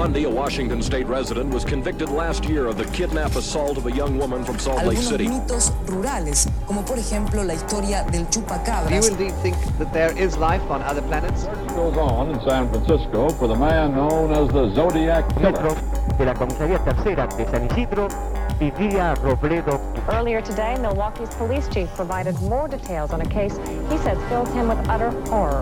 Bundy, a Washington State resident, was convicted last year of the kidnap assault of a young woman from Salt Lake City. Algunos mitos rurales, como por ejemplo la historia del chupacabras. Do you indeed think that there is life on other planets? Search goes on in San Francisco for the man known as the Zodiac Killer. De la comisaría tercera de San Isidro vivía Robledo. Earlier today, Milwaukee's police chief provided more details on a case he says fills him with utter horror.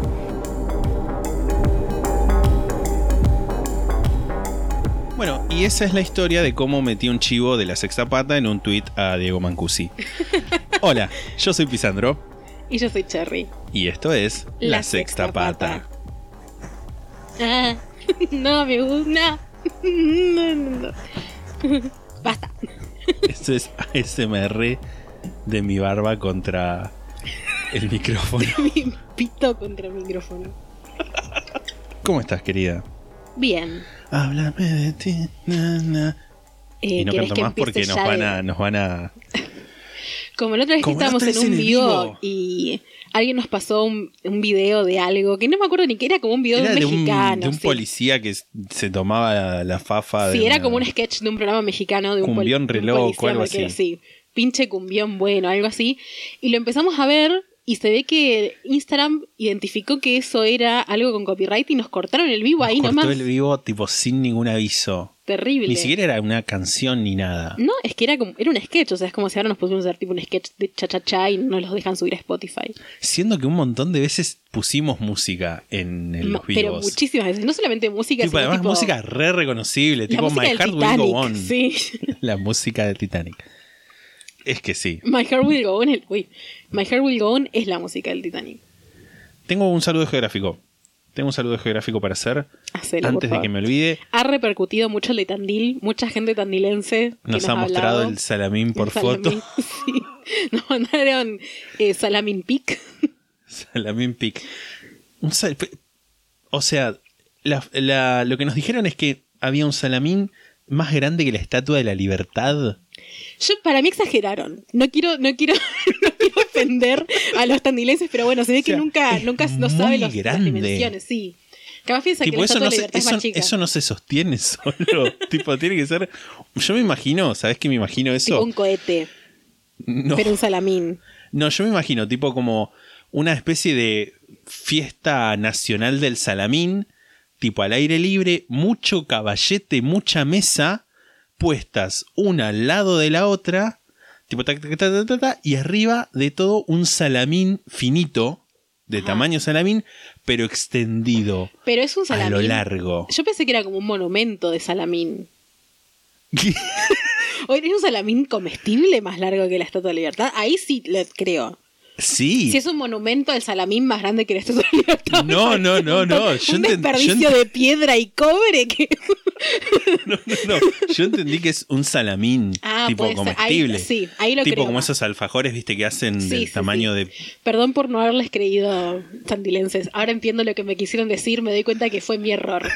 Bueno, y esa es la historia de cómo metí un chivo de La Sexta Pata en un tuit a Diego Mancusi. Hola, yo soy Pisandro. Y yo soy Cherry. Y esto es La Sexta Pata. Ah, no me gusta. No. Basta. Esto es ASMR de mi barba contra el micrófono. Mi pito contra el micrófono. ¿Cómo estás, querida? Bien. Háblame de ti, nana. Y no canto más porque nos van a... Como la otra vez que estábamos en un vivo y alguien nos pasó un video de algo que no me acuerdo ni qué era, como un video de un mexicano. De un policía que se tomaba la fafa. Sí, era como un sketch de un programa mexicano de un cumbión reloj o algo así. Sí, pinche cumbión bueno, algo así. Y lo empezamos a ver y se ve que Instagram identificó que eso era algo con copyright y nos cortaron el vivo ahí nomás. Cortó el vivo tipo sin ningún aviso. Terrible. Ni siquiera era una canción ni nada. No, es que era un sketch, o sea, es como si ahora nos pusiéramos a hacer tipo un sketch de cha-cha-cha y no los dejan subir a Spotify. Siendo que un montón de veces pusimos música en los vivos. Pero muchísimas veces, no solamente música, sino además música re reconocible, tipo My Heart Will Go On. Sí. La música de Titanic. Es que sí. My Heart Will Go On, My Heart Will Go On es la música del Titanic. Tengo un saludo geográfico para hacer. Hacelo, antes de que me olvide. Ha repercutido mucho el de Tandil. Mucha gente tandilense nos ha mostrado el salamín por foto. Sí. Nos mandaron Salamín Pic. Salamín Pic. O sea, lo que nos dijeron es que había un salamín más grande que la Estatua de la Libertad. Para mí exageraron. No quiero ofender a los tandilenses, pero bueno, se ve que nunca no sabe las dimensiones, sí. Capaz piensa tipo, que la Estatua de la Libertad es más chica. Eso no se sostiene solo. Tipo, tiene que ser... Yo me imagino, ¿sabes qué me imagino eso? Tipo un cohete. No. Pero un salamín. No, yo me imagino tipo como una especie de fiesta nacional del salamín, tipo al aire libre, mucho caballete, mucha mesa, puestas una al lado de la otra, tipo y arriba de todo un salamín finito, de tamaño salamín, pero extendido. Pero es un salamín a lo largo. Yo pensé que era como un monumento de salamín. Oye, ¿es un salamín comestible más largo que la Estatua de la Libertad? Ahí sí lo creo. Sí. Si es un monumento al salamín más grande que la Estatua de la Libertad. No. Un desperdicio de piedra y cobre que... No. Yo entendí que es un salamín tipo comestible. Sí, ahí lo tipo creo. Como esos alfajores, viste, que hacen del tamaño de... Perdón por no haberles creído tandilenses. Ahora entiendo lo que me quisieron decir, me doy cuenta que fue mi error.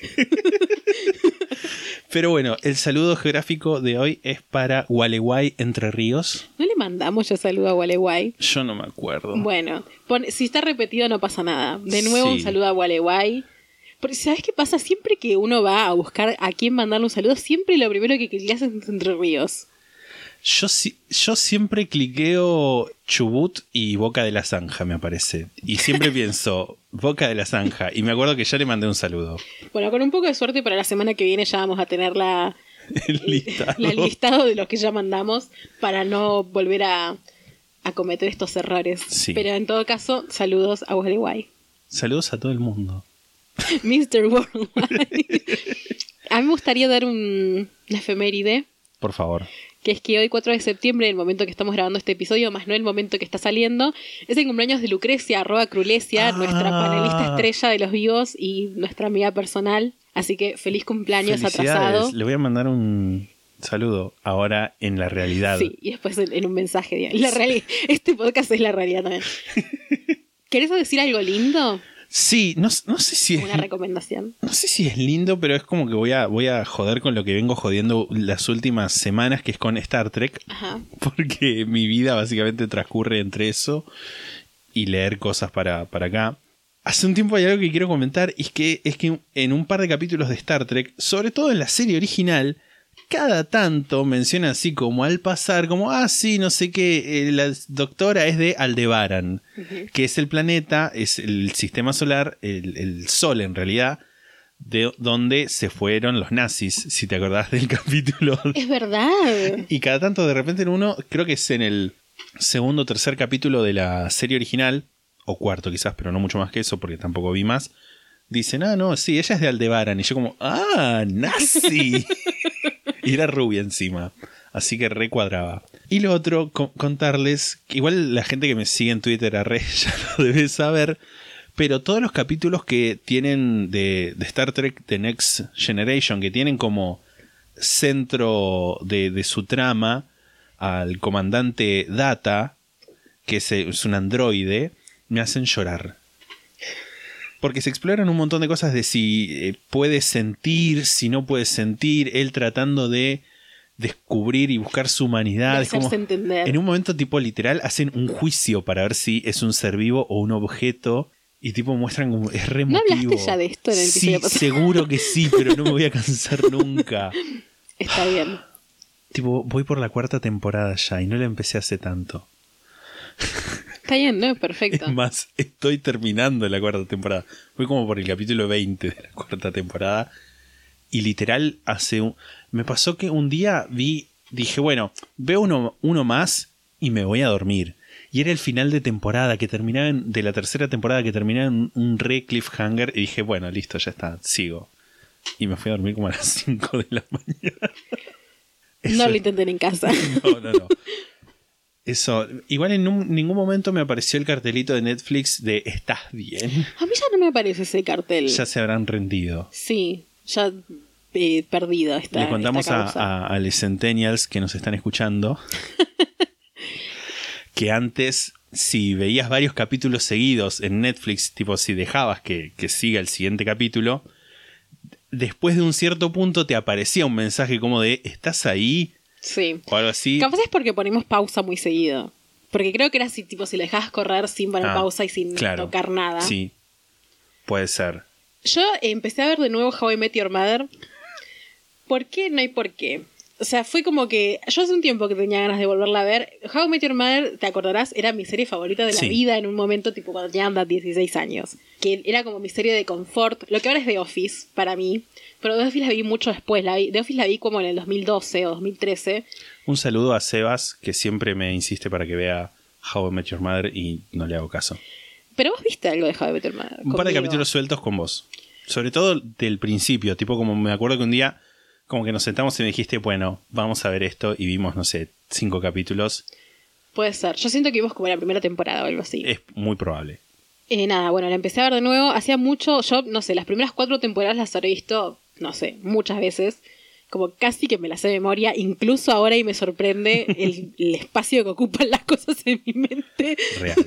Pero bueno, el saludo geográfico de hoy es para Gualeguay, Entre Ríos. ¿No le mandamos ya saludo a Gualeguay? Yo no me acuerdo. Bueno, si está repetido no pasa nada. De nuevo un saludo a Gualeguay. Porque ¿sabes qué pasa? Siempre que uno va a buscar a quién mandarle un saludo, siempre lo primero que cliqueas es Entre Ríos. Yo siempre cliqueo Chubut y Boca de la Zanja, me aparece. Y siempre pienso Boca de la Zanja. Y me acuerdo que ya le mandé un saludo. Bueno, con un poco de suerte para la semana que viene ya vamos a tener el listado de los que ya mandamos para no volver a cometer estos errores. Sí. Pero en todo caso, saludos a Gualeguay. Saludos a todo el mundo. Mr. Worldwide. A mí me gustaría dar una efeméride. Por favor. Que es que hoy 4 de septiembre, el momento que estamos grabando este episodio, más no el momento que está saliendo, es el cumpleaños de Lucrecia, @Crulecia, nuestra panelista estrella de los vivos y nuestra amiga personal. Así que feliz cumpleaños atrasado. Le voy a mandar un saludo ahora en la realidad. Sí, y después en un mensaje. Este podcast es la realidad también. ¿Querés decir algo lindo? Sí, no sé si es... Una recomendación. No sé si es lindo, pero es como que voy a joder con lo que vengo jodiendo las últimas semanas, que es con Star Trek. Ajá. Porque mi vida básicamente transcurre entre eso y leer cosas para acá. hace un tiempo hay algo que quiero comentar, y es que en un par de capítulos de Star Trek, sobre todo en la serie original, cada tanto menciona así como al pasar, como, sí, no sé qué, la doctora es de Aldebaran, que es el planeta, es el sistema solar, el Sol en realidad, de donde se fueron los nazis, si te acordás del capítulo. Es verdad. Y cada tanto de repente en uno, creo que es en el segundo o tercer capítulo de la serie original, o cuarto quizás, pero no mucho más que eso porque tampoco vi más, dicen, no, sí, ella es de Aldebaran. Y yo como, nazi. Y era rubia encima, así que recuadraba. Y lo otro, contarles, que igual la gente que me sigue en Twitter ya lo debe saber, pero todos los capítulos que tienen de Star Trek The Next Generation, que tienen como centro de su trama al comandante Data, que es un androide, me hacen llorar. Porque se exploran un montón de cosas de si puede sentir, si no puede sentir, él tratando de descubrir y buscar su humanidad. De es como, entender. En un momento tipo literal hacen un juicio para ver si es un ser vivo o un objeto. Y tipo muestran como es re emotivo. ¿No hablaste ya de esto en el episodio pasado? Seguro que sí, pero no me voy a cansar nunca. Está bien. Tipo, voy por la 4ª temporada ya y no la empecé hace tanto. Está bien, ¿no? Perfecto. Es más, estoy terminando la 4ª temporada. Voy como por el capítulo 20 de la 4ª temporada. Y literal, me pasó que un día dije, bueno, veo uno más y me voy a dormir. Y era el final de temporada, de la 3ª temporada, que terminaba en un re cliffhanger. Y dije, bueno, listo, ya está, sigo. Y me fui a dormir como a las 5 de la mañana. No lo intenten en casa. No. Eso, igual en ningún momento me apareció el cartelito de Netflix de ¿estás bien? A mí ya no me aparece ese cartel. Ya se habrán rendido. Sí, ya perdido está. Le contamos a los Centennials que nos están escuchando que antes, si veías varios capítulos seguidos en Netflix, tipo si dejabas que siga el siguiente capítulo, después de un cierto punto te aparecía un mensaje como de ¿estás ahí? Sí. O algo así. Capaz es porque ponemos pausa muy seguido. Porque creo que era así, tipo, si lo dejabas correr sin poner pausa y sin tocar nada. Sí, puede ser. Yo empecé a ver de nuevo How I Met Your Mother. ¿Por qué? No hay por qué. O sea, fue como que yo hace un tiempo que tenía ganas de volverla a ver. How I Met Your Mother, te acordarás, era mi serie favorita de la vida en un momento, tipo cuando tenía 16 años. Que era como mi serie de confort. Lo que ahora es The Office, para mí. Pero The Office la vi mucho después. The Office la vi como en el 2012 o 2013. Un saludo a Sebas, que siempre me insiste para que vea How I Met Your Mother y no le hago caso. Pero vos viste algo de How I Met Your Mother. Un par de capítulos sueltos con vos. Sobre todo del principio. Tipo como me acuerdo que un día como que nos sentamos y me dijiste, bueno, vamos a ver esto. Y vimos, no sé, 5 capítulos. Puede ser. Yo siento que vimos como la primera temporada o algo así. Es muy probable. Nada, bueno, la empecé a ver de nuevo. Hacía mucho, yo no sé, las primeras 4 temporadas las habré visto, no sé, muchas veces. Como casi que me las sé de memoria. Incluso ahora y me sorprende el espacio que ocupan las cosas en mi mente. Real.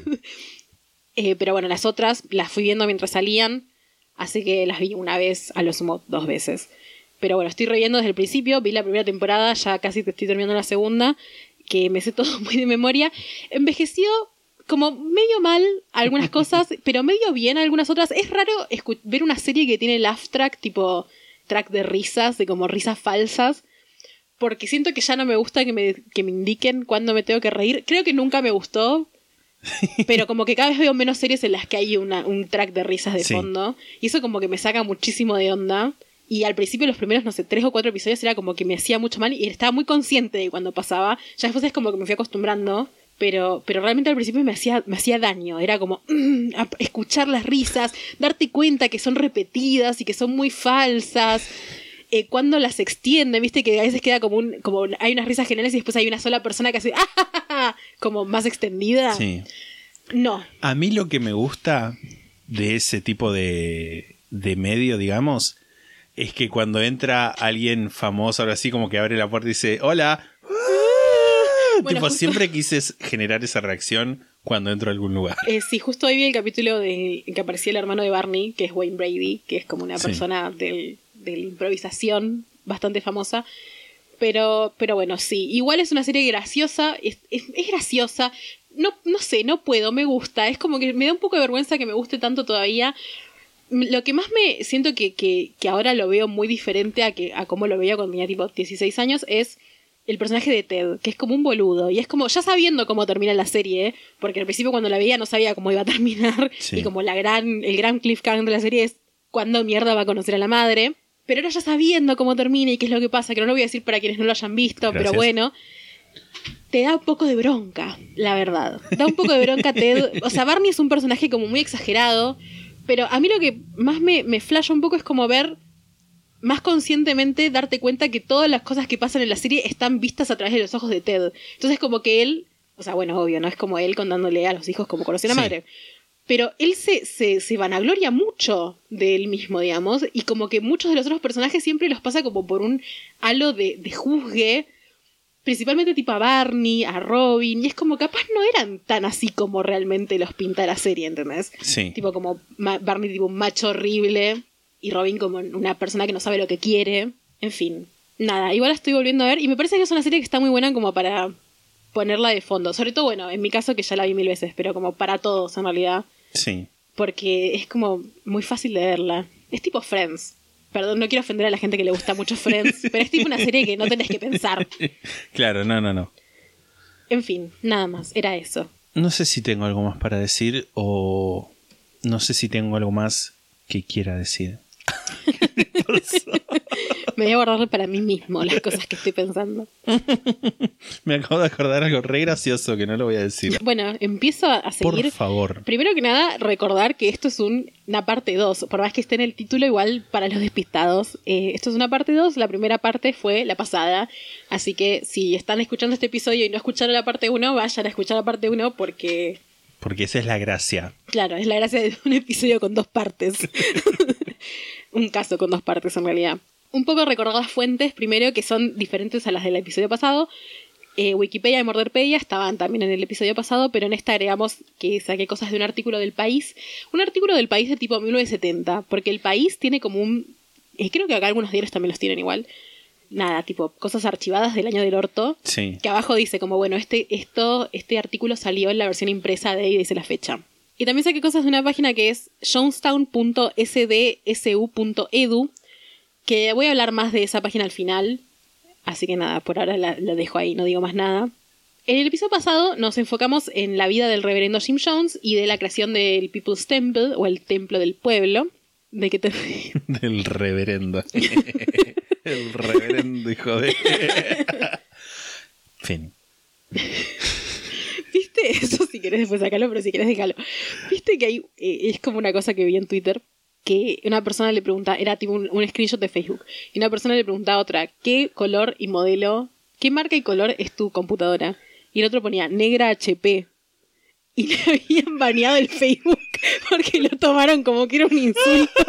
Pero bueno, las otras las fui viendo mientras salían. Así que las vi una vez, a lo sumo 2 veces. Pero bueno, estoy reviendo desde el principio. Vi la primera temporada, ya casi te estoy terminando la segunda. Que me sé todo muy de memoria. Envejeció como medio mal algunas cosas, pero medio bien algunas otras. Es raro ver una serie que tiene laugh track, tipo track de risas, de como risas falsas. Porque siento que ya no me gusta que me indiquen cuándo me tengo que reír. Creo que nunca me gustó. Pero como que cada vez veo menos series en las que hay un track de risas de fondo. Y eso como que me saca muchísimo de onda. Y al principio los primeros, no sé, 3 o 4 episodios era como que me hacía mucho mal. Y estaba muy consciente de cuando pasaba. Ya después es como que me fui acostumbrando. Pero realmente al principio me hacía daño. Era como escuchar las risas, darte cuenta que son repetidas y que son muy falsas. Cuando las extienden, viste que a veces queda como hay unas risas generales y después hay una sola persona que hace como más extendida. Sí. No. A mí lo que me gusta de ese tipo de medio, digamos, es que cuando entra alguien famoso o algo así, como que abre la puerta y dice hola. Bueno, tipo, siempre quise generar esa reacción cuando entro a algún lugar. Sí, justo hoy vi el capítulo en que aparecía el hermano de Barney, que es Wayne Brady, que es como una persona de la improvisación bastante famosa. Pero bueno, sí. Igual es una serie graciosa, es graciosa. no sé, no puedo, me gusta. Es como que me da un poco de vergüenza que me guste tanto todavía. Lo que más me siento que ahora lo veo muy diferente a cómo lo veía cuando tenía tipo 16 años es el personaje de Ted, que es como un boludo. Y es como, ya sabiendo cómo termina la serie, porque al principio cuando la veía no sabía cómo iba a terminar. Sí. Y como el gran cliffhanger de la serie es cuándo mierda va a conocer a la madre. Pero ahora ya sabiendo cómo termina y qué es lo que pasa, que no lo voy a decir para quienes no lo hayan visto, Gracias. pero bueno, te da un poco de bronca, la verdad. Da un poco de bronca Ted. O sea, Barney es un personaje como muy exagerado, pero a mí lo que más me flasha un poco es como ver más conscientemente, darte cuenta que todas las cosas que pasan en la serie están vistas a través de los ojos de Ted. Entonces como que él, o sea, bueno, obvio, no es como él contándole a los hijos cómo conoció a la madre, pero él se vanagloria mucho de él mismo, digamos, y como que muchos de los otros personajes siempre los pasa como por un halo de juzgue, principalmente tipo a Barney, a Robin, y es como capaz no eran tan así como realmente los pinta la serie, ¿entendés? Sí. Tipo como Barney tipo un macho horrible y Robin como una persona que no sabe lo que quiere. En fin, nada, igual la estoy volviendo a ver y me parece que es una serie que está muy buena como para ponerla de fondo. Sobre todo, bueno, en mi caso que ya la vi 1000 veces, pero como para todos en realidad. Sí. Porque es como muy fácil de verla. Es tipo Friends. Perdón, no quiero ofender a la gente que le gusta mucho Friends, pero es tipo una serie que no tenés que pensar. Claro, no. En fin, nada más, era eso. No sé si tengo algo más para decir o no sé si tengo algo más que quiera decir. Me voy a guardar para mí mismo las cosas que estoy pensando. Me acabo de acordar algo re gracioso que no lo voy a decir. Bueno, empiezo a seguir. Por favor. Primero que nada, recordar que esto es una parte 2. Por más que esté en el título, igual para los despistados. Esto es una parte 2. La primera parte fue la pasada. Así que si están escuchando este episodio y no escucharon la parte 1, vayan a escuchar la parte 1 porque... Porque esa es la gracia. Claro, es la gracia de un episodio con 2 partes. Un caso con 2 partes en realidad. Un poco recordar las fuentes, primero, que son diferentes a las del episodio pasado. Wikipedia y Morderpedia estaban también en el episodio pasado, pero en esta agregamos que saqué cosas de un artículo del País. Un artículo del País de tipo 1970, porque el País tiene como un... creo que acá algunos diarios también los tienen igual. Nada, tipo cosas archivadas del año del orto. Sí. Que abajo dice como, bueno, este artículo salió en la versión impresa de y dice la fecha. Y también saqué cosas de una página que es jonestown.sdsu.edu, que voy a hablar más de esa página al final. Así que nada, por ahora la dejo ahí, no digo más nada. En el episodio pasado nos enfocamos en la vida del reverendo Jim Jones y de la creación del People's Temple, o el Templo del Pueblo. ¿De qué te ríes? Del reverendo. El reverendo, hijo de... Fin. ¿Viste? Eso si querés después sacarlo, pero si querés déjalo. ¿Viste que hay... es como una cosa que vi en Twitter, que una persona le pregunta, era tipo un screenshot de Facebook, y una persona le preguntaba a otra, ¿qué color y modelo, qué marca y color es tu computadora? Y el otro ponía, negra HP. Y le habían baneado el Facebook porque lo tomaron como que era un insulto.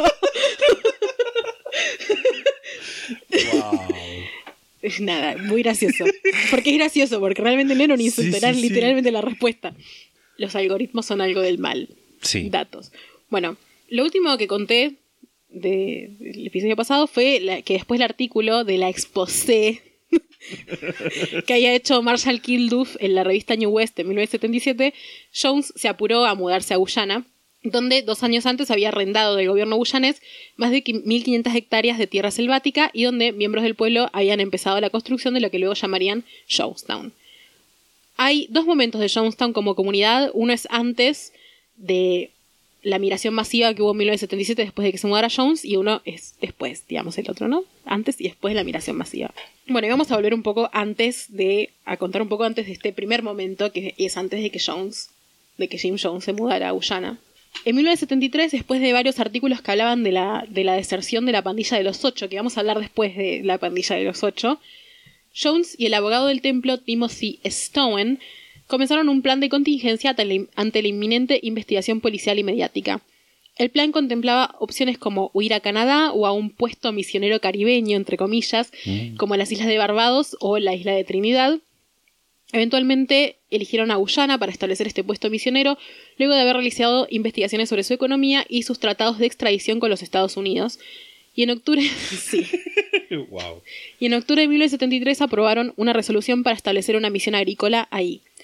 Wow. Nada, muy gracioso. Porque es gracioso, porque realmente no era un insulto, era literalmente la respuesta. Los algoritmos son algo del mal. Sí. Datos. Bueno, lo último que conté del episodio pasado fue que después del artículo de la exposé que había hecho Marshall Kilduff en la revista New West en 1977, Jones se apuró a mudarse a Guyana, donde 2 años antes había arrendado del gobierno guyanés más de 1.500 hectáreas de tierra selvática y donde miembros del pueblo habían empezado la construcción de lo que luego llamarían Jonestown. Hay 2 momentos de Jonestown como comunidad. Uno es antes de la migración masiva que hubo en 1977 después de que se mudara Jones, y uno es después, digamos el otro, ¿no? Antes y después de la migración masiva. Bueno, y vamos a volver un poco a contar un poco antes de este primer momento, que es antes de que Jim Jones se mudara a Guyana. En 1973, después de varios artículos que hablaban de la deserción de la pandilla de los 8, que vamos a hablar después de la pandilla de los 8, Jones y el abogado del templo Timothy Stone comenzaron un plan de contingencia ante la inminente investigación policial y mediática. El plan contemplaba opciones como huir a Canadá o a un puesto misionero caribeño, entre comillas, como las islas de Barbados o la isla de Trinidad. Eventualmente eligieron a Guyana para establecer este puesto misionero, luego de haber realizado investigaciones sobre su economía y sus tratados de extradición con los Estados Unidos. Y en octubre Wow. Y en octubre de 1973 aprobaron una resolución para establecer una misión agrícola ahí.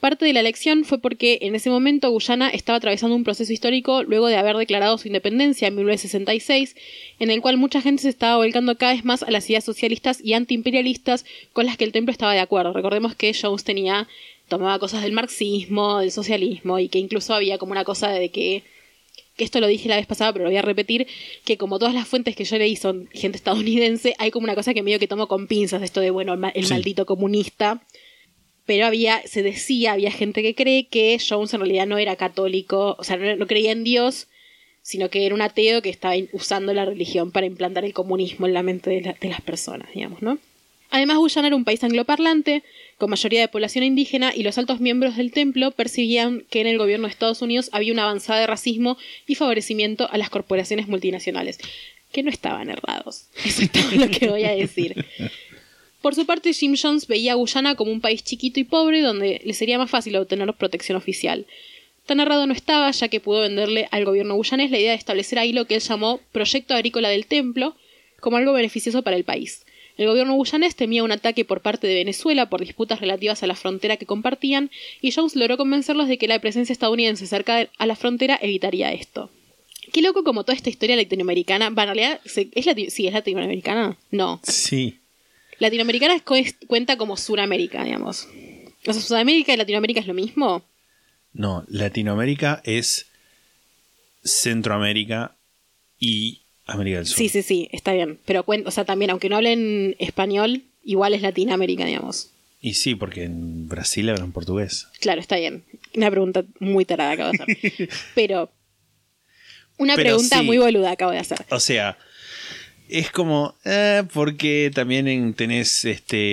Parte de la elección fue porque en ese momento Guyana estaba atravesando un proceso histórico luego de haber declarado su independencia en 1966, en el cual mucha gente se estaba volcando cada vez más a las ideas socialistas y antiimperialistas con las que el templo estaba de acuerdo. Recordemos que Jones tomaba cosas del marxismo, del socialismo, y que incluso había como una cosa de que esto lo dije la vez pasada, pero lo voy a repetir, que como todas las fuentes que yo leí son gente estadounidense, hay como una cosa que medio que tomo con pinzas, esto de, bueno, el maldito comunista. Pero había gente que cree que Jones en realidad no era católico, o sea, no creía en Dios, sino que era un ateo que estaba usando la religión para implantar el comunismo en la mente de las personas, digamos, ¿no? Además, Guyana era un país angloparlante, con mayoría de población indígena, y los altos miembros del templo percibían que en el gobierno de Estados Unidos había una avanzada de racismo y favorecimiento a las corporaciones multinacionales, que no estaban errados. Eso es todo lo que voy a decir. Por su parte, Jim Jones veía a Guyana como un país chiquito y pobre donde le sería más fácil obtener protección oficial. Tan errado no estaba, ya que pudo venderle al gobierno guyanés la idea de establecer ahí lo que él llamó Proyecto Agrícola del Templo como algo beneficioso para el país. El gobierno guyanés temía un ataque por parte de Venezuela por disputas relativas a la frontera que compartían, y Jones logró convencerlos de que la presencia estadounidense cerca a la frontera evitaría esto. Qué loco como toda esta historia latinoamericana. En realidad, ¿es latinoamericana? No. Sí. Latinoamericana cuenta como Suramérica, digamos. O sea, ¿Sudamérica y Latinoamérica es lo mismo? No, Latinoamérica es Centroamérica y América del Sur. Sí, está bien. Pero también, aunque no hablen español, igual es Latinoamérica, digamos. Y sí, porque en Brasil hablan portugués. Claro, está bien. Una pregunta muy tarada acabo de hacer. Pero pregunta sí, muy boluda acabo de hacer. O sea, es como, porque también tenés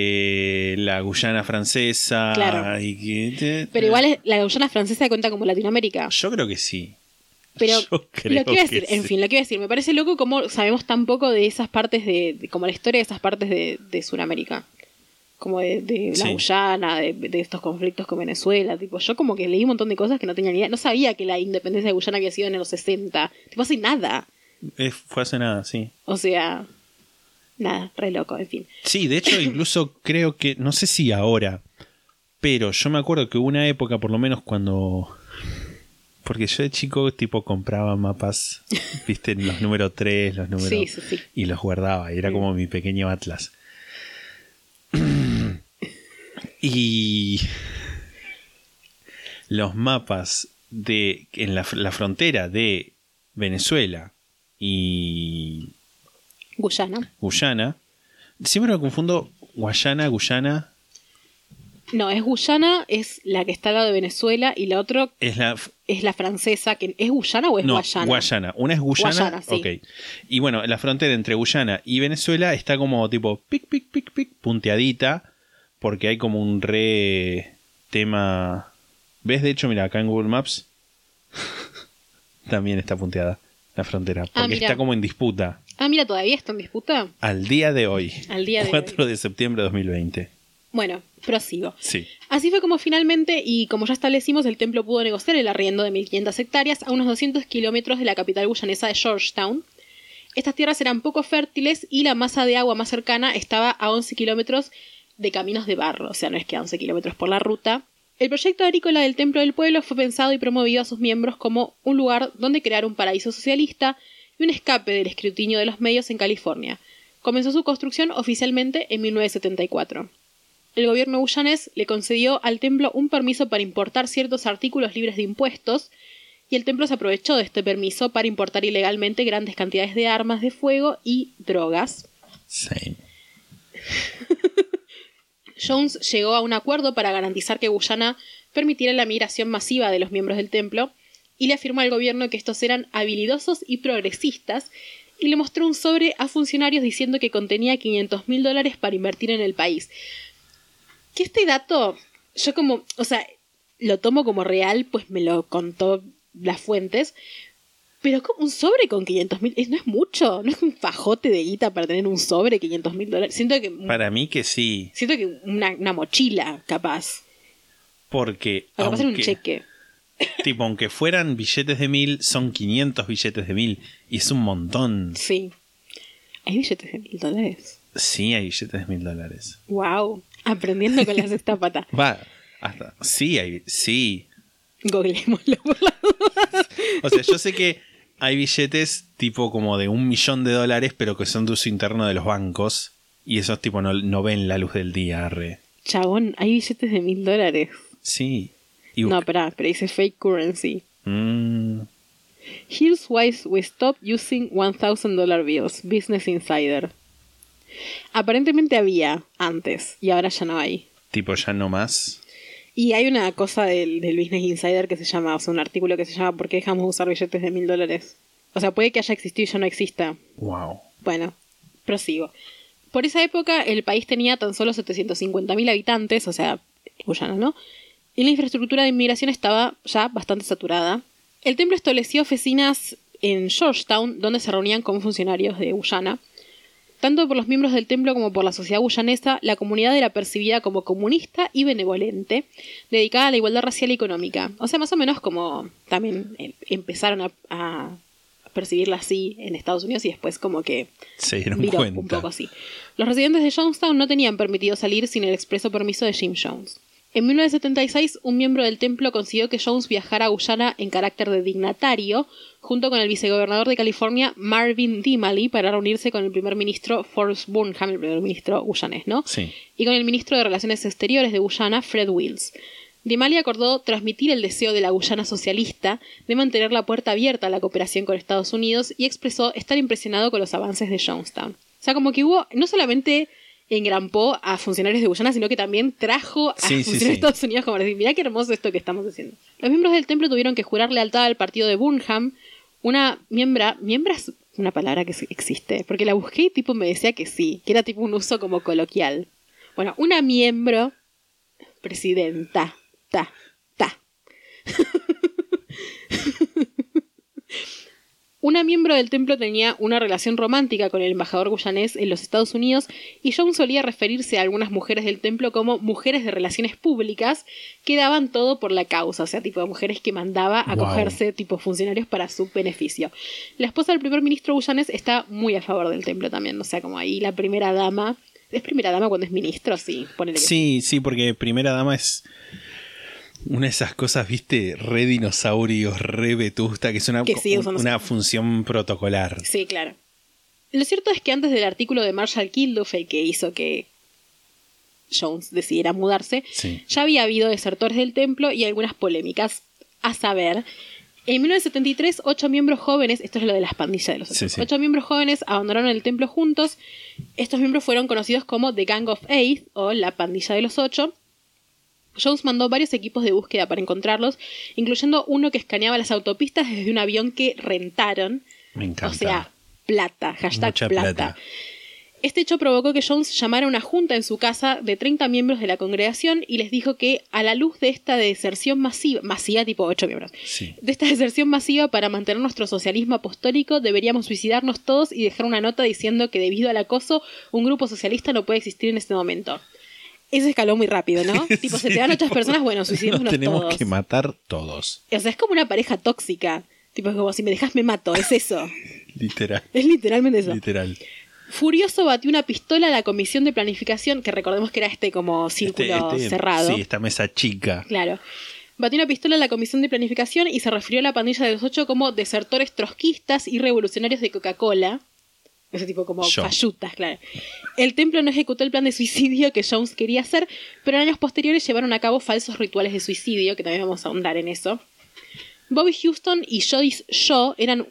la Guyana francesa. Claro. Pero igual la Guyana francesa cuenta como Latinoamérica. Yo creo que sí. Pero lo que iba a decir, me parece loco cómo sabemos tan poco de esas partes como la historia de esas partes de Sudamérica. Como de la Guyana, de estos conflictos con Venezuela. Tipo, yo como que leí un montón de cosas que no tenía ni idea. No sabía que la independencia de Guyana había sido en los 60. Tipo, hace nada. Fue hace nada, sí. O sea, nada, re loco, en fin. Sí, de hecho, incluso creo que, no sé si ahora, pero yo me acuerdo que hubo una época, por lo menos cuando... Porque yo de chico, tipo, compraba mapas, viste, los números 3, los números... Sí. Y los guardaba, y era como mi pequeño atlas. Y los mapas en la frontera de Venezuela y Guyana. Siempre me confundo Guyana. No, es Guyana, es la que está al lado de Venezuela, y la otra es la francesa, que ¿es Guyana o es Guayana? Guayana. Una es Guyana, sí. Ok. Y bueno, la frontera entre Guyana y Venezuela está como tipo pic, punteadita, porque hay como un tema... ¿Ves? De hecho, mira, acá en Google Maps también está punteada la frontera, porque está como en disputa. Mira, ¿todavía está en disputa? Al día de hoy. 4 hoy. de septiembre de 2020. Bueno, prosigo. Sí. Así fue como finalmente, y como ya establecimos, el templo pudo negociar el arriendo de 1.500 hectáreas a unos 200 kilómetros de la capital guyanesa de Georgetown. Estas tierras eran poco fértiles y la masa de agua más cercana estaba a 11 kilómetros de caminos de barro, o sea, no es que a 11 kilómetros por la ruta. El proyecto agrícola del Templo del Pueblo fue pensado y promovido a sus miembros como un lugar donde crear un paraíso socialista y un escape del escrutinio de los medios en California. Comenzó su construcción oficialmente en 1974. El gobierno guyanés le concedió al templo un permiso para importar ciertos artículos libres de impuestos, y el templo se aprovechó de este permiso para importar ilegalmente grandes cantidades de armas de fuego y drogas. Sí. Jones llegó a un acuerdo para garantizar que Guyana permitiera la migración masiva de los miembros del templo, y le afirmó al gobierno que estos eran habilidosos y progresistas, y le mostró un sobre a funcionarios diciendo que contenía $500,000 para invertir en el país. Que este dato, yo como, o sea, lo tomo como real, pues me lo contó las fuentes, pero como un sobre con $500,000, no es mucho, no es un fajote de guita para tener un sobre $500,000. Siento que... Para mí que sí. Siento que una mochila, capaz. Porque... Para pasar un cheque. Tipo, aunque fueran billetes de 1.000, son 500 billetes de 1.000. Y es un montón. Sí. ¿Hay billetes de $1.000? Sí, hay billetes de $1.000. Wow. Aprendiendo con la sexta pata. Va. Sí. Googleémoslo por la duda. O sea, yo sé que hay billetes tipo como de $1 millón, pero que son de uso interno de los bancos. Y esos tipo no ven la luz del día, arre. Chabón, hay billetes de $1000. Sí. No, pero dice fake currency. Here's why we stopped using $1000 bills. Business Insider. Aparentemente había antes y ahora ya no hay. Tipo ya no más. Y hay una cosa del Business Insider que se llama, o sea, un artículo que se llama ¿por qué dejamos de usar billetes de $1000? O sea, puede que haya existido y ya no exista. Wow. Bueno, prosigo. Por esa época el país tenía tan solo 750.000 habitantes, o sea, Guyana, ¿no? Y la infraestructura de inmigración estaba ya bastante saturada. El templo estableció oficinas en Georgetown, donde se reunían con funcionarios de Guyana. Tanto por los miembros del templo como por la sociedad guyanesa, la comunidad era percibida como comunista y benevolente, dedicada a la igualdad racial y económica. O sea, más o menos como también empezaron a percibirla así en Estados Unidos y después como que se dieron viró cuenta. Un poco así. Los residentes de Jonestown no tenían permitido salir sin el expreso permiso de Jim Jones. En 1976, un miembro del templo consiguió que Jones viajara a Guyana en carácter de dignatario, junto con el vicegobernador de California, Marvin Dimally, para reunirse con el primer ministro Forrest Burnham, el primer ministro guyanés, ¿no? Sí. Y con el ministro de Relaciones Exteriores de Guyana, Fred Wills. Dimally acordó transmitir el deseo de la Guyana socialista de mantener la puerta abierta a la cooperación con Estados Unidos y expresó estar impresionado con los avances de Jonestown. O sea, como que hubo, no solamente engrampó a funcionarios de Guyana, sino que también trajo a funcionarios de Estados Unidos como decir, mirá qué hermoso esto que estamos haciendo. Los miembros del templo tuvieron que jurar lealtad al partido de Burnham. Miembra es una palabra que existe, porque la busqué y tipo me decía que sí, que era tipo un uso como coloquial. Bueno, una miembro presidenta. Una miembro del templo tenía una relación romántica con el embajador guyanés en los Estados Unidos y Jones solía referirse a algunas mujeres del templo como mujeres de relaciones públicas que daban todo por la causa, o sea, tipo de mujeres que mandaba a cogerse tipo funcionarios para su beneficio. La esposa del primer ministro guyanés está muy a favor del templo también, o sea, como ahí la primera dama. ¿Es primera dama cuando es ministro? Sí, ponele que sí, porque primera dama es una de esas cosas, viste, re dinosaurios, re vetusta, que es una función protocolar. Sí, claro. Lo cierto es que antes del artículo de Marshall Kilduff, el que hizo que Jones decidiera mudarse, ya había habido desertores del templo y algunas polémicas. A saber, en 1973, 8 miembros jóvenes, esto es lo de las pandillas de los 8 miembros jóvenes abandonaron el templo juntos. Estos miembros fueron conocidos como The Gang of Eight, o la pandilla de los 8. Jones mandó varios equipos de búsqueda para encontrarlos, incluyendo uno que escaneaba las autopistas desde un avión que rentaron. Me encanta. O sea, plata, hashtag mucha plata. Este hecho provocó que Jones llamara a una junta en su casa de 30 miembros de la congregación y les dijo que a la luz de esta deserción masiva tipo 8 miembros, de esta deserción masiva para mantener nuestro socialismo apostólico deberíamos suicidarnos todos y dejar una nota diciendo que debido al acoso un grupo socialista no puede existir en este momento. Eso escaló muy rápido, ¿no? Tipo, se te dan 8 personas, bueno, suicidémonos todos. Tenemos que matar todos. O sea, es como una pareja tóxica. Tipo, es como si me dejas me mato, es eso. Literal. Es literalmente eso. Literal. Furioso batió una pistola a la comisión de planificación, que recordemos que era como círculo cerrado. Sí, esta mesa chica. Claro. Batió una pistola a la comisión de planificación y se refirió a la pandilla de los 8 como desertores trotskistas y revolucionarios de Coca-Cola. Ese tipo como fallutas, claro. El templo no ejecutó el plan de suicidio que Jones quería hacer, pero en años posteriores llevaron a cabo falsos rituales de suicidio, que también vamos a ahondar en eso. Bobby Houston y Joyce Shaw eran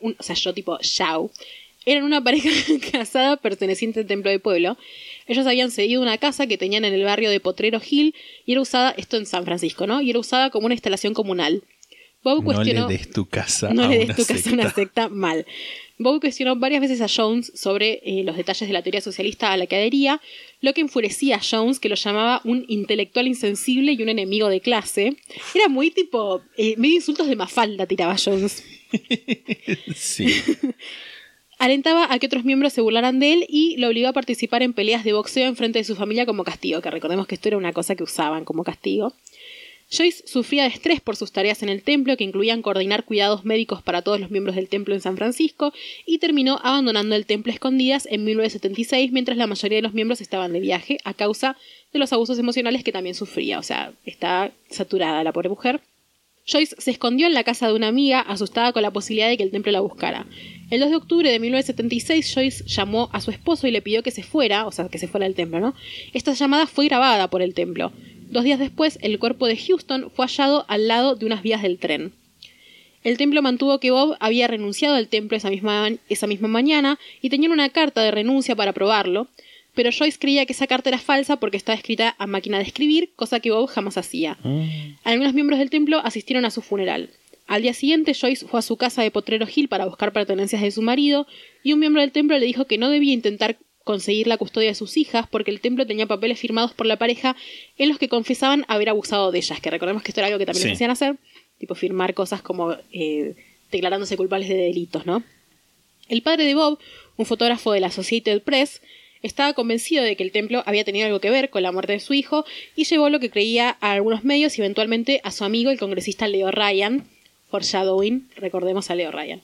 eran una pareja casada perteneciente al templo del pueblo. Ellos habían cedido una casa que tenían en el barrio de Potrero Hill y era usada, esto en San Francisco, ¿no? Y era usada como una instalación comunal. Bob cuestionó, no le des tu casa no a le des una tu secta. casa a una secta, mal. Bob cuestionó varias veces a Jones sobre los detalles de la teoría socialista a la que adhería, lo que enfurecía a Jones, que lo llamaba un intelectual insensible y un enemigo de clase. Era muy tipo, medio insultos de Mafalda tiraba Jones. Sí. Alentaba a que otros miembros se burlaran de él y lo obligó a participar en peleas de boxeo en frente de su familia como castigo, que recordemos que esto era una cosa que usaban como castigo. Joyce sufría de estrés por sus tareas en el templo, que incluían coordinar cuidados médicos para todos los miembros del templo en San Francisco, y terminó abandonando el templo a escondidas en 1976, mientras la mayoría de los miembros estaban de viaje a causa de los abusos emocionales que también sufría. O sea, está saturada la pobre mujer. Joyce se escondió en la casa de una amiga, asustada con la posibilidad de que el templo la buscara. El 2 de octubre de 1976, Joyce llamó a su esposo y le pidió que se fuera, o sea, que se fuera del templo, ¿no? Esta llamada fue grabada por el templo. 2 días después, el cuerpo de Houston fue hallado al lado de unas vías del tren. El templo mantuvo que Bob había renunciado al templo esa misma mañana y tenían una carta de renuncia para probarlo, pero Joyce creía que esa carta era falsa porque estaba escrita a máquina de escribir, cosa que Bob jamás hacía. Algunos miembros del templo asistieron a su funeral. Al día siguiente, Joyce fue a su casa de Potrero Hill para buscar pertenencias de su marido, y un miembro del templo le dijo que no debía intentar conseguir la custodia de sus hijas porque el templo tenía papeles firmados por la pareja en los que confesaban haber abusado de ellas, que recordemos que esto era algo que también les hacían hacer, tipo firmar cosas como declarándose culpables de delitos, ¿no? El padre de Bob, un fotógrafo de la Associated Press, estaba convencido de que el templo había tenido algo que ver con la muerte de su hijo y llevó lo que creía a algunos medios y eventualmente a su amigo el congresista Leo Ryan, foreshadowing, recordemos a Leo Ryan.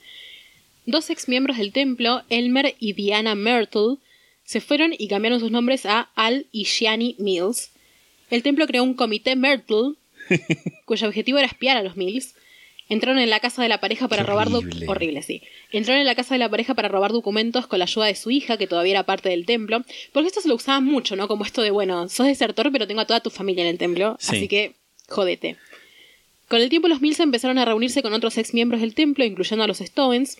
2 ex miembros del templo, Elmer y Diana Myrtle, se fueron y cambiaron sus nombres a Al y Shani Mills. El templo creó un comité Myrtle, cuyo objetivo era espiar a los Mills. Entraron en la casa de la pareja para robar Entraron en la casa de la pareja para robar documentos con la ayuda de su hija, que todavía era parte del templo. Porque esto se lo usaban mucho, ¿no? Como esto de, bueno, sos desertor, pero tengo a toda tu familia en el templo, así que jódete. Con el tiempo los Mills empezaron a reunirse con otros ex miembros del templo, incluyendo a los Stowens,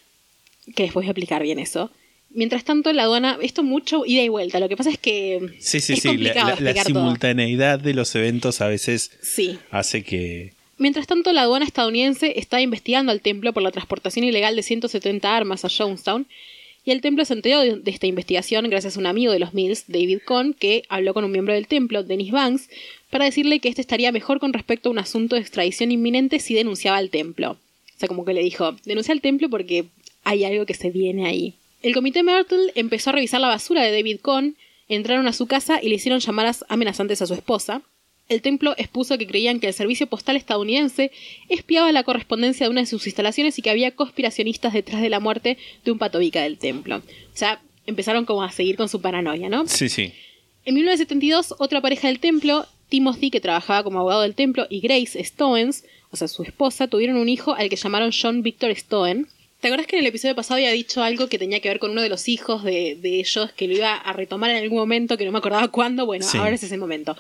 que después voy a explicar bien eso. Mientras tanto, la aduana, esto mucho ida y vuelta. Lo que pasa es que es complicado explicar la simultaneidad de los eventos a veces hace que... Mientras tanto, la aduana estadounidense está investigando al templo por la transportación ilegal de 170 armas a Jonestown, y el templo se enteró de esta investigación gracias a un amigo de los Mills, David Cohn, que habló con un miembro del templo, Dennis Banks, para decirle que este estaría mejor con respecto a un asunto de extradición inminente si denunciaba al templo. O sea, como que le dijo, denuncia al templo porque hay algo que se viene ahí. El comité Myrtle empezó a revisar la basura de David Cohn, entraron a su casa y le hicieron llamadas amenazantes a su esposa. El templo expuso que creían que el servicio postal estadounidense espiaba la correspondencia de una de sus instalaciones y que había conspiracionistas detrás de la muerte de un patobica del templo. O sea, empezaron como a seguir con su paranoia, ¿no? Sí, sí. En 1972, otra pareja del templo, Timothy, que trabajaba como abogado del templo, y Grace Stowens, o sea, su esposa, tuvieron un hijo al que llamaron John Victor Stowen. ¿Te acuerdas que en el episodio pasado había dicho algo que tenía que ver con uno de los hijos de ellos, que lo iba a retomar en algún momento, que no me acordaba cuándo? Bueno, ahora es ese momento.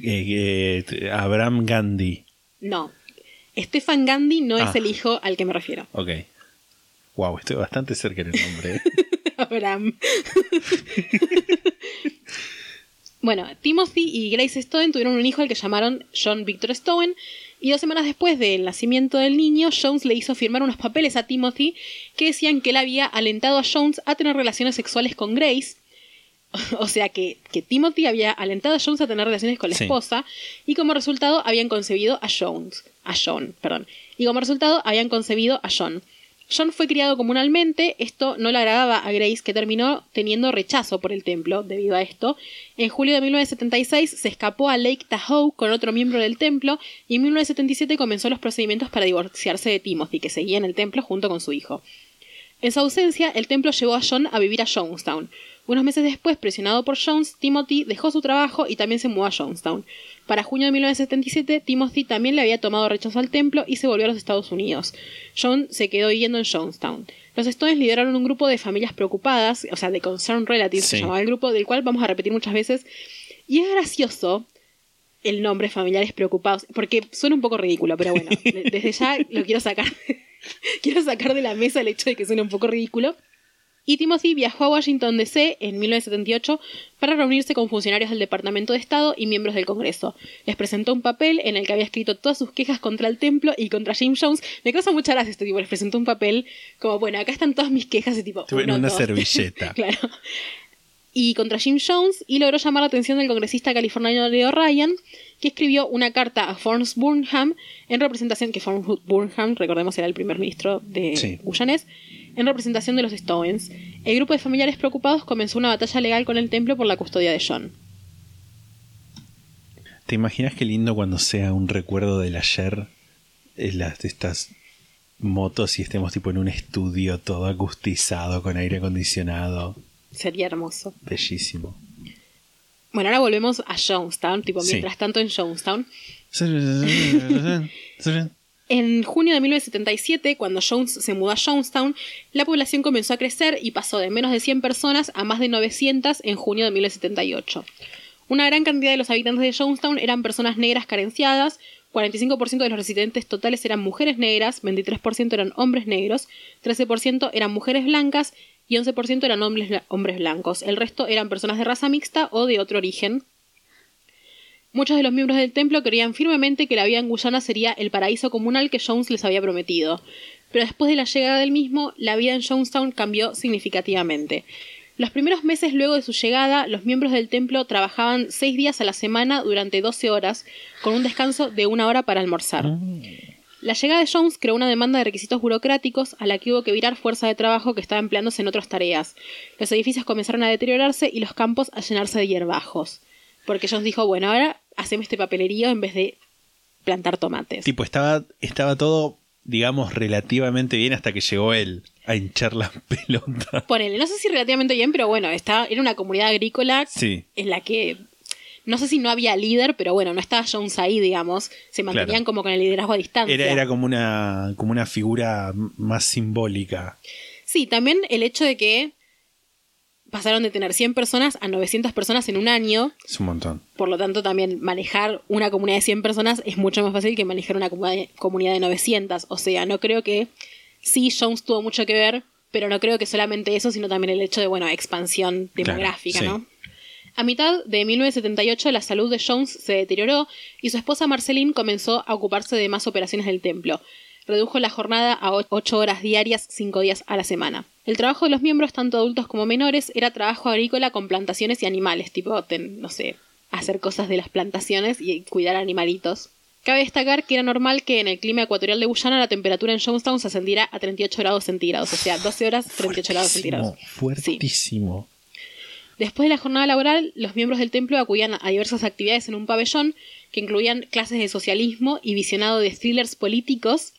Abraham Gandhi. No. Stephen Gandhi no es el hijo al que me refiero. Ok. Wow, estoy bastante cerca del nombre. Abraham. Bueno, Timothy y Grace Stowen tuvieron un hijo al que llamaron John Victor Stowen, y 2 semanas después del nacimiento del niño, Jones le hizo firmar unos papeles a Timothy que decían que él había alentado a Jones a tener relaciones sexuales con Grace. O sea que Timothy había alentado a Jones a tener relaciones con la esposa, y como resultado habían concebido a John. Y como resultado habían concebido a John. John fue criado comunalmente, esto no le agradaba a Grace, que terminó teniendo rechazo por el templo debido a esto. En julio de 1976 se escapó a Lake Tahoe con otro miembro del templo, y en 1977 comenzó los procedimientos para divorciarse de Timothy, que seguía en el templo junto con su hijo. En su ausencia, el templo llevó a John a vivir a Jonestown. Unos meses después, presionado por Jones, Timothy dejó su trabajo y también se mudó a Jonestown. Para junio de 1977, Timothy también le había tomado rechazo al templo y se volvió a los Estados Unidos. John se quedó viviendo en Jonestown. Los Stones lideraron un grupo de familias preocupadas, o sea, de Concerned Relatives, se llamaba el grupo, del cual vamos a repetir muchas veces. Y es gracioso el nombre, familiares preocupados, porque suena un poco ridículo, pero bueno, desde ya lo quiero sacar. Quiero sacar de la mesa el hecho de que suene un poco ridículo. Y Timothy viajó a Washington D.C. en 1978 para reunirse con funcionarios del Departamento de Estado y miembros del Congreso. Les presentó un papel en el que había escrito todas sus quejas contra el templo y contra Jim Jones. Me causa mucha gracia este tipo. Les presentó un papel como, bueno, acá están todas mis quejas, y tipo... En una servilleta. Claro. Y contra Jim Jones, y logró llamar la atención del congresista californiano Leo Ryan, que escribió una carta a Forrest Burnham en representación, que Forrest Burnham, recordemos, era el primer ministro de Guyanés, en representación de los Stowens. El grupo de familiares preocupados comenzó una batalla legal con el templo por la custodia de John. ¿Te imaginas qué lindo cuando sea un recuerdo del ayer? De estas motos y estemos tipo en un estudio todo acustizado con aire acondicionado. Sería hermoso. Bellísimo. Bueno, ahora volvemos a Jonestown, tipo Sí. mientras tanto en Jonestown. En junio de 1977, cuando Jones se mudó a Jonestown, la población comenzó a crecer y pasó de menos de 100 personas a más de 900 en junio de 1978. Una gran cantidad de los habitantes de Jonestown eran personas negras carenciadas, 45% de los residentes totales eran mujeres negras, 23% eran hombres negros, 13% eran mujeres blancas y 11% eran hombres blancos. El resto eran personas de raza mixta o de otro origen. Muchos de los miembros del templo creían firmemente que la vida en Guyana sería el paraíso comunal que Jones les había prometido. Pero después de la llegada del mismo, la vida en Jonestown cambió significativamente. Los primeros meses luego de su llegada, los miembros del templo trabajaban 6 días a la semana durante 12 horas, con un descanso de 1 hora para almorzar. La llegada de Jones creó una demanda de requisitos burocráticos a la que hubo que virar fuerza de trabajo que estaba empleándose en otras tareas. Los edificios comenzaron a deteriorarse y los campos a llenarse de hierbajos. Porque Jones dijo, bueno, ahora hacemos este papelerío en vez de plantar tomates. Tipo, estaba todo, digamos, relativamente bien hasta que llegó él a hinchar las pelotas. Ponele, no sé si relativamente bien, pero bueno, era una comunidad agrícola Sí. en la que no sé si no había líder, pero bueno, no estaba Jones ahí, digamos. Se mantenían Claro. como con el liderazgo a distancia. Era como una figura más simbólica. Sí, también el hecho de que pasaron de tener 100 personas a 900 personas en un año. Es un montón. Por lo tanto, también manejar una comunidad de 100 personas es mucho más fácil que manejar una comunidad de 900. O sea, no creo que... Sí, Jones tuvo mucho que ver, pero no creo que solamente eso, sino también el hecho de, bueno, expansión demográfica, Claro, ¿no? A mitad de 1978 la salud de Jones se deterioró y su esposa Marceline comenzó a ocuparse de más operaciones del templo. Redujo la jornada a 8 horas diarias, 5 días a la semana. El trabajo de los miembros, tanto adultos como menores, era trabajo agrícola con plantaciones y animales, tipo, no sé, hacer cosas de las plantaciones y cuidar animalitos. Cabe destacar que era normal que en el clima ecuatorial de Guyana la temperatura en Jonestown se ascendiera a 38 grados centígrados, o sea, 12 horas, 38 grados centígrados. Fuertísimo. Después de la jornada laboral, los miembros del templo acudían a diversas actividades en un pabellón que incluían clases de socialismo y visionado de thrillers políticos.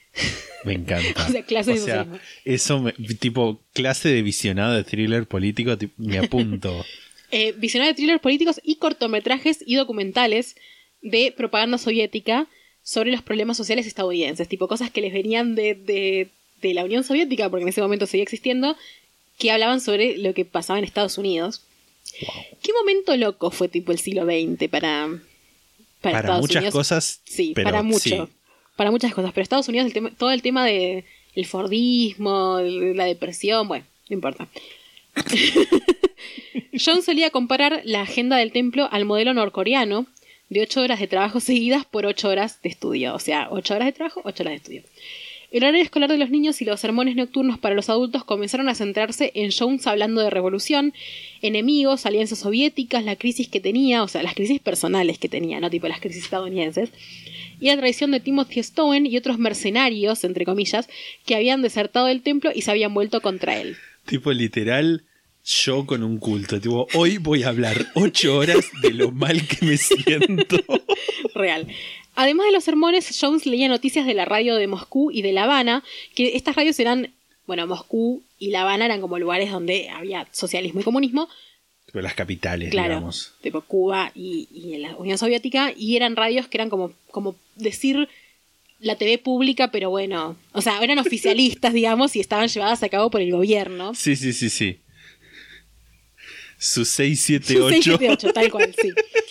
Me encanta. O sea, clases de socialismo. Eso, tipo, clase de visionado de thriller político, me apunto. Visionado de thrillers políticos y cortometrajes y documentales de propaganda soviética sobre los problemas sociales estadounidenses, tipo cosas que les venían de la Unión Soviética, porque en ese momento seguía existiendo, que hablaban sobre lo que pasaba en Estados Unidos. Wow. ¿Qué momento loco fue tipo el siglo XX para Estados muchas Unidos? cosas, Sí, pero para mucho. sí. Para muchas cosas, pero Estados Unidos, todo el tema de el Fordismo, la depresión, bueno, no importa. John solía comparar la agenda del templo al modelo norcoreano de 8 horas de trabajo seguidas por 8 horas de estudio. O sea, 8 horas de trabajo, 8 horas de estudio. El horario escolar de los niños y los sermones nocturnos para los adultos comenzaron a centrarse en Jones hablando de revolución, enemigos, alianzas soviéticas, la crisis que tenía, o sea, las crisis personales que tenía, no tipo las crisis estadounidenses, y la traición de Timothy Stowen y otros mercenarios, entre comillas, que habían desertado del templo y se habían vuelto contra él. Tipo, literal, yo con un culto. Tipo, hoy voy a hablar 8 horas de lo mal que me siento. Real. Además de los sermones, Jones leía noticias de la radio de Moscú y de La Habana, que estas radios eran, bueno, Moscú y La Habana eran como lugares donde había socialismo y comunismo. Tipo, las capitales, Claro, digamos. tipo Cuba y en la Unión Soviética, y eran radios que eran como decir la TV pública, pero bueno, o sea, eran oficialistas, digamos, y estaban llevadas a cabo por el gobierno. Sí. Su 678. Su 678, tal cual, sí.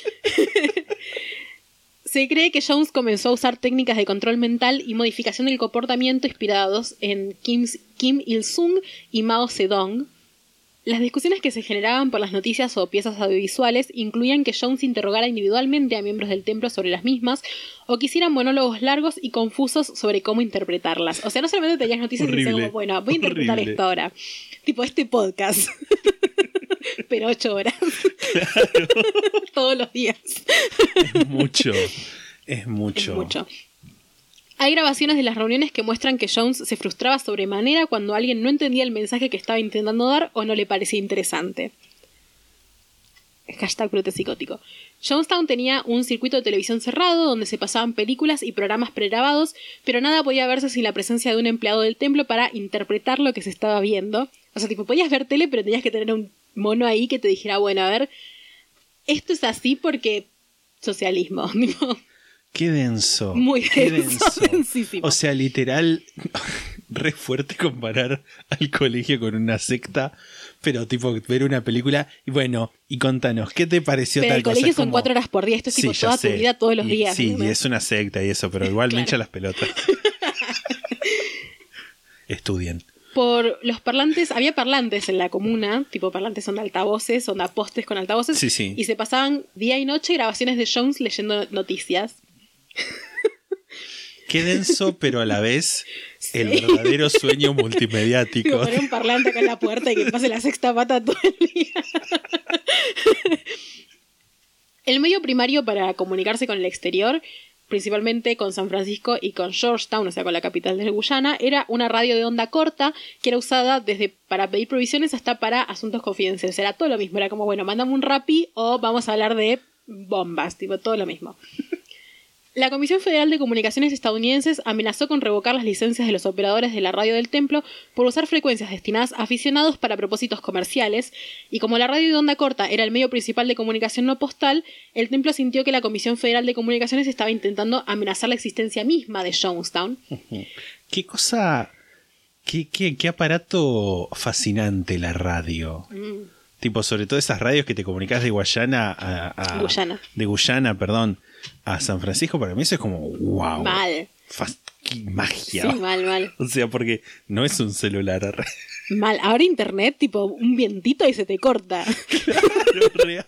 Se cree que Jones comenzó a usar técnicas de control mental y modificación del comportamiento inspirados en Kim Il-sung y Mao Zedong. Las discusiones que se generaban por las noticias o piezas audiovisuales incluían que Jones interrogara individualmente a miembros del templo sobre las mismas o que hicieran monólogos largos y confusos sobre cómo interpretarlas. O sea, no solamente tenías noticias y decías como, bueno, voy a interpretar esto ahora. Tipo este podcast. Pero 8 horas. Claro. Todos los días. Es mucho. Hay grabaciones de las reuniones que muestran que Jones se frustraba sobremanera cuando alguien no entendía el mensaje que estaba intentando dar o no le parecía interesante. Hashtag brote psicótico. Jonestown tenía un circuito de televisión cerrado donde se pasaban películas y programas pregrabados, pero nada podía verse sin la presencia de un empleado del templo para interpretar lo que se estaba viendo. O sea, tipo, podías ver tele, pero tenías que tener un mono ahí que te dijera, bueno, a ver, esto es así porque socialismo. Tipo, qué denso. muy qué denso, densísimo. O sea, literal, re fuerte comparar al colegio con una secta, pero tipo ver una película y bueno, y contanos, ¿qué te pareció pero tal el cosa? colegio Es son como- 4 horas por día, esto es tipo Sí, ya toda sé. tu vida, todos los Y- días. Sí, y ¿entendés? es una secta y eso, pero igual me Claro. hincha las pelotas. Estudien. Por los parlantes, había parlantes en la comuna, tipo parlantes onda altavoces, onda postes con altavoces, Sí, sí. y se pasaban día y noche grabaciones de Jones leyendo noticias. Qué denso, pero a la vez el verdadero sueño Tipo, multimediático. poner un parlante acá en la puerta y que pase la sexta pata todo el día. El medio primario para comunicarse con el exterior, principalmente con San Francisco y con Georgetown, o sea, con la capital de Guyana, era una radio de onda corta que era usada desde para pedir provisiones hasta para asuntos confidenciales. Era todo lo mismo, era como, bueno, mándame un rapi o vamos a hablar de bombas, tipo, todo lo mismo. La Comisión Federal de Comunicaciones estadounidenses amenazó con revocar las licencias de los operadores de la radio del templo por usar frecuencias destinadas a aficionados para propósitos comerciales, y como la radio de onda corta era el medio principal de comunicación no postal, el templo sintió que la Comisión Federal de Comunicaciones estaba intentando amenazar la existencia misma de Jonestown. Qué cosa, qué aparato fascinante la radio. Tipo, sobre todo esas radios que te comunicas de Guyana Guyana. De Guyana, perdón, a San Francisco, para mí eso es como wow. Mal. Qué magia. Sí, mal. O sea, porque no es un celular. Mal. Ahora internet, tipo, un vientito y se te corta. Claro, real.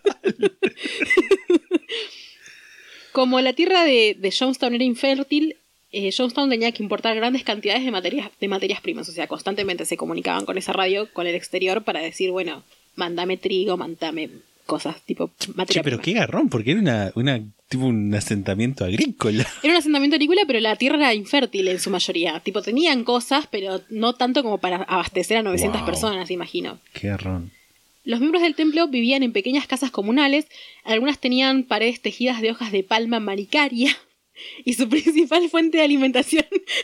Como la tierra de Jonestown era infértil, Jonestown tenía que importar grandes cantidades de materias primas. O sea, constantemente se comunicaban con esa radio, con el exterior, para decir, bueno, mándame trigo, mándame cosas tipo materia Che, pero prima. qué garrón, porque era tipo un asentamiento agrícola. Era un asentamiento agrícola, pero la tierra era infértil en su mayoría. Tipo, tenían cosas, pero no tanto como para abastecer a 900 Wow. personas, imagino. Qué garrón. Los miembros del templo vivían en pequeñas casas comunales, algunas tenían paredes tejidas de hojas de palma maricaria, y su principal fuente de alimentación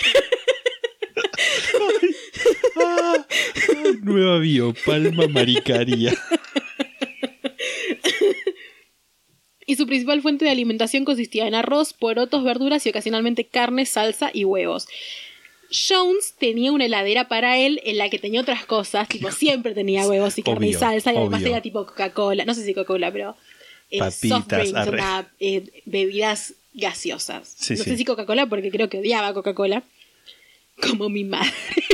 Nueva biopalma maricaria. consistía en arroz, porotos, verduras y ocasionalmente carne, salsa y huevos. Jones tenía una heladera para él en la que tenía otras cosas, tipo siempre tenía huevos y carne y Obvio, salsa, y además obvio. tenía tipo Coca-Cola, no sé si Coca-Cola, pero Papitas, soft drinks, arre. onda, bebidas gaseosas. Sí, no sí. sé si Coca-Cola porque creo que odiaba Coca-Cola, como mi madre.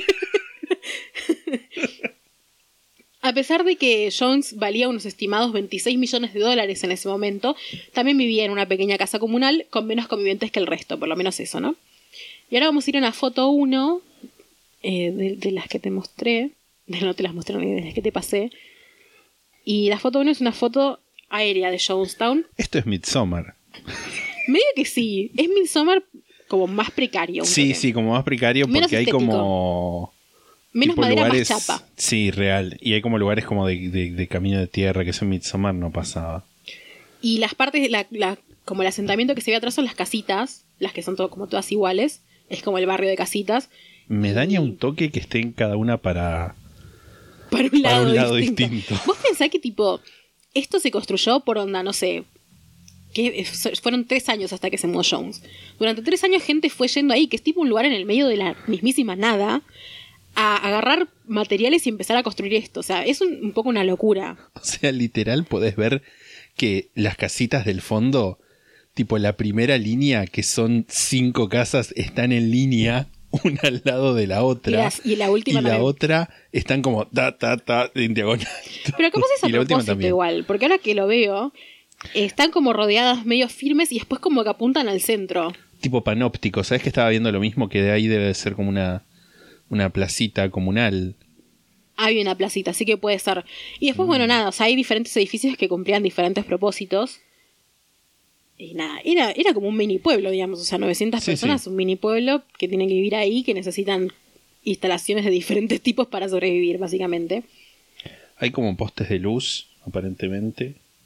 A pesar de que Jones valía unos estimados $26 millones en ese momento, también vivía en una pequeña casa comunal con menos convivientes que el resto, por lo menos eso, ¿no? Y ahora vamos a ir a una foto 1 de las que te mostré. No te las mostré, de las que te pasé. Y la foto 1 es una foto aérea de Jonestown. Esto es Midsommar. Medio que sí, es Midsommar como más precario. un Sí, toque. sí, como más precario Menos porque hay estético. como... Menos tipo madera, lugares, más chapa. Sí, real. Y hay como lugares como de camino de tierra, que eso en Midsommar no pasaba. Y las partes, como el asentamiento que se ve atrás son las casitas, las que son como todas iguales. Es como el barrio de casitas. Me daña un toque que estén cada una para Para un lado, distinto. Vos pensás que tipo, esto se construyó por onda, no sé, que fueron 3 años hasta que se mudó Jones. Durante 3 años gente fue yendo ahí, que es tipo un lugar en el medio de la mismísima nada, a agarrar materiales y empezar a construir esto. O sea, es un poco una locura. O sea, literal podés ver que las casitas del fondo, tipo la primera línea, que son 5 casas, están en línea, una al lado de la otra. Y la última y la también. otra están como en diagonal. Pero capaz es a Y la última propósito también. igual, porque ahora que lo veo, están como rodeadas medio firmes y después como que apuntan al centro. Tipo panóptico, ¿sabes que estaba viendo lo mismo? Que de ahí debe ser como una placita comunal. Hay una placita, así que puede ser. Y después, bueno, nada, o sea, hay diferentes edificios que cumplían diferentes propósitos. Y nada, era como un mini pueblo, digamos, o sea, 900 Sí, personas, sí. un mini pueblo que tienen que vivir ahí, que necesitan instalaciones de diferentes tipos para sobrevivir, básicamente. Hay como postes de luz, aparentemente.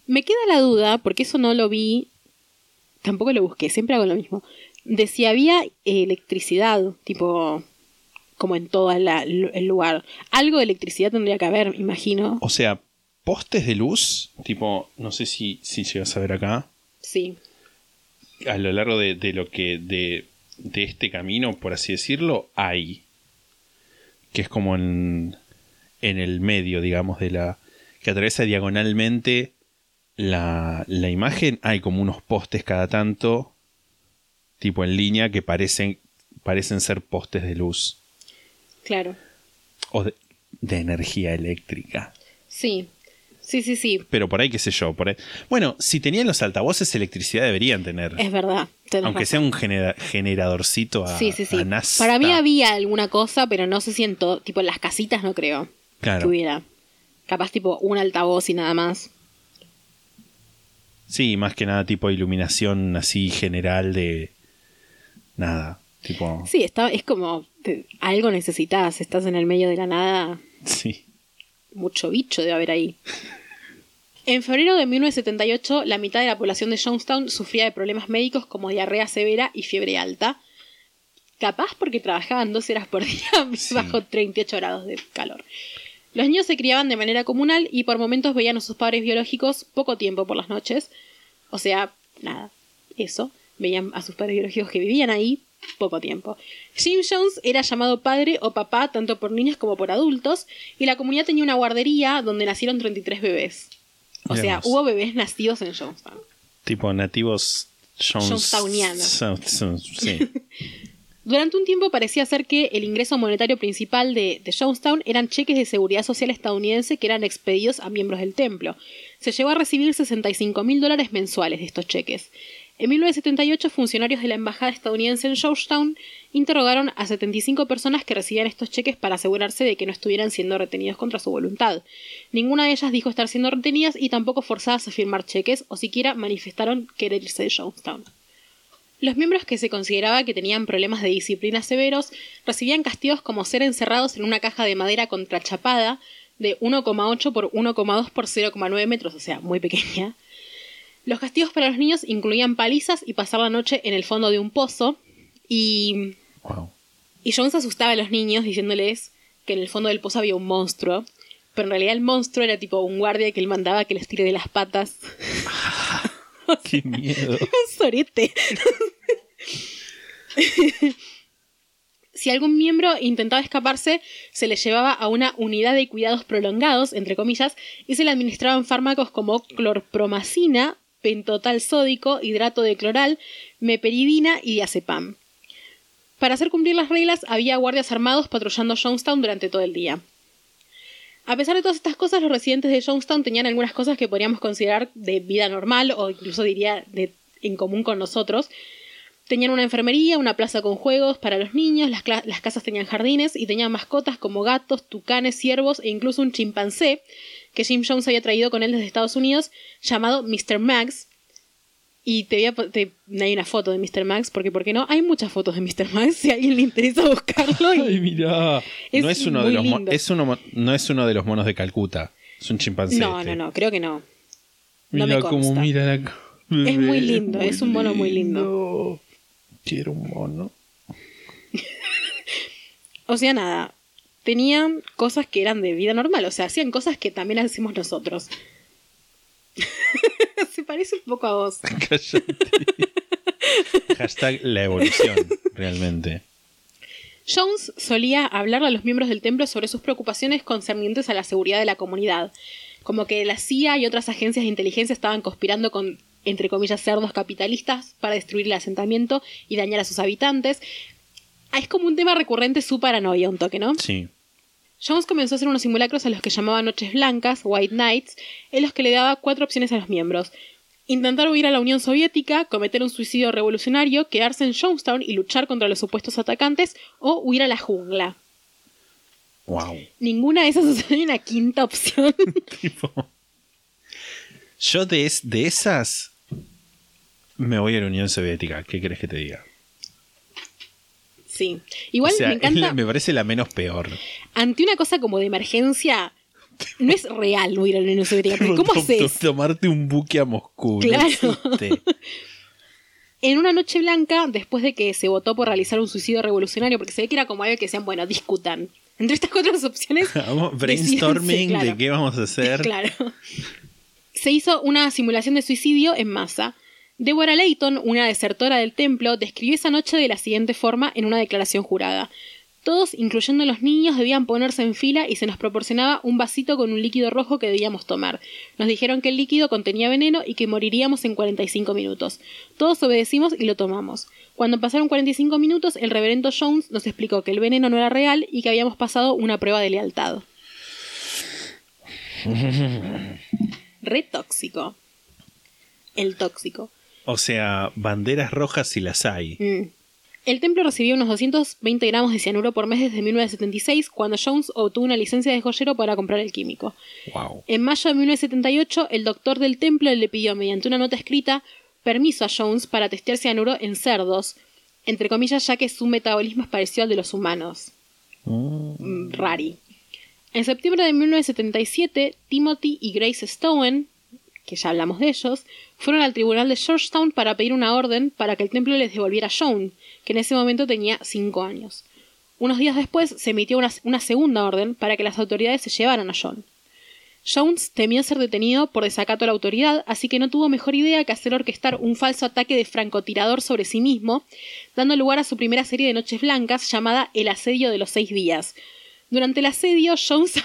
Me queda la duda, porque eso no lo vi, tampoco lo busqué, siempre hago lo mismo, de si había electricidad, tipo, como en todo el lugar. Algo de electricidad tendría que haber, imagino. O sea, postes de luz, tipo, no sé si llegas a ver acá. Sí. A lo largo de lo que de este camino, por así decirlo, hay. Que es como en el medio, digamos, de la... que atraviesa diagonalmente la imagen. Hay como unos postes cada tanto, tipo en línea, que parecen ser postes de luz. Claro. O de energía eléctrica. Sí. Sí. Pero por ahí, qué sé yo. Por ahí. Bueno, si tenían los altavoces, electricidad deberían tener. Es verdad. Aunque sea un generadorcito a nafta. Para mí había alguna cosa, pero no sé si en todo. Tipo en las casitas no creo que hubiera. Capaz tipo un altavoz y nada más. Sí, más que nada tipo iluminación así general de... Nada, tipo... Sí, es como... algo necesitas, estás en el medio de la nada. Sí. Mucho bicho debe haber ahí. En febrero de 1978, la mitad de la población de Jonestown sufría de problemas médicos como diarrea severa y fiebre alta. Capaz porque trabajaban 12 horas por día bajo 38 grados de calor. Los niños se criaban de manera comunal y por momentos veían a sus padres biológicos poco tiempo por las noches. O sea, nada, eso. Veían a sus padres biológicos que vivían ahí poco tiempo. Jim Jones era llamado padre o papá tanto por niños como por adultos y la comunidad tenía una guardería donde nacieron 33 bebés. O sea, hubo bebés nacidos en Jonestown. Tipo nativos Jonestownianos. Sí. Durante un tiempo parecía ser que el ingreso monetario principal de Jonestown eran cheques de seguridad social estadounidense que eran expedidos a miembros del templo. Se llegó a recibir $65,000 mensuales de estos cheques. En 1978, funcionarios de la embajada estadounidense en Georgetown interrogaron a 75 personas que recibían estos cheques para asegurarse de que no estuvieran siendo retenidos contra su voluntad. Ninguna de ellas dijo estar siendo retenidas y tampoco forzadas a firmar cheques o siquiera manifestaron querer irse de Jonestown. Los miembros que se consideraba que tenían problemas de disciplina severos recibían castigos como ser encerrados en una caja de madera contrachapada de 1,8 por 1,2 por 0,9 metros, o sea, muy pequeña. Los castigos para los niños incluían palizas y pasar la noche en el fondo de un pozo. Y Jones asustaba a los niños diciéndoles que en el fondo del pozo había un monstruo. Pero en realidad el monstruo era tipo un guardia que él mandaba que les tire de las patas. ¡Qué miedo! Un sorete. Si algún miembro intentaba escaparse, se le llevaba a una unidad de cuidados prolongados, entre comillas, y se le administraban fármacos como clorpromacina, pentotal sódico, hidrato de cloral, meperidina y diazepam. Para hacer cumplir las reglas, había guardias armados patrullando Jonestown durante todo el día. A pesar de todas estas cosas, los residentes de Jonestown tenían algunas cosas que podríamos considerar de vida normal, o incluso diría en común con nosotros. Tenían una enfermería, una plaza con juegos para los niños, las casas tenían jardines y tenían mascotas como gatos, tucanes, ciervos e incluso un chimpancé que Jim Jones había traído con él desde Estados Unidos llamado Mr. Max. Y hay una foto de Mr. Max, porque ¿por qué no? Hay muchas fotos de Mr. Max, si a alguien le interesa buscarlo. ¡Ay, mirá! No es uno de los monos de Calcuta, es un chimpancé. No, creo que no. Mira no me cómo mira la... Es muy lindo, es un mono muy lindo. Quiero un mono. O sea, nada. Tenían cosas que eran de vida normal. O sea, hacían cosas que también hacemos nosotros. Se parece un poco a vos. Cállate. Hashtag la evolución, realmente. Jones solía hablar a los miembros del templo sobre sus preocupaciones concernientes a la seguridad de la comunidad. Como que la CIA y otras agencias de inteligencia estaban conspirando con, entre comillas, cerdos capitalistas para destruir el asentamiento y dañar a sus habitantes. Es como un tema recurrente su paranoia, un toque, ¿no? Sí. Jones comenzó a hacer unos simulacros a los que llamaba Noches Blancas, White Nights, en los que le daba 4 opciones a los miembros. Intentar huir a la Unión Soviética, cometer un suicidio revolucionario, quedarse en Jonestown y luchar contra los supuestos atacantes, o huir a la jungla. Wow. Ninguna de esas opciones, hay una quinta opción. Yo de esas me voy a la Unión Soviética. ¿Qué crees que te diga? Sí. Igual o sea, me encanta. Me parece la menos peor. Ante una cosa como de emergencia, No es real no ir a la Unión Soviética, porque ¿cómo haces? Tomarte un buque a Moscú. Claro. No existe. En una noche blanca, después de que se votó por realizar un suicidio revolucionario, porque se ve que era como algo que decían, bueno, discutan. Entre estas 4 opciones... Brainstorming claro. de qué vamos a hacer. Claro. Se hizo una simulación de suicidio en masa. Deborah Layton, una desertora del templo, describió esa noche de la siguiente forma en una declaración jurada. Todos, incluyendo los niños, debían ponerse en fila y se nos proporcionaba un vasito con un líquido rojo que debíamos tomar. Nos dijeron que el líquido contenía veneno y que moriríamos en 45 minutos. Todos obedecimos y lo tomamos. Cuando pasaron 45 minutos, el reverendo Jones nos explicó que el veneno no era real y que habíamos pasado una prueba de lealtad. Re tóxico. El tóxico. O sea, banderas rojas si las hay. El templo recibía unos 220 gramos de cianuro por mes desde 1976, cuando Jones obtuvo una licencia de joyero para comprar el químico. Wow. En mayo de 1978, el doctor del templo le pidió, mediante una nota escrita, permiso a Jones para testear cianuro en cerdos, entre comillas, ya que su metabolismo es parecido al de los humanos. Rari. En septiembre de 1977, Timothy y Grace Stowen, que ya hablamos de ellos, fueron al tribunal de Georgetown para pedir una orden para que el templo les devolviera a Jones, que en ese momento tenía 5 años. Unos días después se emitió una segunda orden para que las autoridades se llevaran a John. Jones temió ser detenido por desacato a la autoridad, así que no tuvo mejor idea que hacer orquestar un falso ataque de francotirador sobre sí mismo, dando lugar a su primera serie de noches blancas llamada El asedio de los 6 días. Durante el asedio, Jones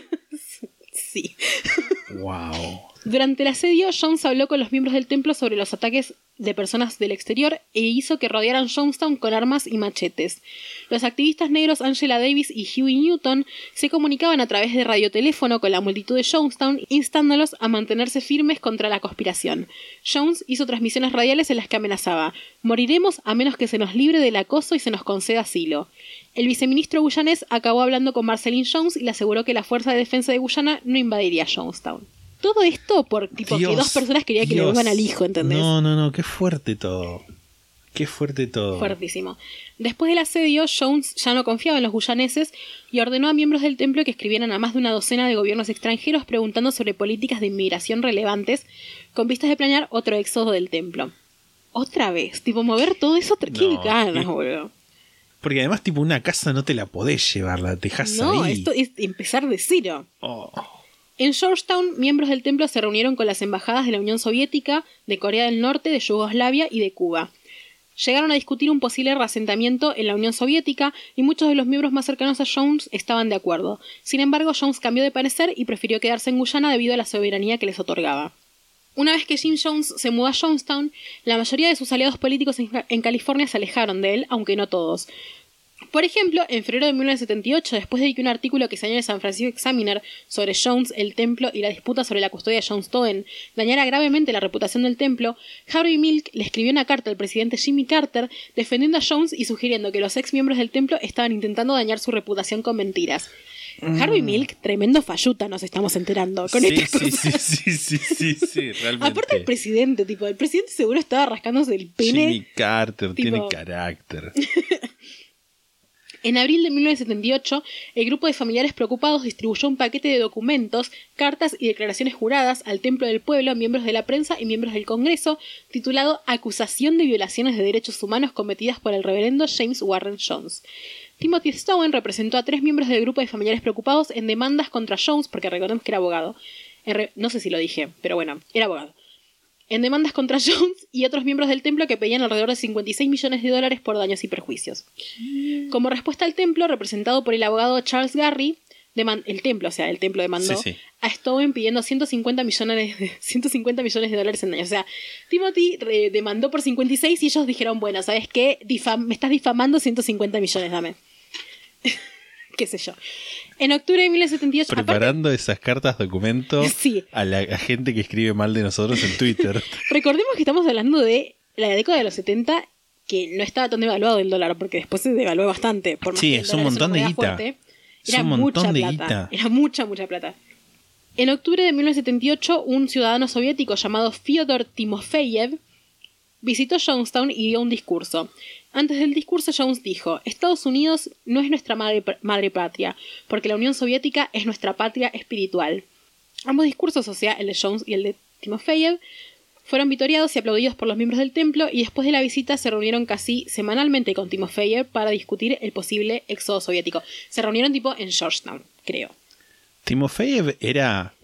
sí. Wow. Durante el asedio, Jones habló con los miembros del templo sobre los ataques de personas del exterior e hizo que rodearan Jonestown con armas y machetes. Los activistas negros Angela Davis y Huey Newton se comunicaban a través de radioteléfono con la multitud de Jonestown, instándolos a mantenerse firmes contra la conspiración. Jones hizo transmisiones radiales en las que amenazaba: moriremos a menos que se nos libre del acoso y se nos conceda asilo. El viceministro guyanés acabó hablando con Marceline Jones y le aseguró que la Fuerza de Defensa de Guyana no invadiría Jonestown. Todo esto por tipo que 2 personas querían que le devuelvan al hijo, ¿entendés? No, qué fuerte todo. Qué fuerte todo. Fuertísimo. Después del asedio, Jones ya no confiaba en los guyaneses y ordenó a miembros del templo que escribieran a más de una docena de gobiernos extranjeros preguntando sobre políticas de inmigración relevantes con vistas de planear otro éxodo del templo. Otra vez, tipo mover todo eso, qué ganas, boludo. Porque además, tipo, una casa no te la podés llevar, la dejás ahí. No, esto es empezar de cero. Oh. En Georgetown, miembros del templo se reunieron con las embajadas de la Unión Soviética, de Corea del Norte, de Yugoslavia y de Cuba. Llegaron a discutir un posible reasentamiento en la Unión Soviética y muchos de los miembros más cercanos a Jones estaban de acuerdo. Sin embargo, Jones cambió de parecer y prefirió quedarse en Guyana debido a la soberanía que les otorgaba. Una vez que Jim Jones se mudó a Jonestown, la mayoría de sus aliados políticos en California se alejaron de él, aunque no todos. Por ejemplo, en febrero de 1978, después de que un artículo que salió en el San Francisco Examiner sobre Jones, el templo y la disputa sobre la custodia de Jonestown dañara gravemente la reputación del templo, Harvey Milk le escribió una carta al presidente Jimmy Carter defendiendo a Jones y sugiriendo que los ex miembros del templo estaban intentando dañar su reputación con mentiras. Harvey Milk, tremendo falluta, nos estamos enterando con estas cosas. Sí, realmente. Aparte el presidente seguro estaba rascándose el pene. Jimmy Carter tipo... tiene carácter. En abril de 1978, el grupo de familiares preocupados distribuyó un paquete de documentos, cartas y declaraciones juradas al Templo del Pueblo a miembros de la prensa y miembros del Congreso, titulado Acusación de violaciones de derechos humanos cometidas por el reverendo James Warren Jones. Timothy Stowen representó a 3 miembros del grupo de familiares preocupados en demandas contra Jones, porque recordemos que era abogado. No sé si lo dije, pero bueno, era abogado. En demandas contra Jones y otros miembros del templo que pedían alrededor de $56 millones por daños y perjuicios. Como respuesta al templo, representado por el abogado Charles Garry, el templo demandó a Stowen pidiendo 150 millones de dólares en daños. O sea, Timothy demandó por 56 y ellos dijeron, bueno, ¿sabes qué? Me estás difamando, 150 millones, dame. Qué sé yo. En octubre de 1978... Preparando esas cartas documento sí. a la gente que escribe mal de nosotros en Twitter. Recordemos que estamos hablando de la década de los 70, que no estaba tan devaluado el dólar, porque después se devaluó bastante. Por más sí, que es un montón de guita. Fuerte, es un montón de plata. guita. Era mucha plata. En octubre de 1978, un ciudadano soviético llamado Fyodor Timofeyev visitó Jonestown y dio un discurso. Antes del discurso, Jones dijo: Estados Unidos no es nuestra madre patria, porque la Unión Soviética es nuestra patria espiritual. Ambos discursos, o sea, el de Jones y el de Timofeyev, fueron vitoreados y aplaudidos por los miembros del templo, y después de la visita se reunieron casi semanalmente con Timofeyev para discutir el posible éxodo soviético. Se reunieron tipo en Georgetown, creo. Timofeyev era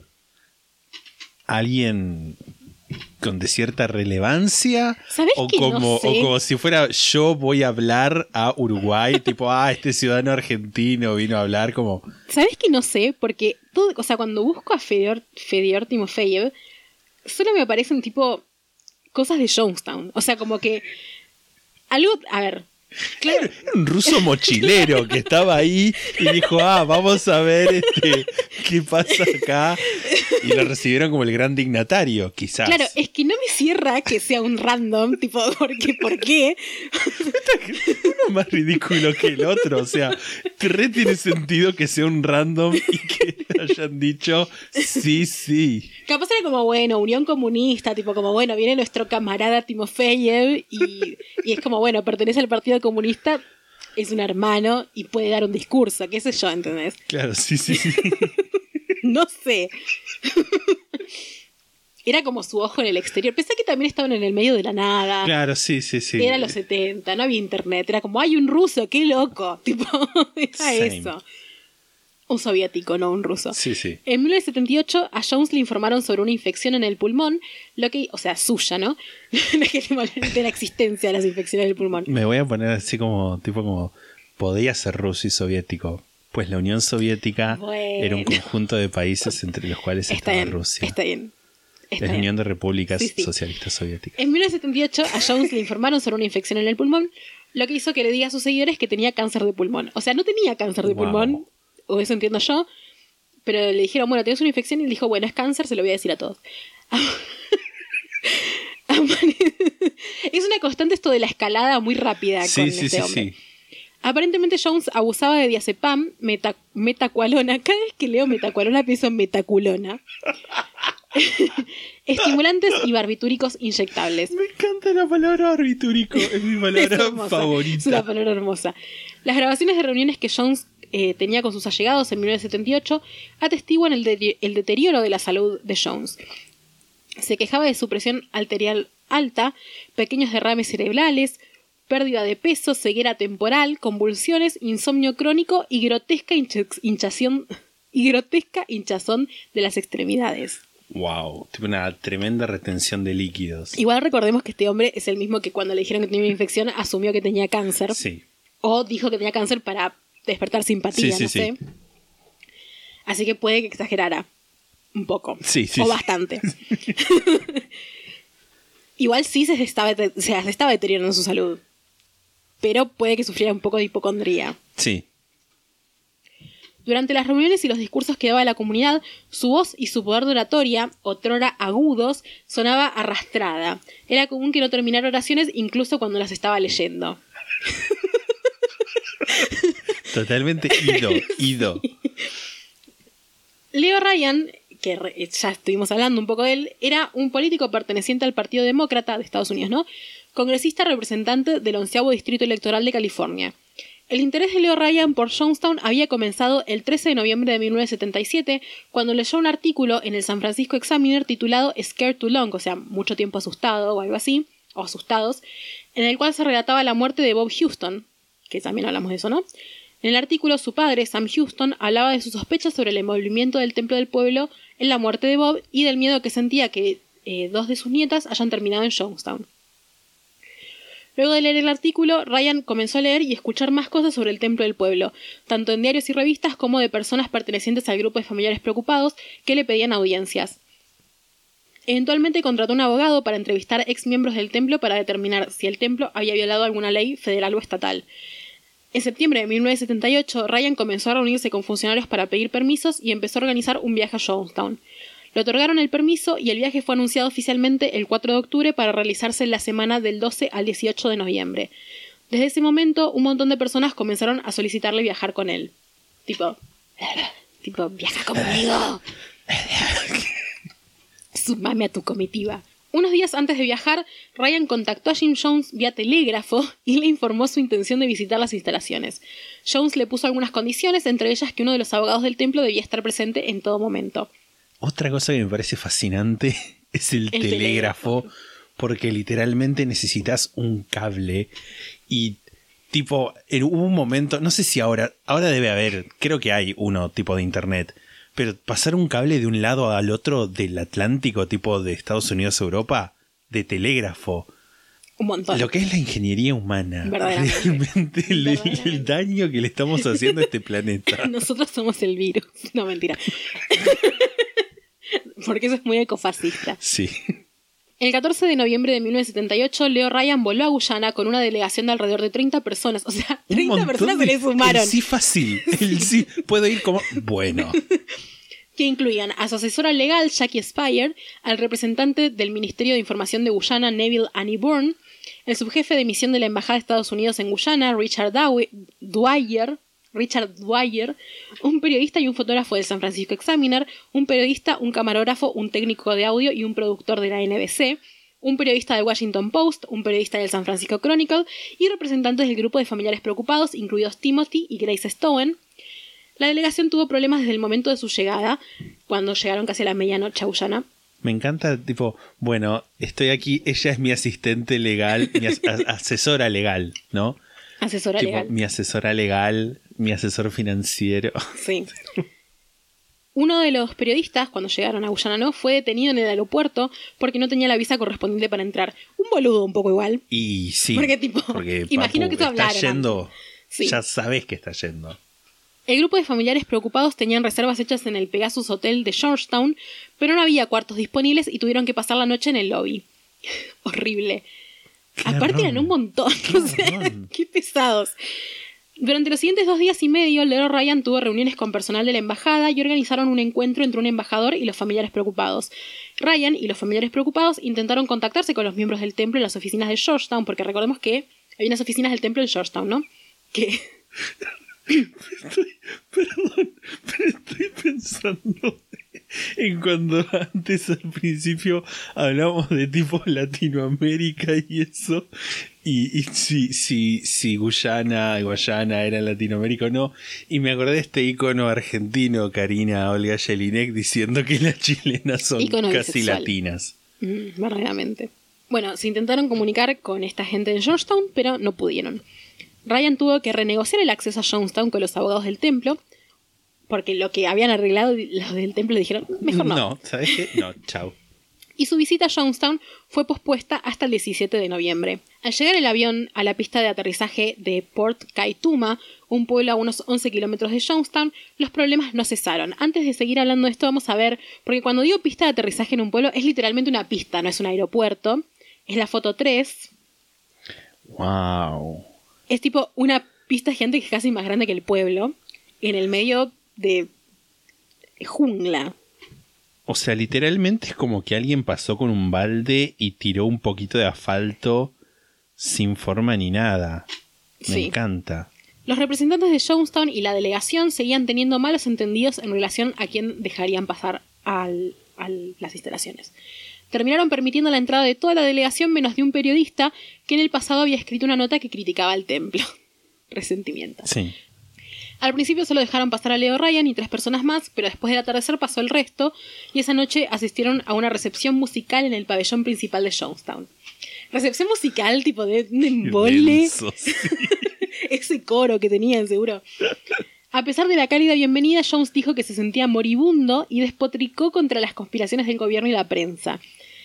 alguien con de cierta relevancia, ¿Sabés o que como, no sé? o como si fuera yo voy a hablar a Uruguay, tipo, este ciudadano argentino vino a hablar como... ¿Sabés que no sé? Porque todo, o sea, cuando busco a Fedor Timofeyev, solo me aparecen tipo cosas de Jonestown. O sea, como que algo, a ver, claro. Era un ruso mochilero que estaba ahí y dijo, vamos a ver qué pasa acá. Y lo recibieron como el gran dignatario, quizás. Claro, es que no me cierra que sea un random, tipo, porque, ¿por qué? Uno más ridículo que el otro, o sea, re tiene sentido que sea un random y que hayan dicho sí. Capaz era como, bueno, Unión Comunista, tipo, como, bueno, viene nuestro camarada Timofeyev y es como, bueno, pertenece al Partido Comunista, es un hermano y puede dar un discurso, qué sé yo, ¿entendés? Claro, sí. No sé. Era como su ojo en el exterior. Pensé que también estaban en el medio de la nada. Claro, sí. Era los 70, no había internet. Era como, hay un ruso, qué loco. Tipo, era Same. eso. Un soviético, no un ruso. Sí. En 1978 a Jones le informaron sobre una infección en el pulmón, o sea, suya, ¿no? De la existencia de las infecciones del pulmón. Me voy a poner así como, tipo como, podía ser ruso y soviético. Pues la Unión Soviética era un conjunto de países entre los cuales estaba Rusia. Está bien. Es la Unión de Repúblicas Sí. Socialistas Soviéticas. En 1978 a Jones le informaron sobre una infección en el pulmón, lo que hizo que le diga a sus seguidores que tenía cáncer de pulmón. O sea, no tenía cáncer de pulmón, o eso entiendo yo, pero le dijeron, bueno, tienes una infección, y él dijo, bueno, es cáncer, se lo voy a decir a todos. Es una constante esto de la escalada muy rápida con este hombre. Sí. Aparentemente Jones abusaba de diazepam, metacualona. Cada vez que leo metacualona pienso en metaculona. Estimulantes y barbitúricos inyectables. Me encanta la palabra barbitúrico, es mi palabra favorita. Es una palabra hermosa. Las grabaciones de reuniones que Jones tenía con sus allegados en 1978 atestiguan el deterioro de la salud de Jones. Se quejaba de su presión arterial alta, pequeños derrames cerebrales, pérdida de peso, ceguera temporal, convulsiones, insomnio crónico y grotesca hinchazón de las extremidades. Wow, tipo una tremenda retención de líquidos. Igual recordemos que este hombre es el mismo que cuando le dijeron que tenía una infección asumió que tenía cáncer. Sí. O dijo que tenía cáncer para despertar simpatía, no sé. Así que puede que exagerara un poco. Sí. O bastante. Igual sí se estaba deteriorando su salud. Pero puede que sufriera un poco de hipocondría. Sí. Durante las reuniones y los discursos que daba a la comunidad, su voz y su poder de oratoria, otrora agudos, sonaba arrastrada. Era común que no terminara oraciones incluso cuando las estaba leyendo. Totalmente ido. Leo Ryan, que ya estuvimos hablando un poco de él, era un político perteneciente al Partido Demócrata de Estados Unidos, ¿no? Congresista representante del 11º Distrito Electoral de California. El interés de Leo Ryan por Jonestown había comenzado el 13 de noviembre de 1977, cuando leyó un artículo en el San Francisco Examiner titulado Scared Too Long, o sea, mucho tiempo asustado o algo así, o asustados, en el cual se relataba la muerte de Bob Houston, que también hablamos de eso, ¿no? En el artículo, su padre, Sam Houston, hablaba de sus sospechas sobre el envolvimiento del Templo del Pueblo en la muerte de Bob y del miedo que sentía que 2 de sus nietas hayan terminado en Jonestown. Luego de leer el artículo, Ryan comenzó a leer y escuchar más cosas sobre el Templo del Pueblo, tanto en diarios y revistas como de personas pertenecientes al grupo de familiares preocupados que le pedían audiencias. Eventualmente contrató un abogado para entrevistar ex miembros del templo para determinar si el templo había violado alguna ley federal o estatal. En septiembre de 1978, Ryan comenzó a reunirse con funcionarios para pedir permisos y empezó a organizar un viaje a Jonestown. Le otorgaron el permiso y el viaje fue anunciado oficialmente el 4 de octubre para realizarse en la semana del 12 al 18 de noviembre. Desde ese momento, un montón de personas comenzaron a solicitarle viajar con él. Tipo, viaja conmigo. Sumame a tu comitiva. Unos días antes de viajar, Ryan contactó a Jim Jones vía telégrafo y le informó su intención de visitar las instalaciones. Jones le puso algunas condiciones, entre ellas que uno de los abogados del templo debía estar presente en todo momento. Otra cosa que me parece fascinante es el telégrafo, porque literalmente necesitas un cable y tipo, hubo un momento, no sé si ahora debe haber, creo que hay uno tipo de internet, pero pasar un cable de un lado al otro del Atlántico, tipo de Estados Unidos a Europa, de telégrafo. Un montón. Lo que es la ingeniería humana. Verdaderamente. Realmente el daño que le estamos haciendo a este planeta. Nosotros somos el virus. No, mentira. Porque eso es muy ecofascista. Sí. El 14 de noviembre de 1978, Leo Ryan voló a Guyana con una delegación de alrededor de 30 personas. O sea, 30 personas se le sumaron. Sí, fácil. Sí, puedo ir como... Bueno. Que incluían a su asesora legal, Jackie Spire, al representante del Ministerio de Información de Guyana, Neville Annie-Bourne, el subjefe de misión de la Embajada de Estados Unidos en Guyana, Richard Dwyer, un periodista y un fotógrafo del San Francisco Examiner, un periodista, un camarógrafo, un técnico de audio y un productor de la NBC, un periodista del Washington Post, un periodista del San Francisco Chronicle y representantes del grupo de familiares preocupados, incluidos Timothy y Grace Stowen. La delegación tuvo problemas desde el momento de su llegada, cuando llegaron casi a la medianoche a Guyana. Me encanta, tipo, bueno, estoy aquí, ella es mi asistente legal, mi asesora legal, ¿no? Asesora tipo, legal. Mi asesora legal, mi asesor financiero. Sí. Uno de los periodistas, cuando llegaron a Guyana, ¿no?, fue detenido en el aeropuerto porque no tenía la visa correspondiente para entrar. Un boludo un poco igual. Y sí, porque imagino que eso hablaron. Está yendo, sí. Ya sabes que está yendo. El grupo de familiares preocupados tenían reservas hechas en el Pegasus Hotel de Georgetown, pero no había cuartos disponibles y tuvieron que pasar la noche en el lobby. Horrible. Aparte eran un montón. O sea, qué pesados. Durante los siguientes 2 días y medio, Leo Ryan tuvo reuniones con personal de la embajada y organizaron un encuentro entre un embajador y los familiares preocupados. Ryan y los familiares preocupados intentaron contactarse con los miembros del templo en las oficinas de Georgetown, porque recordemos que hay unas oficinas del templo en Georgetown, ¿no? Que... Perdón, pero estoy pensando en cuando antes al principio hablamos de tipo Latinoamérica y eso, y si Guayana era Latinoamérica o no, y me acordé de este ícono argentino, Karina Olga Jelinek, diciendo que las chilenas son ícono casi bisexual. latinas. Verdaderamente. Bueno, se intentaron comunicar con esta gente en Georgetown, pero no pudieron. Ryan tuvo que renegociar el acceso a Jonestown con los abogados del templo, porque lo que habían arreglado los del templo le dijeron, mejor no. No, ¿sabes qué? No, chao. Y su visita a Jonestown fue pospuesta hasta el 17 de noviembre. Al llegar el avión a la pista de aterrizaje de Port Kaituma, un pueblo a unos 11 kilómetros de Jonestown, los problemas no cesaron. Antes de seguir hablando de esto, vamos a ver, porque cuando digo pista de aterrizaje en un pueblo, es literalmente una pista, no es un aeropuerto. Es la foto 3. Wow. Es tipo una pista gigante que es casi más grande que el pueblo, en el medio de jungla. O sea, literalmente es como que alguien pasó con un balde y tiró un poquito de asfalto sin forma ni nada. Me encanta. Los representantes de Jonestown y la delegación seguían teniendo malos entendidos en relación a quién dejarían pasar a las instalaciones. Terminaron permitiendo la entrada de toda la delegación menos de un periodista que en el pasado había escrito una nota que criticaba al templo. Resentimiento. Sí. Al principio solo dejaron pasar a Leo Ryan y 3 personas más, pero después del atardecer pasó el resto y esa noche asistieron a una recepción musical en el pabellón principal de Jonestown. Recepción musical tipo de embole. Sí. Ese coro que tenían, seguro. A pesar de la cálida bienvenida, Jones dijo que se sentía moribundo y despotricó contra las conspiraciones del gobierno y la prensa.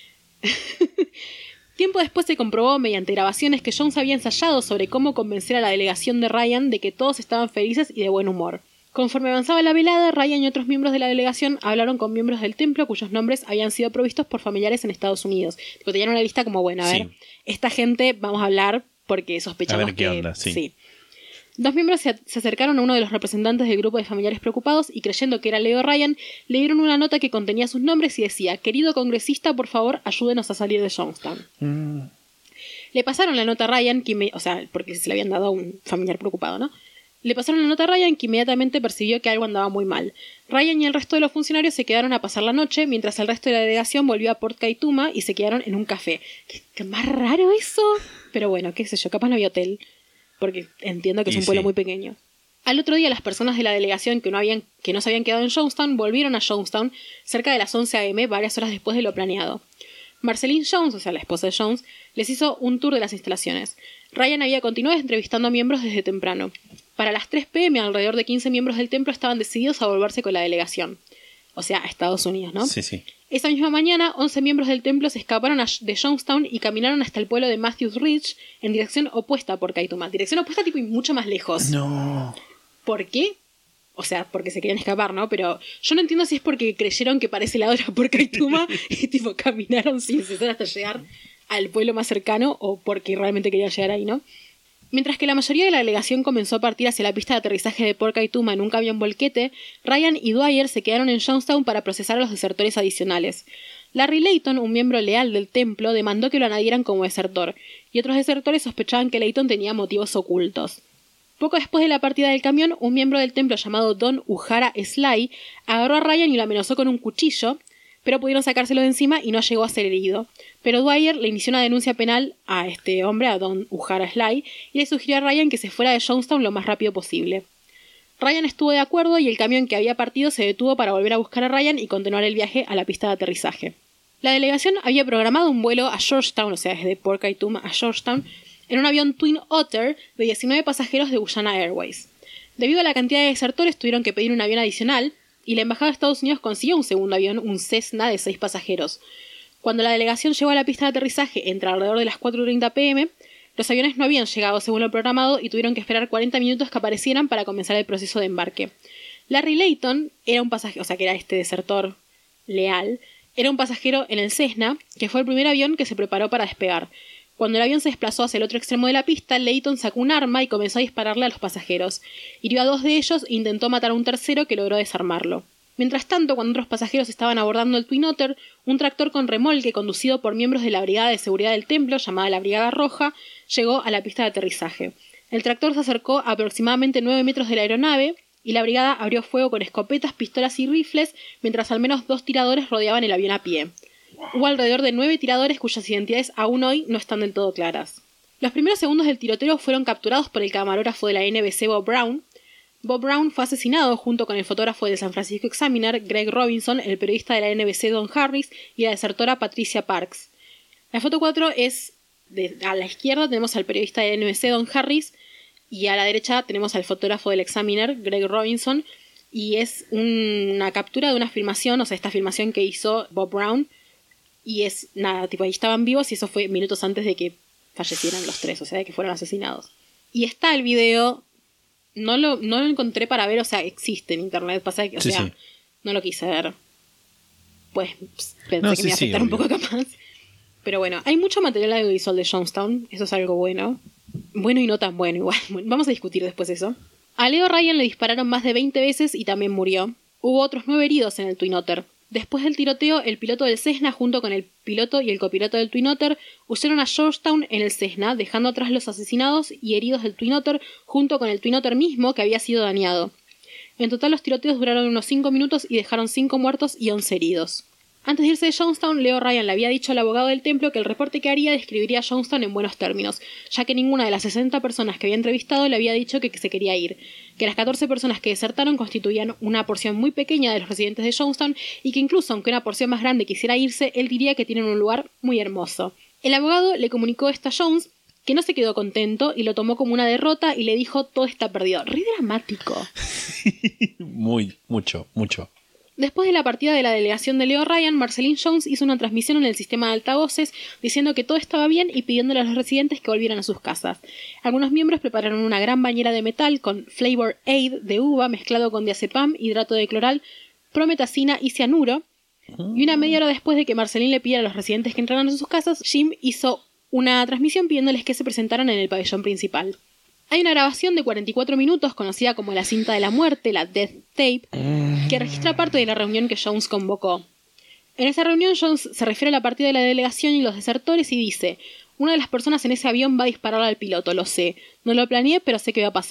Tiempo después se comprobó mediante grabaciones que Jones había ensayado sobre cómo convencer a la delegación de Ryan de que todos estaban felices y de buen humor. Conforme avanzaba la velada, Ryan y otros miembros de la delegación hablaron con miembros del templo cuyos nombres habían sido provistos por familiares en Estados Unidos. Tenían una lista como, bueno, a ver, esta gente vamos a hablar porque sospechamos a ver qué onda, sí. 2 miembros se acercaron a uno de los representantes del grupo de familiares preocupados y creyendo que era Leo Ryan, le dieron una nota que contenía sus nombres y decía: querido congresista, por favor, ayúdenos a salir de Jonestown. Le pasaron la nota a Ryan, porque se le habían dado a un familiar preocupado, ¿no? Le pasaron la nota a Ryan, que inmediatamente percibió que algo andaba muy mal. Ryan y el resto de los funcionarios se quedaron a pasar la noche, mientras el resto de la delegación volvió a Port Kaituma y se quedaron en un café. ¿Qué más raro eso? Pero bueno, qué sé yo, capaz no había hotel, porque entiendo que es un pueblo muy pequeño. Al otro día, las personas de la delegación que no se habían quedado en Jonestown volvieron a Jonestown cerca de las 11 a.m., varias horas después de lo planeado. Marceline Jones, o sea, la esposa de Jones, les hizo un tour de las instalaciones. Ryan había continuado entrevistando a miembros desde temprano. Para las 3 p.m., alrededor de 15 miembros del templo estaban decididos a volverse con la delegación. O sea, a Estados Unidos, ¿no? Sí. Esa misma mañana, 11 miembros del templo se escaparon de Jonestown y caminaron hasta el pueblo de Matthews Ridge en dirección opuesta a Port Kaituma. Dirección opuesta, tipo, y mucho más lejos. No. ¿Por qué? O sea, porque se querían escapar, ¿no? Pero yo no entiendo si es porque creyeron que para ese lado era Port Kaituma y tipo caminaron sin cesar hasta llegar al pueblo más cercano o porque realmente querían llegar ahí, ¿no? Mientras que la mayoría de la delegación comenzó a partir hacia la pista de aterrizaje de Port Kaituma en un camión volquete, Ryan y Dwyer se quedaron en Jonestown para procesar a los desertores adicionales. Larry Layton, un miembro leal del templo, demandó que lo añadieran como desertor, y otros desertores sospechaban que Layton tenía motivos ocultos. Poco después de la partida del camión, un miembro del templo llamado Don Uhara Sly agarró a Ryan y lo amenazó con un cuchillo, pero pudieron sacárselo de encima y no llegó a ser herido. Pero Dwyer le inició una denuncia penal a este hombre, a Don Uhara Sly, y le sugirió a Ryan que se fuera de Jonestown lo más rápido posible. Ryan estuvo de acuerdo y el camión que había partido se detuvo para volver a buscar a Ryan y continuar el viaje a la pista de aterrizaje. La delegación había programado un vuelo a Georgetown, o sea, desde Port Kaituma a Georgetown, en un avión Twin Otter de 19 pasajeros de Guyana Airways. Debido a la cantidad de desertores, tuvieron que pedir un avión adicional, y la Embajada de Estados Unidos consiguió un segundo avión, un Cessna de 6 pasajeros. Cuando la delegación llegó a la pista de aterrizaje entre alrededor de las 4:30 p.m., los aviones no habían llegado según lo programado y tuvieron que esperar 40 minutos que aparecieran para comenzar el proceso de embarque. Larry Layton era un pasajero, o sea que era este desertor leal, era un pasajero en el Cessna, que fue el primer avión que se preparó para despegar. Cuando el avión se desplazó hacia el otro extremo de la pista, Layton sacó un arma y comenzó a dispararle a los pasajeros. Hirió a 2 de ellos e intentó matar a un tercero que logró desarmarlo. Mientras tanto, cuando otros pasajeros estaban abordando el Twin Otter, un tractor con remolque conducido por miembros de la Brigada de Seguridad del Templo, llamada la Brigada Roja, llegó a la pista de aterrizaje. El tractor se acercó a aproximadamente 9 metros de la aeronave y la brigada abrió fuego con escopetas, pistolas y rifles, mientras al menos 2 tiradores rodeaban el avión a pie. Hubo alrededor de 9 tiradores cuyas identidades aún hoy no están del todo claras. Los primeros segundos del tiroteo fueron capturados por el camarógrafo de la NBC Bob Brown. Bob Brown fue asesinado junto con el fotógrafo del San Francisco Examiner, Greg Robinson, el periodista de la NBC Don Harris y la desertora Patricia Parks. La foto 4 es, a la izquierda tenemos al periodista de la NBC Don Harris y a la derecha tenemos al fotógrafo del Examiner, Greg Robinson, y es una captura de una filmación, o sea, esta filmación que hizo Bob Brown, y es nada, tipo ahí estaban vivos y eso fue minutos antes de que fallecieran los 3, o sea, de que fueron asesinados. Y está el video. No lo encontré para ver, o sea, existe en internet, pasa que, sí. No lo quise ver. Pues pensé que me iba a afectar un poco capaz. Pero bueno, hay mucho material audiovisual de Jonestown, eso es algo bueno. Bueno y no tan bueno, igual. Vamos a discutir después eso. A Leo Ryan le dispararon más de 20 veces y también murió. Hubo otros 9 heridos en el Twin Otter. Después del tiroteo, el piloto del Cessna junto con el piloto y el copiloto del Twin Otter huyeron a Georgetown en el Cessna, dejando atrás los asesinados y heridos del Twin Otter junto con el Twin Otter mismo que había sido dañado. En total los tiroteos duraron unos 5 minutos y dejaron 5 muertos y 11 heridos. Antes de irse de Jonestown, Leo Ryan le había dicho al abogado del templo que el reporte que haría describiría a Jonestown en buenos términos, ya que ninguna de las 60 personas que había entrevistado le había dicho que se quería ir, que las 14 personas que desertaron constituían una porción muy pequeña de los residentes de Jonestown y que incluso aunque una porción más grande quisiera irse, él diría que tienen un lugar muy hermoso. El abogado le comunicó esto a Jones, que no se quedó contento y lo tomó como una derrota y le dijo todo está perdido. Re dramático. Mucho. Después de la partida de la delegación de Leo Ryan, Marceline Jones hizo una transmisión en el sistema de altavoces diciendo que todo estaba bien y pidiéndole a los residentes que volvieran a sus casas. Algunos miembros prepararon una gran bañera de metal con Flavor Aid de uva mezclado con diazepam, hidrato de cloral, prometacina y cianuro. Y una media hora después de que Marceline le pidiera a los residentes que entraran a sus casas, Jim hizo una transmisión pidiéndoles que se presentaran en el pabellón principal. Hay una grabación de 44 minutos, conocida como la cinta de la muerte, la Death Tape, que registra parte de la reunión que Jones convocó. En esa reunión, Jones se refiere a la partida de la delegación y los desertores y dice: una de las personas en ese avión va a disparar al piloto, lo sé. No lo planeé, pero sé que va a pasar.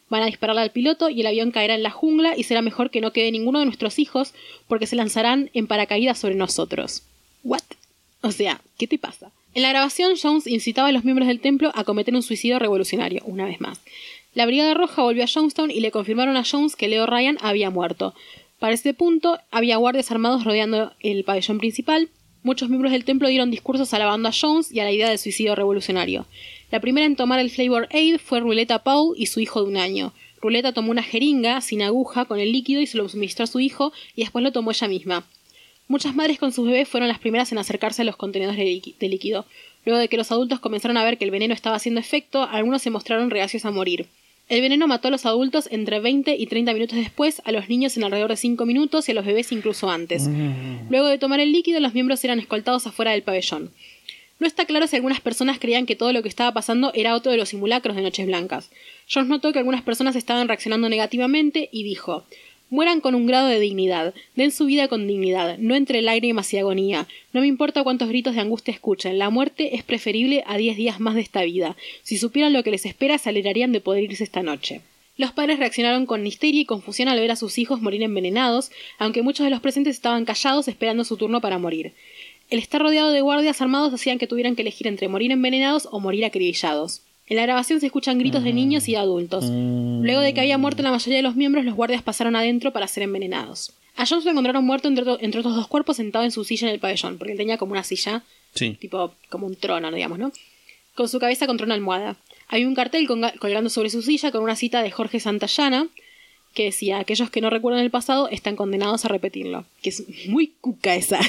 Van a dispararle al piloto y el avión caerá en la jungla y será mejor que no quede ninguno de nuestros hijos porque se lanzarán en paracaídas sobre nosotros. ¿What? O sea, ¿qué te pasa? En la grabación, Jones incitaba a los miembros del templo a cometer un suicidio revolucionario, una vez más. La Brigada Roja volvió a Jonestown y le confirmaron a Jones que Leo Ryan había muerto. Para ese punto, había guardias armados rodeando el pabellón principal. Muchos miembros del templo dieron discursos alabando a Jones y a la idea del suicidio revolucionario. La primera en tomar el Flavor Aid fue Ruleta Paul y su hijo de 1 año. Ruleta tomó una jeringa sin aguja con el líquido y se lo suministró a su hijo y después lo tomó ella misma. Muchas madres con sus bebés fueron las primeras en acercarse a los contenedores de líquido. Luego de que los adultos comenzaron a ver que el veneno estaba haciendo efecto, algunos se mostraron reacios a morir. El veneno mató a los adultos entre 20 y 30 minutos después, a los niños en alrededor de 5 minutos y a los bebés incluso antes. Luego de tomar el líquido, los miembros eran escoltados afuera del pabellón. No está claro si algunas personas creían que todo lo que estaba pasando era otro de los simulacros de Noches Blancas. Jones notó que algunas personas estaban reaccionando negativamente y dijo: mueran con un grado de dignidad, den su vida con dignidad, no entre lágrimas y agonía. No me importa cuántos gritos de angustia escuchen, la muerte es preferible a 10 días más de esta vida. Si supieran lo que les espera, se alegrarían de poder irse esta noche. Los padres reaccionaron con histeria y confusión al ver a sus hijos morir envenenados, aunque muchos de los presentes estaban callados esperando su turno para morir. El estar rodeado de guardias armados hacían que tuvieran que elegir entre morir envenenados o morir acribillados. En la grabación se escuchan gritos de niños y de adultos. Luego de que había muerto la mayoría de los miembros, los guardias pasaron adentro para ser envenenados. A Jones lo encontraron muerto entre otros 2 cuerpos sentado en su silla en el pabellón, porque él tenía como una silla, tipo como un trono, digamos, ¿no? Con su cabeza contra una almohada. Había un cartel colgando sobre su silla con una cita de Jorge Santayana que decía: aquellos que no recuerdan el pasado están condenados a repetirlo. Que es muy cuca esa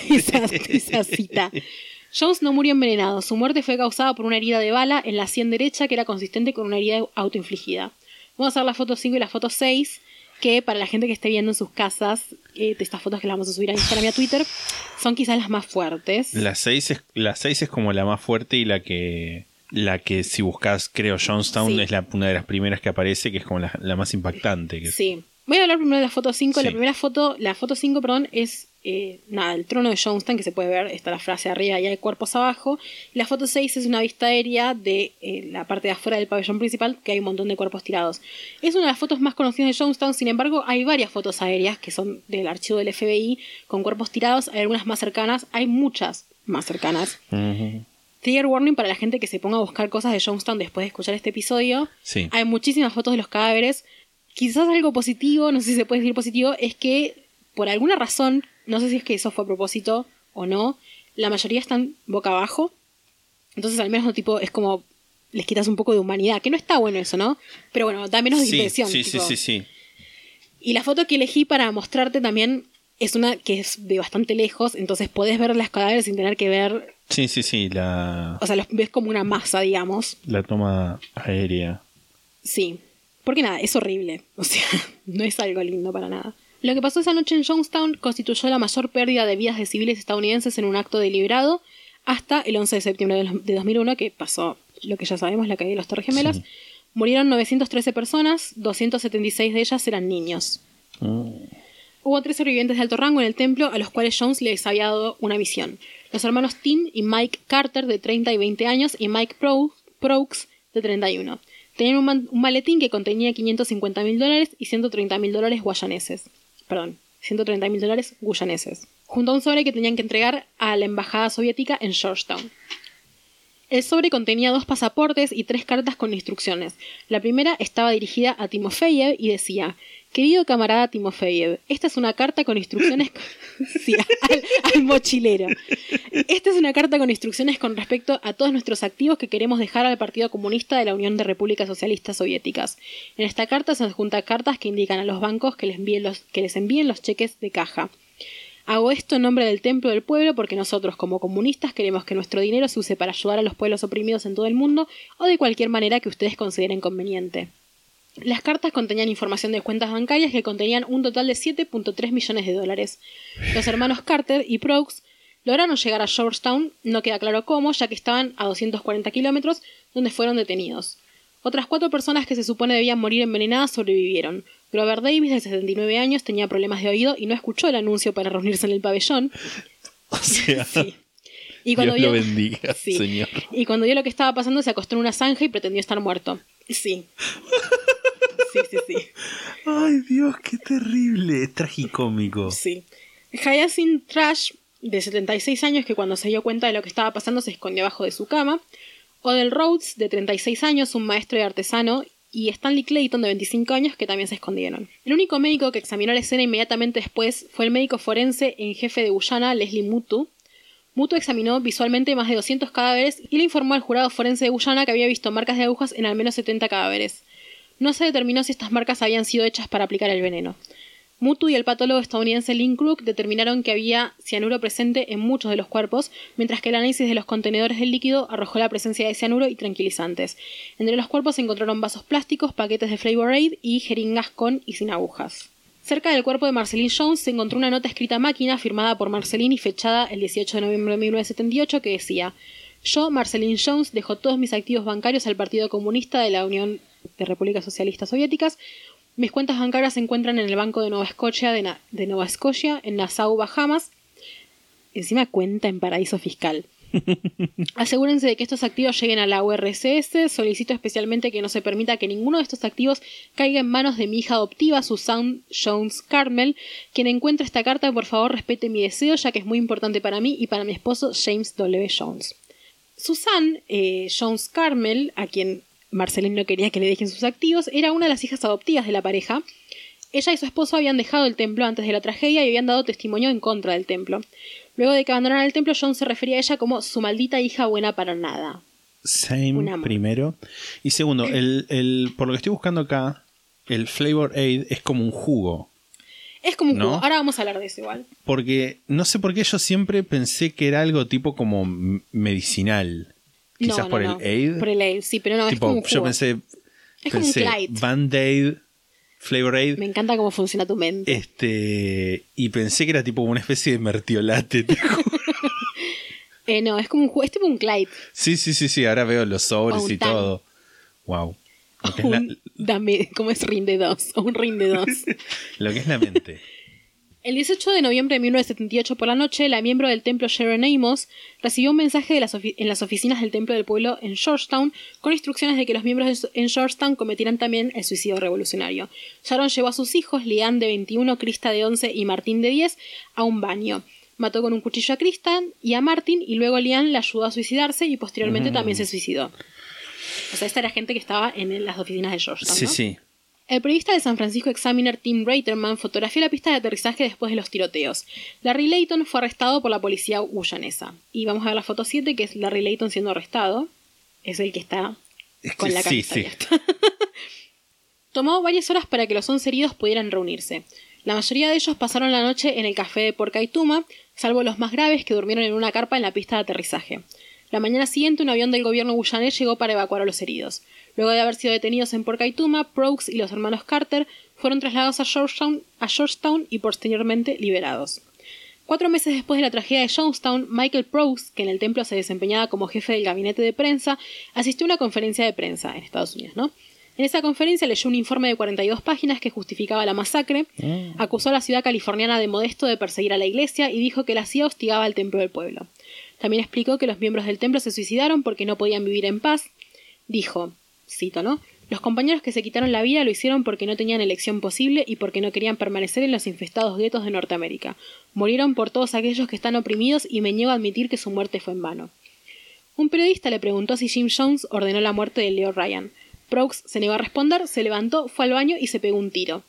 cita. Jones no murió envenenado. Su muerte fue causada por una herida de bala en la sien derecha que era consistente con una herida autoinfligida. Vamos a ver la foto 5 y la foto 6, que para la gente que esté viendo en sus casas, de estas fotos que las vamos a subir a Instagram y a Twitter, son quizás las más fuertes. La 6 es como la más fuerte y la que si buscas, creo, Jonestown, es una de las primeras que aparece, que es como la más impactante. Sí. Voy a hablar primero de la foto 5. Sí. La foto 5, es el trono de Jonestown, que se puede ver, está la frase arriba y hay cuerpos abajo. Y la foto 6 es una vista aérea de la parte de afuera del pabellón principal, que hay un montón de cuerpos tirados. Es una de las fotos más conocidas de Jonestown. Sin embargo, hay varias fotos aéreas que son del archivo del FBI con cuerpos tirados. Hay algunas más cercanas, hay muchas más cercanas. Trigger warning para la gente que se ponga a buscar cosas de Jonestown después de escuchar este episodio. Sí. Hay muchísimas fotos de los cadáveres. Quizás algo positivo, no sé si se puede decir positivo, es que por alguna razón, no sé si es que eso fue a propósito o no, la mayoría están boca abajo. Entonces al menos es como les quitas un poco de humanidad, que no está bueno eso, ¿no? Pero bueno, da menos impresión. Sí. Y la foto que elegí para mostrarte también es una que es de bastante lejos, entonces podés ver las cadáveres sin tener que ver... Sí. O sea, los ves como una masa, digamos. La toma aérea. Sí. Porque nada, es horrible. O sea, no es algo lindo para nada. Lo que pasó esa noche en Jonestown constituyó la mayor pérdida de vidas de civiles estadounidenses en un acto deliberado hasta el 11 de septiembre de 2001, que pasó lo que ya sabemos, la caída de las Torres Gemelas. Sí. Murieron 913 personas, 276 de ellas eran niños. Hubo 3 sobrevivientes de alto rango en el templo a los cuales Jones les había dado una misión. Los hermanos Tim y Mike Carter, de 30 y 20 años, y Mike Prokes, de 31. Tenían un maletín que contenía $550,000 y $130,000 guyaneses. Perdón, $130,000 guyaneses. Junto a un sobre que tenían que entregar a la embajada soviética en Georgetown. El sobre contenía 2 pasaportes y 3 cartas con instrucciones. La primera estaba dirigida a Timofeyev y decía: querido camarada Timofeyev, esta es una carta con instrucciones... sí, al mochilero. Esta es una carta con instrucciones con respecto a todos nuestros activos que queremos dejar al Partido Comunista de la Unión de Repúblicas Socialistas Soviéticas. En esta carta se adjuntan cartas que indican a los bancos que les envíen los cheques de caja. Hago esto en nombre del templo del pueblo porque nosotros, como comunistas, queremos que nuestro dinero se use para ayudar a los pueblos oprimidos en todo el mundo o de cualquier manera que ustedes consideren conveniente. Las cartas contenían información de cuentas bancarias que contenían un total de $7.3 millones. Los hermanos Carter y Prokes lograron llegar a Georgetown, no queda claro cómo, ya que estaban a 240 kilómetros, donde fueron detenidos. Otras 4 personas que se supone debían morir envenenadas sobrevivieron. Grover Davis, de 79 años, tenía problemas de oído y no escuchó el anuncio para reunirse en el pabellón. O sea, sí. Y cuando Dios lo bendiga, sí. Señor. Y cuando vio lo que estaba pasando, se acostó en una zanja y pretendió estar muerto. Sí. Sí. Ay, Dios, qué terrible. Es tragicómico. Sí. Hyacinth Trash, de 76 años, que cuando se dio cuenta de lo que estaba pasando se escondió abajo de su cama. Odell Rhodes, de 36 años, un maestro y artesano. Y Stanley Clayton, de 25 años, que también se escondieron. El único médico que examinó la escena inmediatamente después fue el médico forense en jefe de Guyana, Leslie Mutu. Mutu examinó visualmente más de 200 cadáveres y le informó al jurado forense de Guyana que había visto marcas de agujas en al menos 70 cadáveres. No se determinó si estas marcas habían sido hechas para aplicar el veneno. Mutu y el patólogo estadounidense Lynn Crook determinaron que había cianuro presente en muchos de los cuerpos, mientras que el análisis de los contenedores del líquido arrojó la presencia de cianuro y tranquilizantes. Entre los cuerpos se encontraron vasos plásticos, paquetes de Flavor Aid y jeringas con y sin agujas. Cerca del cuerpo de Marceline Jones se encontró una nota escrita a máquina firmada por Marceline y fechada el 18 de noviembre de 1978 que decía: yo, Marceline Jones, dejo todos mis activos bancarios al Partido Comunista de la Unión de Repúblicas Socialistas Soviéticas. Mis cuentas bancarias se encuentran en el Banco de Nueva Escocia de Nueva Escocia, en Nassau, Bahamas. Encima cuenta en paraíso fiscal. Asegúrense de que estos activos lleguen a la URSS. Solicito especialmente que no se permita que ninguno de estos activos caiga en manos de mi hija adoptiva, Susan Jones Carmel. Quien encuentre esta carta, por favor, respete mi deseo, ya que es muy importante para mí y para mi esposo, James W. Jones. Susan Jones Carmel, a quien Marceline no quería que le dejen sus activos, era una de las hijas adoptivas de la pareja. Ella y su esposo habían dejado el templo antes de la tragedia y habían dado testimonio en contra del templo. Luego de que abandonaran el templo, John se refería a ella como su maldita hija buena para nada. Same, primero. Y segundo, por lo que estoy buscando acá, el Flavor Aid es como un jugo. Es como un jugo. Ahora vamos a hablar de eso igual. Porque no sé por qué yo siempre pensé que era algo tipo como medicinal. Quizás por el Aid. Por el Aid, sí, pero no, tipo, es como un jugo. Yo pensé como un Clyde. Band-Aid, Flavor Aid. Me encanta cómo funciona tu mente. Y pensé que era tipo una especie de mertiolate. No, es como un jugo, es tipo un Clyde. Sí, ahora veo los sobres y todo. Wow. Dame, ¿cómo es ring de 2? O un ring de 2. Lo que es la mente. El 18 de noviembre de 1978 por la noche, la miembro del templo Sharon Amos recibió un mensaje en las oficinas del templo del pueblo en Georgetown con instrucciones de que los miembros en Georgetown cometieran también el suicidio revolucionario. Sharon llevó a sus hijos, Leanne de 21, Krista de 11 y Martín de 10, a un baño. Mató con un cuchillo a Krista y a Martín y luego Leanne la ayudó a suicidarse y posteriormente también se suicidó. O sea, esta era gente que estaba en las oficinas de Georgetown, ¿no? Sí. El periodista del San Francisco Examiner Tim Reiterman fotografió la pista de aterrizaje después de los tiroteos. Larry Layton fue arrestado por la policía guyanesa. Y vamos a ver la foto 7, que es Larry Layton siendo arrestado. Es el que está con la camisa abierta. Tomó varias horas para que los 11 heridos pudieran reunirse. La mayoría de ellos pasaron la noche en el café de Porcaituma, salvo los más graves que durmieron en una carpa en la pista de aterrizaje. La mañana siguiente un avión del gobierno guyanés llegó para evacuar a los heridos. Luego de haber sido detenidos en Porcaituma, Prokes y los hermanos Carter fueron trasladados a Georgetown y posteriormente liberados. 4 meses después de la tragedia de Jonestown, Michael Prokes, que en el templo se desempeñaba como jefe del gabinete de prensa, asistió a una conferencia de prensa en Estados Unidos, ¿no? En esa conferencia leyó un informe de 42 páginas que justificaba la masacre, acusó a la ciudad californiana de Modesto de perseguir a la iglesia y dijo que la CIA hostigaba al templo del pueblo. También explicó que los miembros del templo se suicidaron porque no podían vivir en paz. Dijo, cito, ¿no? Los compañeros que se quitaron la vida lo hicieron porque no tenían elección posible y porque no querían permanecer en los infestados guetos de Norteamérica. Murieron por todos aquellos que están oprimidos y me niego a admitir que su muerte fue en vano. Un periodista le preguntó si Jim Jones ordenó la muerte de Leo Ryan. Prokes se negó a responder, se levantó, fue al baño y se pegó un tiro.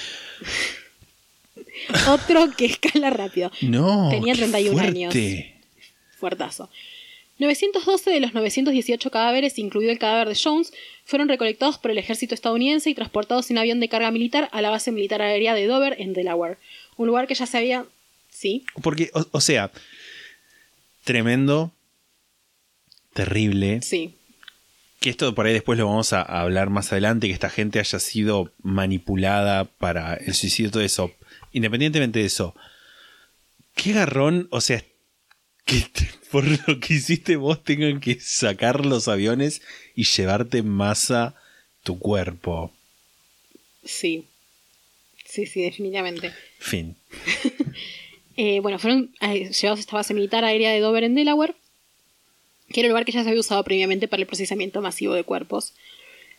Otro que escala rápido. No, tenía 31 años. Fuertazo. 912 de los 918 cadáveres, incluido el cadáver de Jones, fueron recolectados por el ejército estadounidense y transportados en avión de carga militar a la base militar aérea de Dover, en Delaware. Un lugar que ya se había... Sí. Porque, o sea, tremendo, terrible. Sí. Que esto por ahí después lo vamos a hablar más adelante, que esta gente haya sido manipulada para el suicidio, todo eso. Independientemente de eso, qué garrón, o sea, que por lo que hiciste vos tengan que sacar los aviones y llevarte en masa tu cuerpo. Sí. Sí, definitivamente. Fin. Bueno, fueron llevados a esta base militar aérea de Dover en Delaware, que era el lugar que ya se había usado previamente para el procesamiento masivo de cuerpos.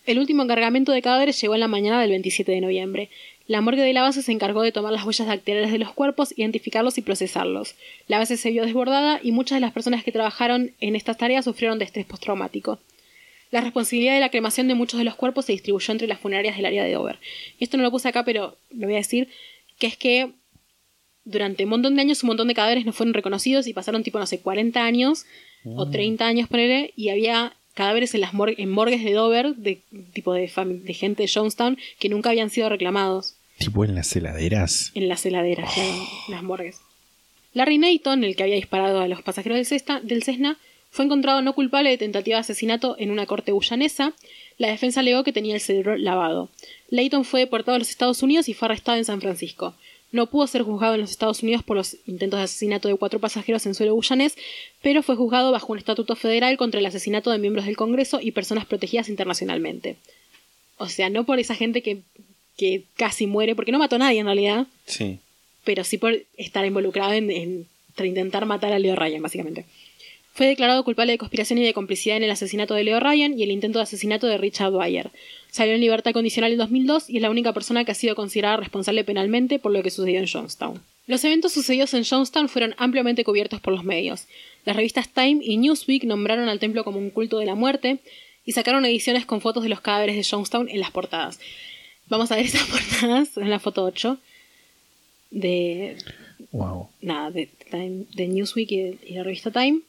El último cargamento de cadáveres llegó en la mañana del 27 de noviembre. La morgue de la base se encargó de tomar las huellas dactilares de los cuerpos, identificarlos y procesarlos. La base se vio desbordada y muchas de las personas que trabajaron en estas tareas sufrieron de estrés postraumático. La responsabilidad de la cremación de muchos de los cuerpos se distribuyó entre las funerarias del área de Dover. Y esto no lo puse acá, pero lo voy a decir, que es que durante un montón de años un montón de cadáveres no fueron reconocidos y pasaron tipo, no sé, 40 años o 30 años, ponele, y había cadáveres en en morgues de Dover, de gente de Jonestown, que nunca habían sido reclamados. ¿Tipo en las heladeras? En las heladeras, en las morgues. Larry Naton, el que había disparado a los pasajeros del Cessna, fue encontrado no culpable de tentativa de asesinato en una corte guyanesa. La defensa alegó que tenía el cerebro lavado. Layton fue deportado a los Estados Unidos y fue arrestado en San Francisco. No pudo ser juzgado en los Estados Unidos por los intentos de asesinato de 4 pasajeros en suelo guyanés, pero fue juzgado bajo un estatuto federal contra el asesinato de miembros del Congreso y personas protegidas internacionalmente. O sea, no por esa gente que casi muere, porque no mató a nadie en realidad, sí, pero sí por estar involucrado en intentar matar a Leo Ryan, básicamente. Fue declarado culpable de conspiración y de complicidad en el asesinato de Leo Ryan y el intento de asesinato de Richard Dwyer. Salió en libertad condicional en 2002 y es la única persona que ha sido considerada responsable penalmente por lo que sucedió en Jonestown. Los eventos sucedidos en Jonestown fueron ampliamente cubiertos por los medios. Las revistas Time y Newsweek nombraron al templo como un culto de la muerte y sacaron ediciones con fotos de los cadáveres de Jonestown en las portadas. Vamos a ver esas portadas en la foto 8 de... Wow. Nada, de Newsweek y la revista Time.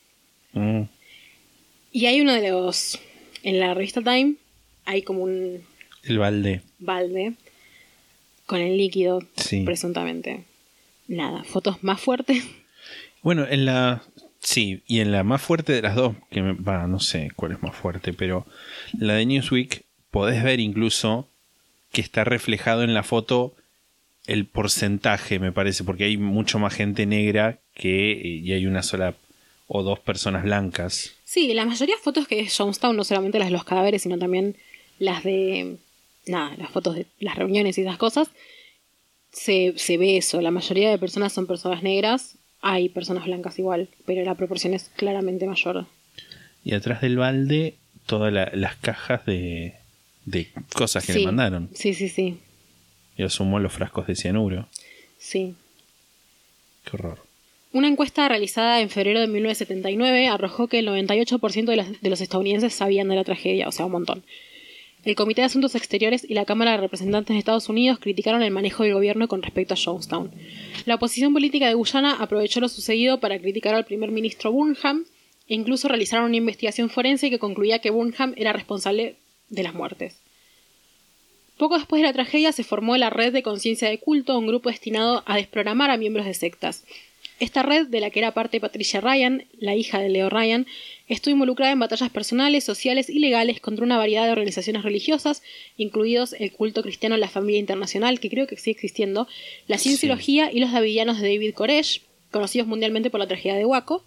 Y hay uno de los... En la revista Time hay como un... El balde con el líquido, sí, presuntamente. Nada, fotos más fuertes. Bueno, sí, y en la más fuerte de las dos, que no sé cuál es más fuerte, pero la de Newsweek podés ver incluso que está reflejado en la foto el porcentaje, me parece, porque hay mucho más gente negra y hay una sola o 2 personas blancas. Sí, la mayoría de fotos que es Jonestown, no solamente las de los cadáveres, sino también las de... las fotos de las reuniones y esas cosas, se ve eso. La mayoría de personas son personas negras, hay personas blancas igual, pero la proporción es claramente mayor. Y atrás del balde, todas las cajas de cosas que le mandaron. Sí. Y asumo los frascos de cianuro. Sí. Qué horror. Una encuesta realizada en febrero de 1979 arrojó que el 98% de los estadounidenses sabían de la tragedia, o sea, un montón. El Comité de Asuntos Exteriores y la Cámara de Representantes de Estados Unidos criticaron el manejo del gobierno con respecto a Jonestown. La oposición política de Guyana aprovechó lo sucedido para criticar al primer ministro Burnham e incluso realizaron una investigación forense que concluía que Burnham era responsable de las muertes. Poco después de la tragedia se formó la Red de Conciencia de Culto, un grupo destinado a desprogramar a miembros de sectas. Esta red, de la que era parte Patricia Ryan, la hija de Leo Ryan, estuvo involucrada en batallas personales, sociales y legales contra una variedad de organizaciones religiosas, incluidos el culto cristiano en la familia internacional, que creo que sigue existiendo, la cienciología y los davidianos de David Koresh, conocidos mundialmente por la tragedia de Waco.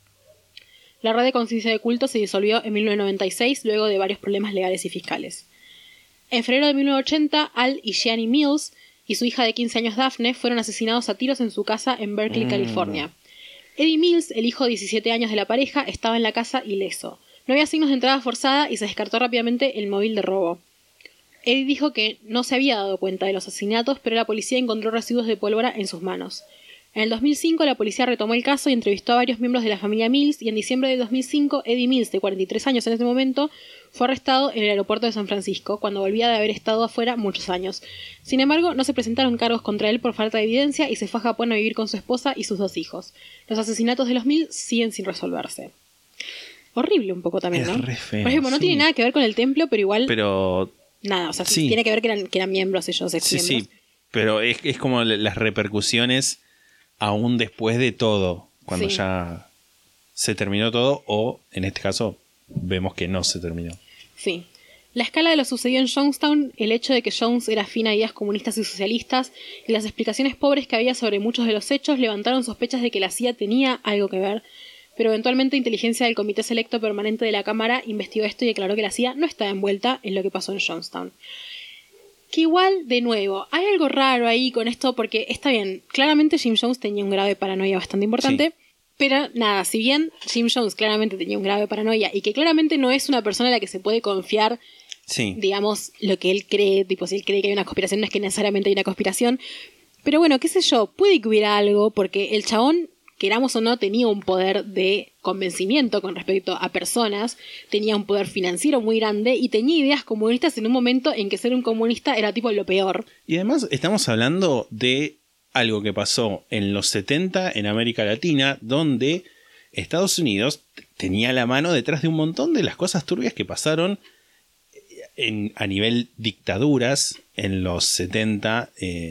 La Red de Conciencia de Culto se disolvió en 1996 luego de varios problemas legales y fiscales. En febrero de 1980, Al y Jeannie Mills y su hija de 15 años Daphne fueron asesinados a tiros en su casa en Berkeley, California. Eddie Mills, el hijo de 17 años de la pareja, estaba en la casa ileso. No había signos de entrada forzada y se descartó rápidamente el móvil de robo. Eddie dijo que no se había dado cuenta de los asesinatos, pero la policía encontró residuos de pólvora en sus manos. En el 2005 la policía retomó el caso y entrevistó a varios miembros de la familia Mills y en diciembre de 2005 Eddie Mills, de 43 años en ese momento, fue arrestado en el aeropuerto de San Francisco, cuando volvía de haber estado afuera muchos años. Sin embargo, no se presentaron cargos contra él por falta de evidencia y se fue a Japón a vivir con su esposa y sus 2 hijos. Los asesinatos de los Mills siguen sin resolverse. Horrible un poco también, ¿no? Es re feo, por ejemplo, no tiene nada que ver con el templo, pero igual... Pero... Nada, o sea, sí tiene que ver que eran miembros ellos, ex-miembros. Sí, pero es como las repercusiones aún después de todo, cuando ya se terminó todo, o en este caso vemos que no se terminó. Sí. La escala de lo sucedido en Jonestown, el hecho de que Jones era afín a ideas comunistas y socialistas, y las explicaciones pobres que había sobre muchos de los hechos levantaron sospechas de que la CIA tenía algo que ver, pero eventualmente inteligencia del Comité Selecto Permanente de la Cámara investigó esto y declaró que la CIA no estaba envuelta en lo que pasó en Jonestown. Que igual, de nuevo, hay algo raro ahí con esto, porque está bien, claramente Jim Jones tenía un grado de paranoia bastante importante, pero nada, si bien Jim Jones claramente tenía un grado de paranoia y que claramente no es una persona a la que se puede confiar Sí. digamos, lo que él cree, tipo, si él cree que hay una conspiración, no es que necesariamente hay una conspiración, pero bueno, qué sé yo, puede que hubiera algo, porque el chabón, queramos o no, tenía un poder de convencimiento con respecto a personas, tenía un poder financiero muy grande y tenía ideas comunistas en un momento en que ser un comunista era tipo lo peor. Y además estamos hablando de algo que pasó en los 70 en América Latina, donde Estados Unidos tenía la mano detrás de un montón de las cosas turbias que pasaron a nivel dictaduras en los 70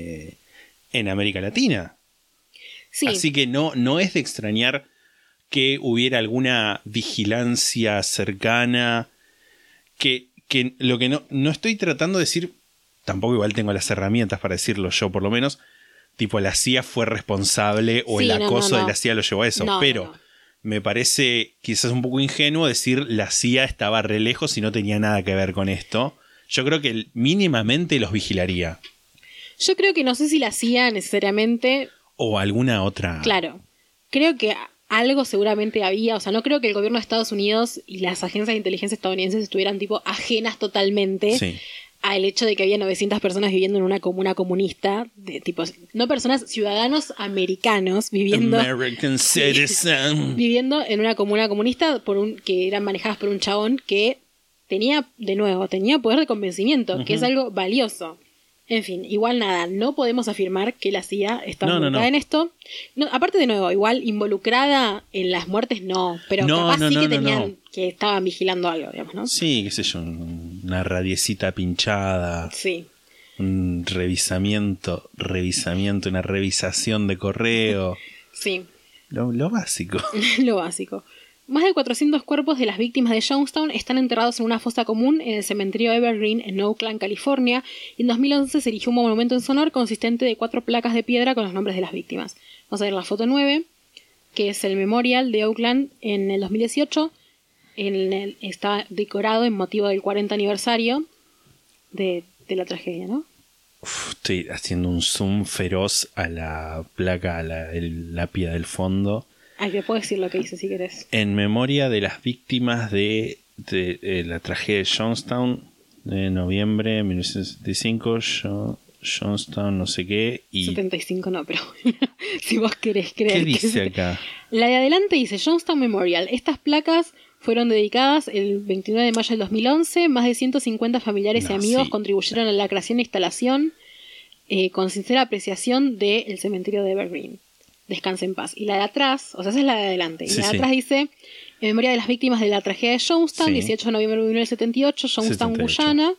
en América Latina. Sí. Así que no es de extrañar que hubiera alguna vigilancia cercana, que lo que no estoy tratando de decir, tampoco igual tengo las herramientas para decirlo yo por lo menos, tipo la CIA fue responsable o Sí, el acoso no. de la CIA lo llevó a eso, No, pero no. me parece quizás un poco ingenuo decir la CIA estaba re lejos y no tenía nada que ver con esto. Yo creo que mínimamente los vigilaría. Yo creo que no sé si la CIA necesariamente... O alguna otra. Claro, creo que algo seguramente había, o sea, no creo que el gobierno de Estados Unidos y las agencias de inteligencia estadounidenses estuvieran tipo ajenas totalmente Sí. al hecho de que había 900 personas viviendo en una comuna comunista, de tipo, no personas, ciudadanos americanos viviendo, American citizen. viviendo en una comuna comunista que eran manejadas por un chabón que tenía poder de convencimiento, que es algo valioso. En fin, igual nada, no podemos afirmar que la CIA está involucrada en esto. No, aparte, de nuevo, igual involucrada en las muertes no, pero capaz sí que tenían, que estaban vigilando algo, digamos, ¿no? Sí, qué sé yo, una radiecita pinchada, Sí. un revisamiento, una revisación de correo, Sí, lo básico. lo básico. Más de 400 cuerpos de las víctimas de Jonestown están enterrados en una fosa común en el cementerio Evergreen en Oakland, California, y en 2011 se erigió un monumento en su honor consistente de 4 placas de piedra con los nombres de las víctimas. Vamos a ver la foto 9, que es el Memorial de Oakland en el 2018. Está decorado en motivo del 40 aniversario de la tragedia, ¿no? Estoy haciendo un zoom feroz a la placa, a la lápida del fondo. Ay, te puedo decir lo que dice si querés. En memoria de las víctimas de la tragedia de Jonestown de noviembre de 1975, Jonestown no sé qué. Y 75 no, pero si vos querés creer. ¿qué dice acá? La de adelante dice Jonestown Memorial. Estas placas fueron dedicadas el 29 de mayo del 2011. Más de 150 familiares y amigos contribuyeron a la creación e instalación con sincera apreciación del cementerio de Evergreen. Descanse en paz. Y la de atrás, o sea, esa es la de adelante. Y la de atrás dice, en memoria de las víctimas de la tragedia de Jonestown, 18 de noviembre de 1978, Jonestown, 78.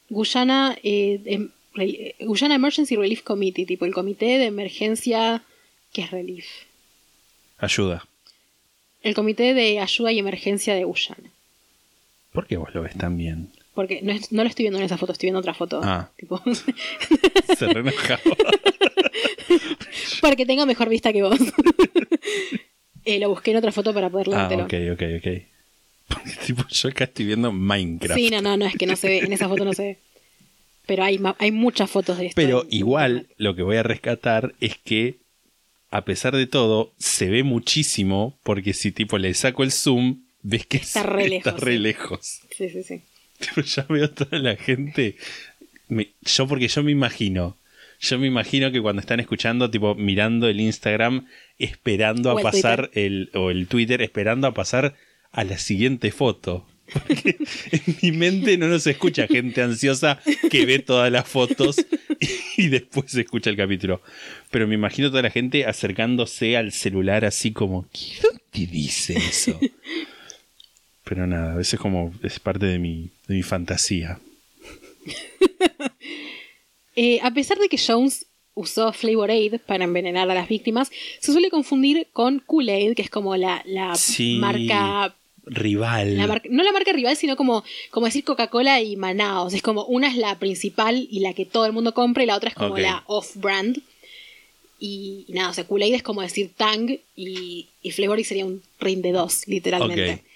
Guyana Emergency Relief Committee, tipo el comité de emergencia, ¿qué es relief? Ayuda. El comité de ayuda y emergencia de Guyana. ¿Por qué vos lo ves tan bien? Porque no lo estoy viendo en esa foto, estoy viendo otra foto. Ah. Tipo... Se re enojaba. Para que tenga mejor vista que vos. Lo busqué en otra foto para poder leértelo. Ok. Porque tipo, yo acá estoy viendo Minecraft. Sí, no, es que no se ve, en esa foto no se ve. Pero hay muchas fotos de esto. Pero igual lo que voy a rescatar es que a pesar de todo se ve muchísimo porque si tipo le saco el zoom ves que está re lejos. Sí. Tipo, ya veo toda la gente. Yo me imagino que cuando están escuchando, tipo mirando el Instagram, esperando a pasar el Twitter, esperando a pasar a la siguiente foto. Porque en mi mente no nos escucha gente ansiosa que ve todas las fotos y después se escucha el capítulo. Pero me imagino toda la gente acercándose al celular así como, ¿qué dice eso? Pero nada, a veces como es parte de mi fantasía. A pesar de que Jones usó Flavor Aid para envenenar a las víctimas, se suele confundir con Kool-Aid, que es como la marca rival. No la marca rival, sino como decir Coca-Cola y Manaos. Es como una es la principal y la que todo el mundo compra, y la otra es como la off-brand. Y nada, o sea, Kool-Aid es como decir Tang y Flavor Aid sería un rin de dos, literalmente. Okay.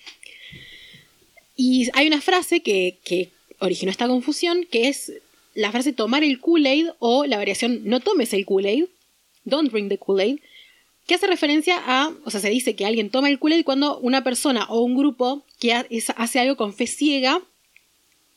Y hay una frase que originó esta confusión, que es la frase tomar el Kool-Aid o la variación no tomes el Kool-Aid, don't drink the Kool-Aid, que hace referencia a, o sea, se dice que alguien toma el Kool-Aid cuando una persona o un grupo que hace algo con fe ciega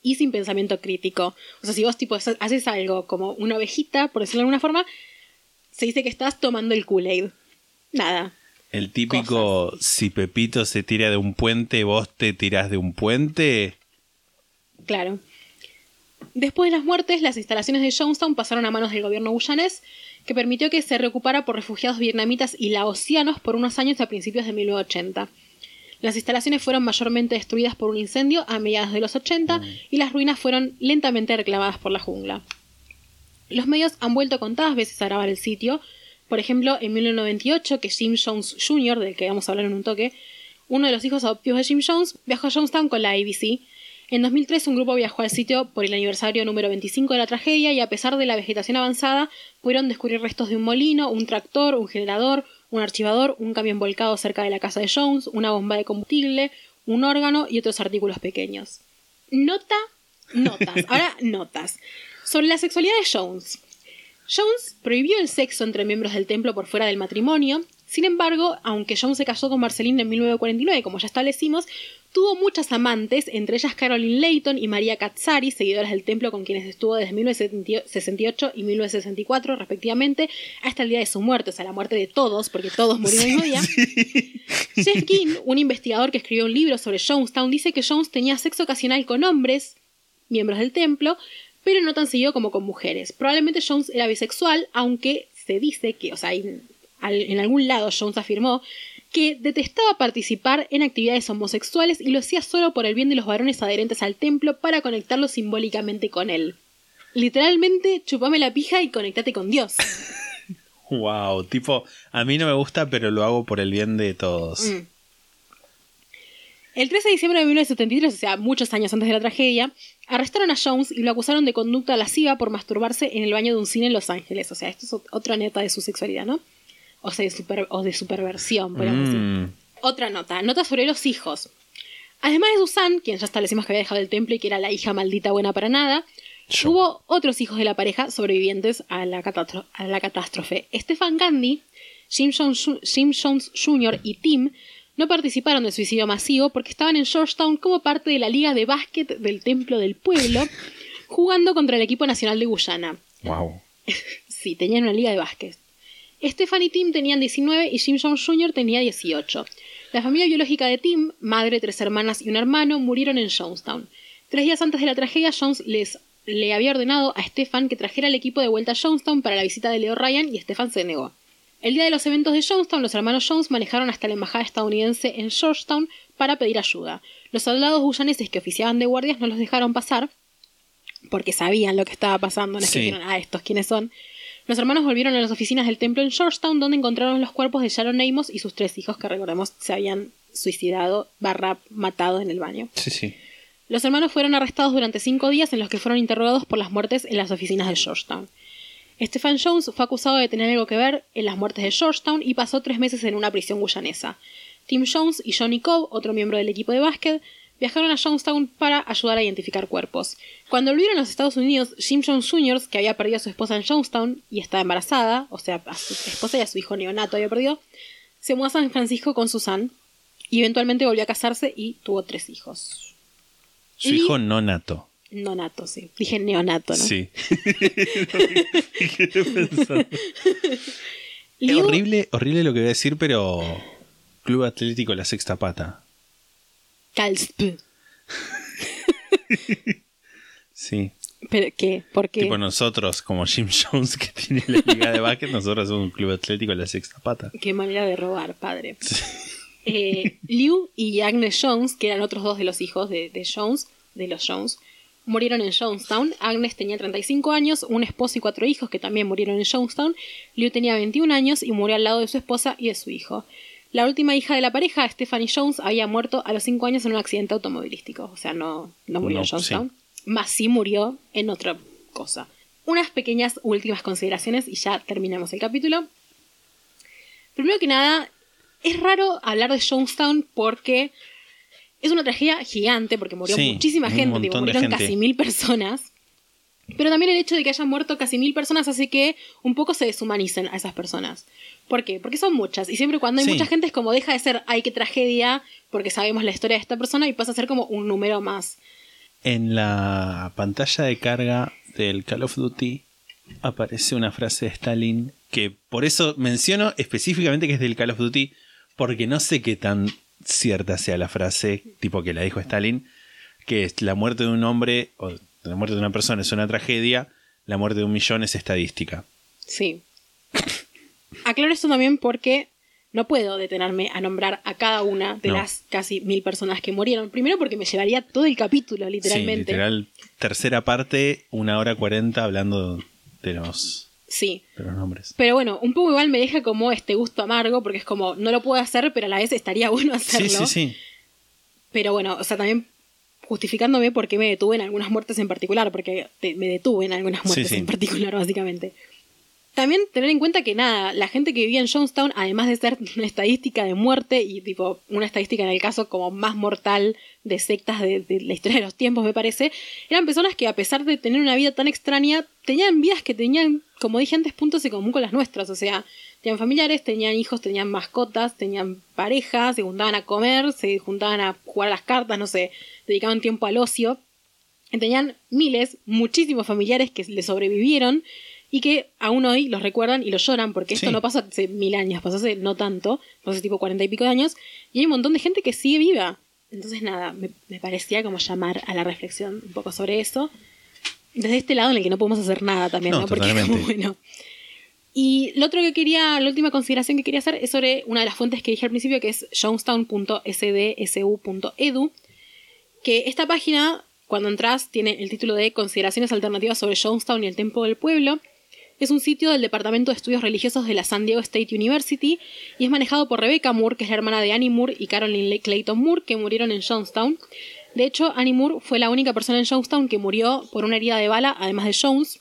y sin pensamiento crítico. O sea, si vos tipo haces algo como una ovejita, por decirlo de alguna forma, se dice que estás tomando el Kool-Aid. Nada. El típico, cosas. Si Pepito se tira de un puente, vos te tirás de un puente. Claro. Después de las muertes, las instalaciones de Jonestown pasaron a manos del gobierno guyanés, que permitió que se reocupara por refugiados vietnamitas y laosianos por unos años a principios de 1980. Las instalaciones fueron mayormente destruidas por un incendio a mediados de los 80 y las ruinas fueron lentamente reclamadas por la jungla. Los medios han vuelto contadas veces a grabar el sitio. Por ejemplo, en 1998, que Jim Jones Jr., del que vamos a hablar en un toque, uno de los hijos adoptivos de Jim Jones, viajó a Jonestown con la ABC. En 2003 un grupo viajó al sitio por el aniversario número 25 de la tragedia y a pesar de la vegetación avanzada pudieron descubrir restos de un molino, un tractor, un generador, un archivador, un camión volcado cerca de la casa de Jones, una bomba de combustible, un órgano y otros artículos pequeños. Notas. Ahora notas. Sobre la sexualidad de Jones. Jones prohibió el sexo entre miembros del templo por fuera del matrimonio. Sin embargo, aunque Jones se casó con Marceline en 1949, como ya establecimos, tuvo muchas amantes, entre ellas Caroline Layton y María Katsari, seguidoras del templo con quienes estuvo desde 1968 y 1964, respectivamente, hasta el día de su muerte, o sea, la muerte de todos, porque todos murieron el mismo día. Sí. Jeff King, un investigador que escribió un libro sobre Jonestown, dice que Jones tenía sexo ocasional con hombres, miembros del templo, pero no tan seguido como con mujeres. Probablemente Jones era bisexual, aunque se dice que, o sea, en algún lado Jones afirmó que detestaba participar en actividades homosexuales y lo hacía solo por el bien de los varones adherentes al templo para conectarlos simbólicamente con él. Literalmente, chupame la pija y conectate con Dios. Wow, tipo, a mí no me gusta, pero lo hago por el bien de todos. El 13 de diciembre de 1973, o sea, muchos años antes de la tragedia, arrestaron a Jones y lo acusaron de conducta lasciva por masturbarse en el baño de un cine en Los Ángeles. O sea, esto es otra neta de su sexualidad, ¿no? O sea, de su perversión, podríamos decir. Otra nota sobre los hijos. Además de Susan, quien ya establecimos que había dejado el templo y que era la hija maldita buena para nada, hubo otros hijos de la pareja sobrevivientes a la catástrofe. Stephen Gandhi, Jim Jones Jr. y Tim no participaron del suicidio masivo porque estaban en Georgetown como parte de la liga de básquet del templo del pueblo, jugando contra el equipo nacional de Guyana. Wow. Sí, tenían una liga de básquet. Stephen y Tim tenían 19 y Jim Jones Jr. tenía 18. La familia biológica de Tim, madre, 3 hermanas y un hermano, murieron en Jonestown. 3 días antes de la tragedia, Jones le había ordenado a Stephen que trajera al equipo de vuelta a Jonestown para la visita de Leo Ryan y Stephen se negó. El día de los eventos de Jonestown, los hermanos Jones manejaron hasta la embajada estadounidense en Georgetown para pedir ayuda. Los soldados guyaneses que oficiaban de guardias no los dejaron pasar porque sabían lo que estaba pasando. No es que dijeron, estos quiénes son. Los hermanos volvieron a las oficinas del templo en Georgetown, donde encontraron los cuerpos de Sharon Amos y sus 3 hijos, que recordemos se habían suicidado / matado en el baño. Sí. Los hermanos fueron arrestados durante 5 días en los que fueron interrogados por las muertes en las oficinas de Georgetown. Stephen Jones fue acusado de tener algo que ver en las muertes de Georgetown y pasó 3 meses en una prisión guyanesa. Tim Jones y Johnny Cobb, otro miembro del equipo de básquet, viajaron a Jonestown para ayudar a identificar cuerpos. Cuando volvieron a los Estados Unidos, Jim Jones Jr., que había perdido a su esposa en Jonestown y estaba embarazada, o sea, a su esposa y a su hijo neonato había perdido, se mudó a San Francisco con Susan y eventualmente volvió a casarse y tuvo 3 hijos. Su hijo nonato. Nonato, sí. Dije neonato, ¿no? Sí. Es horrible lo que voy a decir, pero Club Atlético La Sexta Pata. Calsp. Sí. ¿Pero qué? ¿Por qué? Tipo nosotros, como Jim Jones, que tiene la liga de básquet, nosotros somos un Club Atlético La Sexta Pata. Qué manera de robar, padre. Sí. Liu y Agnes Jones, que eran otros 2 de los hijos de los Jones, murieron en Jonestown. Agnes tenía 35 años, un esposo y 4 hijos que también murieron en Jonestown. Liu tenía 21 años y murió al lado de su esposa y de su hijo. La última hija de la pareja, Stephanie Jones, había muerto a los 5 años en un accidente automovilístico. O sea, no murió en Jonestown. Sí. Más sí murió en otra cosa. Unas pequeñas últimas consideraciones y ya terminamos el capítulo. Primero que nada, es raro hablar de Jonestown porque es una tragedia gigante, porque murió muchísima gente, tipo, murieron casi 1000 personas. Pero también el hecho de que hayan muerto casi 1000 personas hace que un poco se deshumanicen a esas personas. ¿Por qué? Porque son muchas. Y siempre cuando hay mucha gente es como deja de ser ¡ay, qué tragedia! Porque sabemos la historia de esta persona y pasa a ser como un número más. En la pantalla de carga del Call of Duty aparece una frase de Stalin que por eso menciono específicamente que es del Call of Duty, porque no sé qué tan cierta sea la frase, tipo que la dijo Stalin, que es: la muerte de un hombre o la muerte de una persona es una tragedia, la muerte de 1.000.000 es estadística. Sí. Aclaro esto también porque no puedo detenerme a nombrar a cada una de las casi 1.000 personas que murieron. Primero porque me llevaría todo el capítulo, literalmente. Sí, literal, tercera parte, 1h40 hablando de los nombres. Pero bueno, un poco igual me deja como este gusto amargo, porque es como, no lo puedo hacer, pero a la vez estaría bueno hacerlo. Sí. Pero bueno, o sea, también justificándome por qué me detuve en algunas muertes en particular, porque me detuve en algunas muertes en particular, básicamente. También tener en cuenta que nada, la gente que vivía en Jonestown, además de ser una estadística de muerte y tipo una estadística en el caso como más mortal de sectas de la historia de los tiempos, me parece, eran personas que a pesar de tener una vida tan extraña, tenían vidas que tenían, como dije antes, puntos en común con las nuestras. O sea, tenían familiares, tenían hijos, tenían mascotas, tenían parejas, se juntaban a comer, se juntaban a jugar a las cartas, no sé, dedicaban tiempo al ocio. Y tenían muchísimos familiares que le sobrevivieron y que aún hoy los recuerdan y los lloran, porque esto no pasó hace 1.000 años, pasó hace no tanto, pasó hace tipo 40 y pico de años, y hay un montón de gente que sigue viva. Entonces nada, me parecía como llamar a la reflexión un poco sobre eso, desde este lado en el que no podemos hacer nada también, ¿no? Porque como, bueno. Y la última consideración que quería hacer es sobre una de las fuentes que dije al principio, que es jonestown.sdsu.edu, que esta página, cuando entras, tiene el título de Consideraciones alternativas sobre Jonestown y el Templo del Pueblo. Es un sitio del Departamento de Estudios Religiosos de la San Diego State University y es manejado por Rebecca Moore, que es la hermana de Annie Moore y Carolyn Clayton Moore, que murieron en Jonestown. De hecho, Annie Moore fue la única persona en Jonestown que murió por una herida de bala, además de Jones.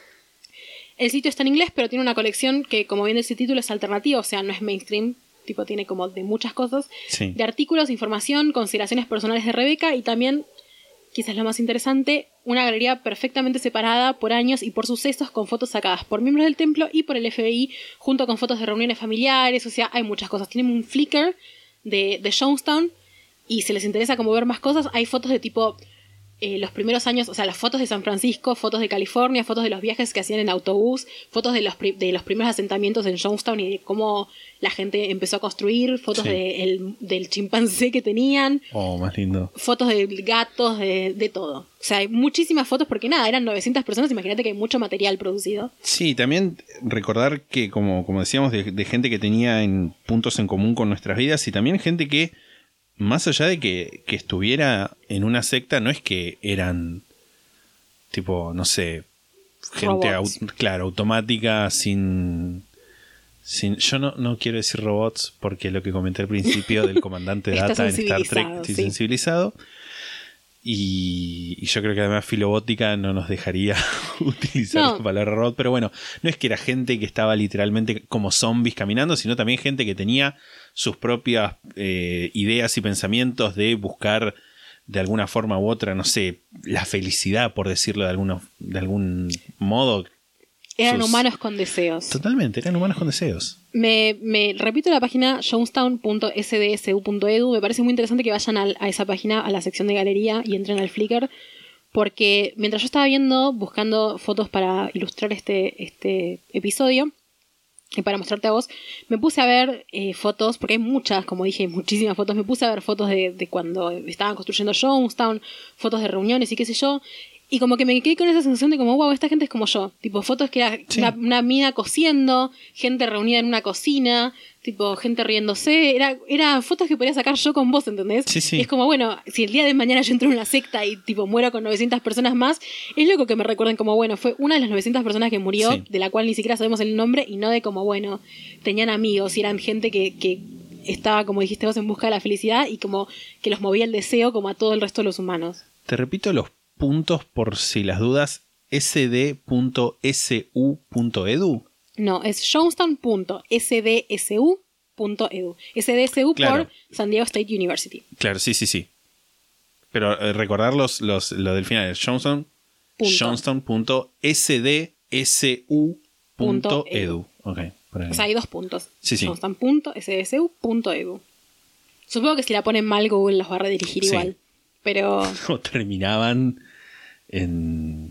El sitio está en inglés, pero tiene una colección que, como bien dice el título, es alternativa, o sea, no es mainstream, tipo tiene como de muchas cosas, de artículos, información, consideraciones personales de Rebecca y también, quizás lo más interesante, una galería perfectamente separada por años y por sucesos con fotos sacadas por miembros del templo y por el FBI, junto con fotos de reuniones familiares. O sea, hay muchas cosas. Tienen un Flickr de Jonestown y si les interesa como ver más cosas, hay fotos de tipo los primeros años, o sea, las fotos de San Francisco, fotos de California, fotos de los viajes que hacían en autobús, fotos de los primeros asentamientos en Jonestown y de cómo la gente empezó a construir, fotos del chimpancé que tenían. Oh, más lindo. Fotos de gatos, de todo. O sea, hay muchísimas fotos porque nada, eran 900 personas, imagínate que hay mucho material producido. Sí, también recordar que, como decíamos, de gente que tenía puntos en común con nuestras vidas y también gente que, más allá de que estuviera en una secta, no es que eran tipo, no sé, gente automática sin yo no quiero decir robots porque lo que comenté al principio del comandante Data en Star Trek, estoy sensibilizado. Y yo creo que además Filobótica no nos dejaría utilizar la palabra robot, pero bueno, no es que era gente que estaba literalmente como zombies caminando, sino también gente que tenía sus propias ideas y pensamientos de buscar de alguna forma u otra, no sé, la felicidad, por decirlo de algún modo. Eran humanos con deseos. Totalmente, eran humanos con deseos. Me repito la página jonestown.sdsu.edu. Me parece muy interesante que vayan a esa página, a la sección de galería y entren al Flickr, porque mientras yo estaba buscando fotos para ilustrar este episodio y para mostrarte a vos, me puse a ver fotos, porque hay muchas, como dije, muchísimas fotos. Me puse a ver fotos de cuando estaban construyendo Jonestown, fotos de reuniones y qué sé yo. Y como que me quedé con esa sensación de como, wow, esta gente es como yo. Tipo, fotos que era una mina cociendo, gente reunida en una cocina, tipo, gente riéndose. Era fotos que podía sacar yo con vos, ¿entendés? Sí. Y es como, bueno, si el día de mañana yo entro en una secta y tipo muero con 900 personas más, es loco que me recuerden como, bueno, fue una de las 900 personas que murió, de la cual ni siquiera sabemos el nombre, y no de como, bueno, tenían amigos y eran gente que estaba, como dijiste vos, en busca de la felicidad y como que los movía el deseo como a todo el resto de los humanos. Te repito los puntos por si las dudas, sd.su.edu. No, es jonestown.sdsu.edu. SDSU por San Diego State University. Claro, sí. Pero recordar lo del final, es jonestown.sdsu.edu. Okay, o sea, hay 2 puntos. Sí. jonestown.sdsu.edu. Supongo que si la ponen mal, Google los va a redirigir igual. pero... O terminaban en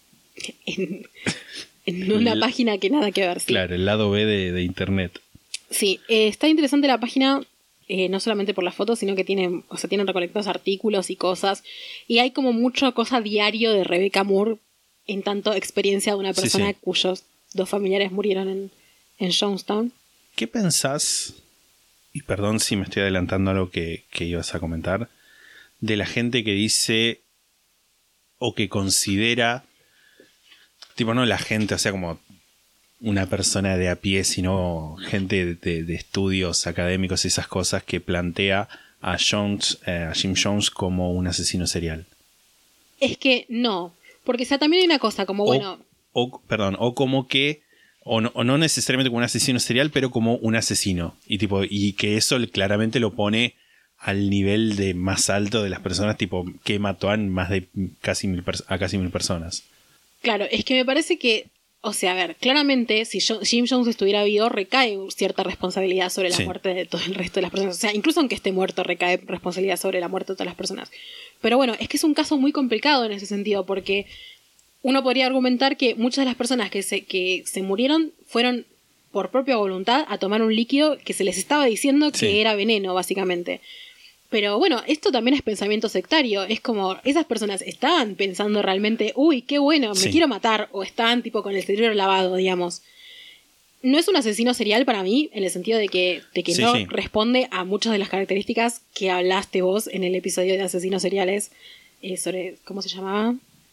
una página que nada que ver. Sí. Claro, el lado B de internet. Sí, está interesante la página, no solamente por las fotos, sino que tienen recolectados artículos y cosas. Y hay como mucha cosa diario de Rebecca Moore, en tanto experiencia de una persona cuyos 2 familiares murieron en Jonestown. ¿Qué pensás, y perdón si me estoy adelantando a lo que ibas a comentar, de la gente que dice o que considera, tipo no la gente, o sea, como una persona de a pie, sino gente de estudios académicos y esas cosas, que plantea a Jim Jones como un asesino serial? Es que no, porque también hay una cosa, como o como que, o no necesariamente como un asesino serial, pero como un asesino, y que eso claramente lo pone al nivel de más alto de las personas, tipo que mató a más de casi 1.000 personas. Claro, es que me parece que, o sea, a ver, claramente si Jim Jones estuviera vivo, recae cierta responsabilidad sobre la muerte de todo el resto de las personas. O sea, incluso aunque esté muerto, recae responsabilidad sobre la muerte de todas las personas. Pero bueno, es que es un caso muy complicado en ese sentido, porque uno podría argumentar que muchas de las personas que se murieron fueron por propia voluntad a tomar un líquido que se les estaba diciendo que era veneno, básicamente. Pero bueno, esto también es pensamiento sectario. Es como, esas personas estaban pensando realmente, uy, qué bueno, me quiero matar, o estaban tipo con el cerebro lavado, digamos. No es un asesino serial para mí, en el sentido de que responde a muchas de las características que hablaste vos en el episodio de asesinos seriales, sobre, ¿cómo se llamaba?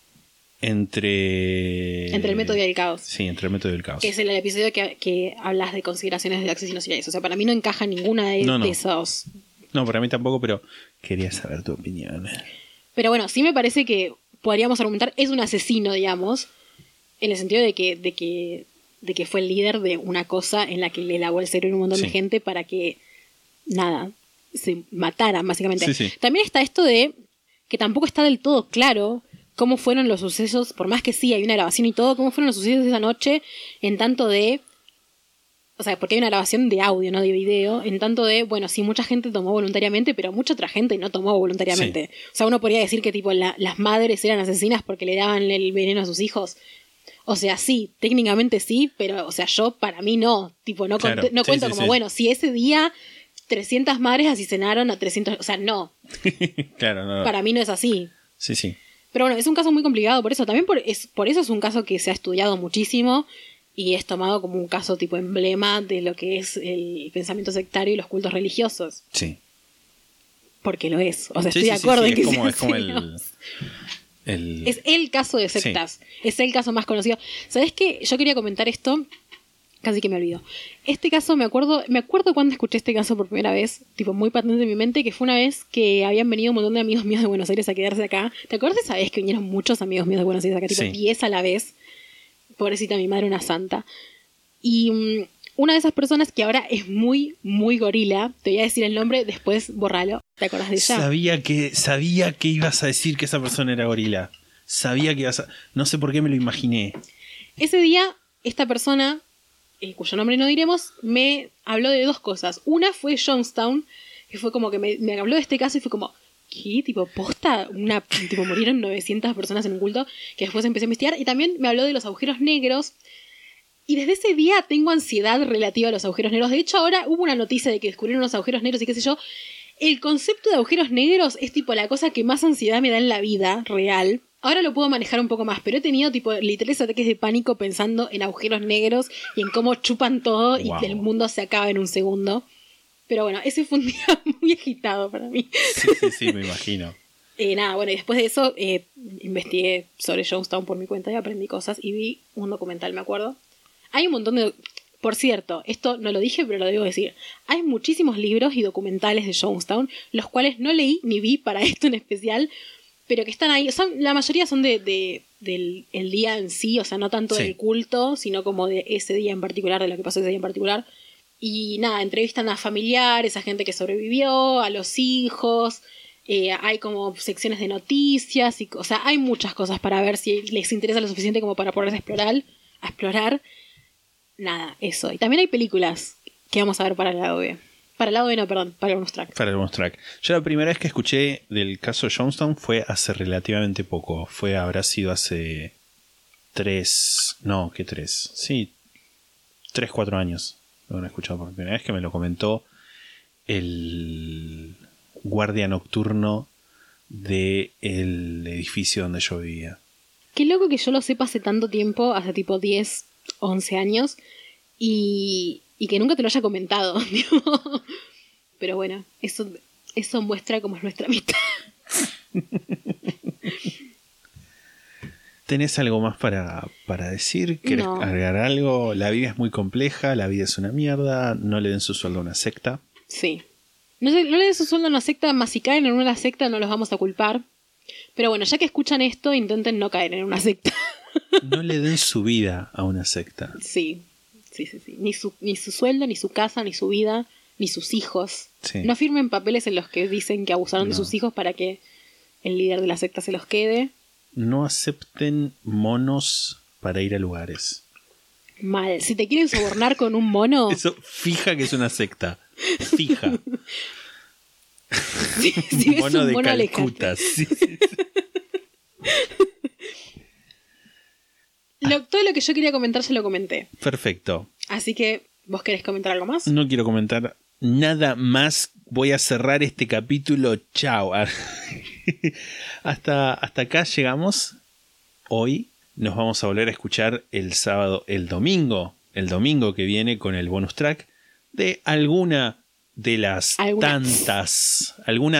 Entre el método y el caos. Sí, entre el método y el caos. Que es el episodio que hablas de consideraciones de asesinos seriales. O sea, para mí no encaja ninguna de esos. No, para mí tampoco, pero quería saber tu opinión. Pero bueno, sí me parece que podríamos argumentar, es un asesino, digamos, en el sentido de que fue el líder de una cosa en la que le lavó el cerebro a un montón de gente para que, nada, se mataran, básicamente. También está esto de que tampoco está del todo claro cómo fueron los sucesos, por más que sí hay una grabación y todo, cómo fueron los sucesos de esa noche, en tanto de... O sea, porque hay una grabación de audio, no de video, en tanto de, bueno, sí, mucha gente tomó voluntariamente, pero mucha otra gente no tomó voluntariamente. O sea, uno podría decir que tipo las madres eran asesinas porque le daban el veneno a sus hijos. O sea, sí, técnicamente sí, pero, o sea, para mí no. Tipo, no cuento como, bueno, si ese día 300 madres asesinaron a 300... O sea, no. Claro, no. Para mí no es así. Sí. Pero bueno, es un caso muy complicado por eso. También por eso es un caso que se ha estudiado muchísimo y es tomado como un caso tipo emblema de lo que es el pensamiento sectario y los cultos religiosos. Sí. Porque lo es. O sea, estoy de acuerdo en que es como es el caso de sectas. Es el caso más conocido. ¿Sabés qué? Yo quería comentar esto. Casi que me olvido. Este caso, me acuerdo cuando escuché este caso por primera vez, tipo muy patente en mi mente, que fue una vez que habían venido un montón de amigos míos de Buenos Aires a quedarse acá. ¿Te acuerdas esa vez que vinieron muchos amigos míos de Buenos Aires acá? Tipo 10 a la vez. Pobrecita, mi madre, una santa. Y una de esas personas que ahora es muy, muy gorila, te voy a decir el nombre, después borralo. ¿Te acordás de ella? Sabía que ibas a decir que esa persona era gorila. Sabía que ibas a... No sé por qué me lo imaginé. Ese día, esta persona, cuyo nombre no diremos, me habló de 2 cosas. Una fue Jonestown, que fue como que me habló de este caso y fue como... ¿Qué? Tipo, posta, tipo, murieron 900 personas en un culto, que después empecé a investigar, y también me habló de los agujeros negros, y desde ese día tengo ansiedad relativa a los agujeros negros. De hecho, ahora hubo una noticia de que descubrieron unos agujeros negros y qué sé yo. El concepto de agujeros negros es tipo la cosa que más ansiedad me da en la vida real. Ahora lo puedo manejar un poco más, pero he tenido tipo literales ataques de pánico pensando en agujeros negros y en cómo chupan todo y que el mundo se acaba en un segundo. Pero bueno, ese fue un día muy agitado para mí. Sí, me imagino. Nada, bueno, y después de eso investigué sobre Jonestown por mi cuenta y aprendí cosas y vi un documental, me acuerdo. Hay un montón de... Por cierto, esto no lo dije, pero lo debo decir. Hay muchísimos libros y documentales de Jonestown, los cuales no leí ni vi para esto en especial, pero que están ahí. La mayoría son del día en sí, o sea, no tanto del culto, sino como de ese día en particular, de lo que pasó ese día en particular. Y nada, entrevistan a familiares, a gente que sobrevivió, a los hijos, hay como secciones de noticias, o sea, hay muchas cosas para ver si les interesa lo suficiente como para poderse explorar. Nada, eso. Y también hay películas que vamos a ver para el lado B. Para el lado B no, perdón, para el bonus track. Para el bonus track. Yo la primera vez que escuché del caso Jonestown fue hace relativamente poco. Habrá sido hace 3, 4 años. Lo han escuchado por primera vez, que me lo comentó el guardia nocturno del edificio donde yo vivía. Qué loco que yo lo sepa hace tanto tiempo, hace tipo 10, 11 años, y que nunca te lo haya comentado. Pero bueno, eso muestra cómo es nuestra amistad. ¿Tenés algo más para decir? ¿Querés agregar algo? La vida es muy compleja, la vida es una mierda, no le den su sueldo a una secta. Sí. No le den su sueldo a una secta, más si caen en una secta no los vamos a culpar. Pero bueno, ya que escuchan esto, intenten no caer en una secta. No le den su vida a una secta. Sí. Ni su sueldo, ni su casa, ni su vida, ni sus hijos. Sí. No firmen papeles en los que dicen que abusaron de sus hijos para que el líder de la secta se los quede. No acepten monos para ir a lugares. Mal. Si te quieren sobornar con un mono... Eso fija que es una secta. Fija. Si ves mono un de mono Calcuta. Sí. Todo lo que yo quería comentar se lo comenté. Perfecto. Así que, ¿vos querés comentar algo más? No quiero comentar nada más. Voy a cerrar este capítulo. Chao. Hasta acá llegamos. Hoy nos vamos a volver a escuchar el domingo que viene con el bonus track de algunas de las tantas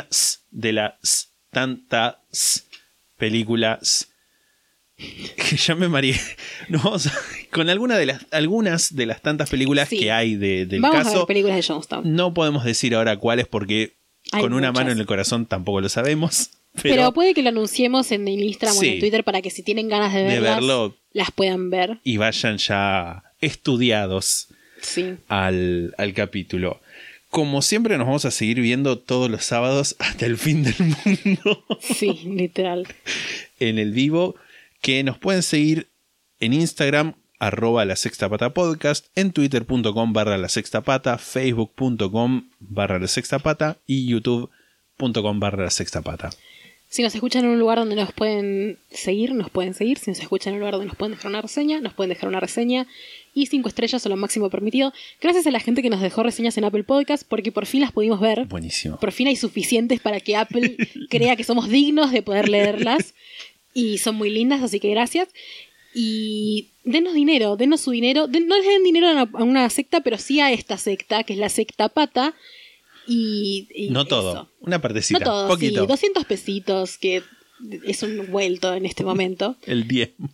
películas que ya me mareé. Con algunas de las tantas películas que hay del vamos caso. A ver películas de Jonestown. No podemos decir ahora cuáles porque hay con una muchas. mano en el corazón tampoco lo sabemos. Pero puede que lo anunciemos en el Instagram o en el Twitter para que si tienen ganas de verlo, las puedan ver. Y vayan ya estudiados al capítulo. Como siempre nos vamos a seguir viendo todos los sábados hasta el fin del mundo. Sí, literal. En el vivo, que nos pueden seguir en Instagram, @lasextapatapodcast, en twitter.com/lasextapata, facebook.com/lasextapata y youtube.com/lasextapata. Si nos escuchan en un lugar donde nos pueden seguir, nos pueden seguir. Si nos escuchan en un lugar donde nos pueden dejar una reseña, nos pueden dejar una reseña. Y 5 estrellas son lo máximo permitido. Gracias a la gente que nos dejó reseñas en Apple Podcast, porque por fin las pudimos ver. Buenísimo. Por fin hay suficientes para que Apple crea que somos dignos de poder leerlas. Y son muy lindas, así que gracias. Y denos dinero, denos su dinero. No les den dinero a una secta, pero sí a esta secta, que es la Secta Pata. Y no todo, eso. Una partecita, no todo, poquito. Sí, 200 pesitos, que es un vuelto en este momento. El diezmo.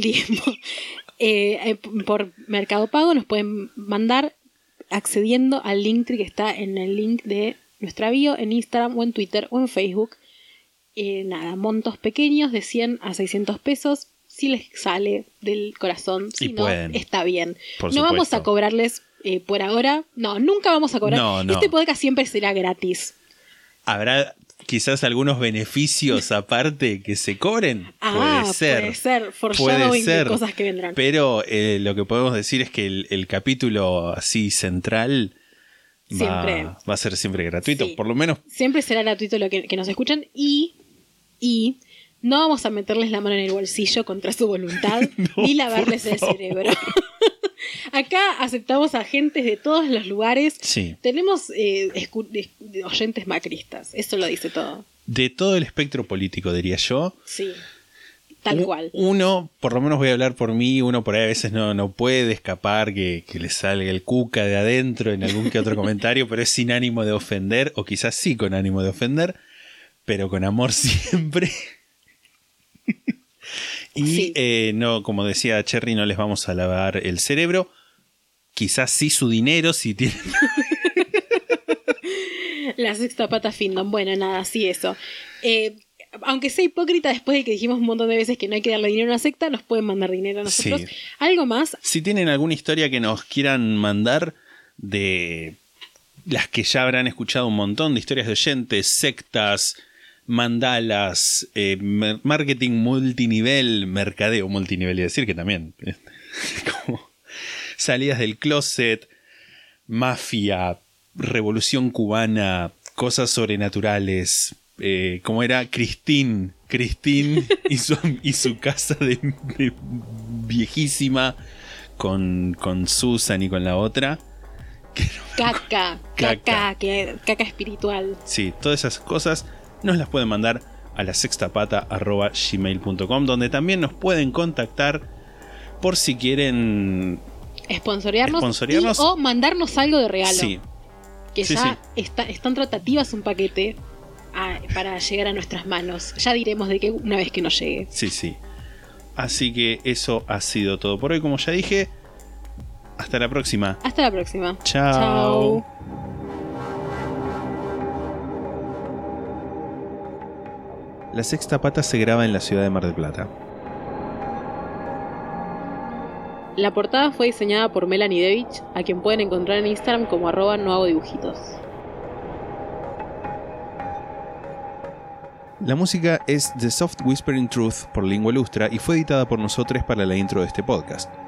Por Mercado Pago nos pueden mandar accediendo al Linktree que está en el link de nuestra bio en Instagram o en Twitter o en Facebook. Montos pequeños de 100 a 600 pesos. Si les sale del corazón, si no, está bien. No vamos a cobrarles por ahora. No, nunca vamos a cobrar. No. Este podcast siempre será gratis. ¿Habrá quizás algunos beneficios aparte que se cobren? Puede ser. Foreshadowing de cosas que vendrán. Pero lo que podemos decir es que el capítulo así central va a ser siempre gratuito. Sí. Por lo menos. Siempre será gratuito lo que nos escuchan y no vamos a meterles la mano en el bolsillo contra su voluntad ni lavarles el cerebro. Acá aceptamos agentes de todos los lugares. Sí. Tenemos oyentes macristas. Eso lo dice todo. De todo el espectro político, diría yo. Sí. Tal cual. Uno, por lo menos voy a hablar por mí, uno por ahí a veces no puede escapar que le salga el cuca de adentro en algún que otro comentario, pero es sin ánimo de ofender, o quizás sí con ánimo de ofender, pero con amor siempre. Y no, como decía Cherry, no les vamos a lavar el cerebro. Quizás sí su dinero, si tienen. La Sexta Pata Findom. Bueno, nada, sí eso. Aunque sea hipócrita, después de que dijimos un montón de veces que no hay que darle dinero a una secta, nos pueden mandar dinero a nosotros. Sí. ¿Algo más? Si tienen alguna historia que nos quieran mandar de las que ya habrán escuchado un montón de historias de oyentes, sectas, mandalas, marketing multinivel, mercadeo multinivel, y decir que también como salidas del closet, mafia, revolución cubana, cosas sobrenaturales, como era Christine y su casa de viejísima con Susan y con la otra. Caca espiritual. Sí, todas esas cosas nos las pueden mandar a lasextapata@gmail.com, donde también nos pueden contactar por si quieren sponsorearnos o mandarnos algo de regalo. Sí. Que ya están tratativas un paquete para llegar a nuestras manos. Ya diremos de qué una vez que nos llegue. Sí. Así que eso ha sido todo por hoy, como ya dije. Hasta la próxima. Hasta la próxima. Chao. La Sexta Pata se graba en la ciudad de Mar del Plata. La portada fue diseñada por Melanie Devich, a quien pueden encontrar en Instagram como @nohagodibujitos. La música es The Soft Whispering Truth por Lingua Lustra y fue editada por nosotros para la intro de este podcast.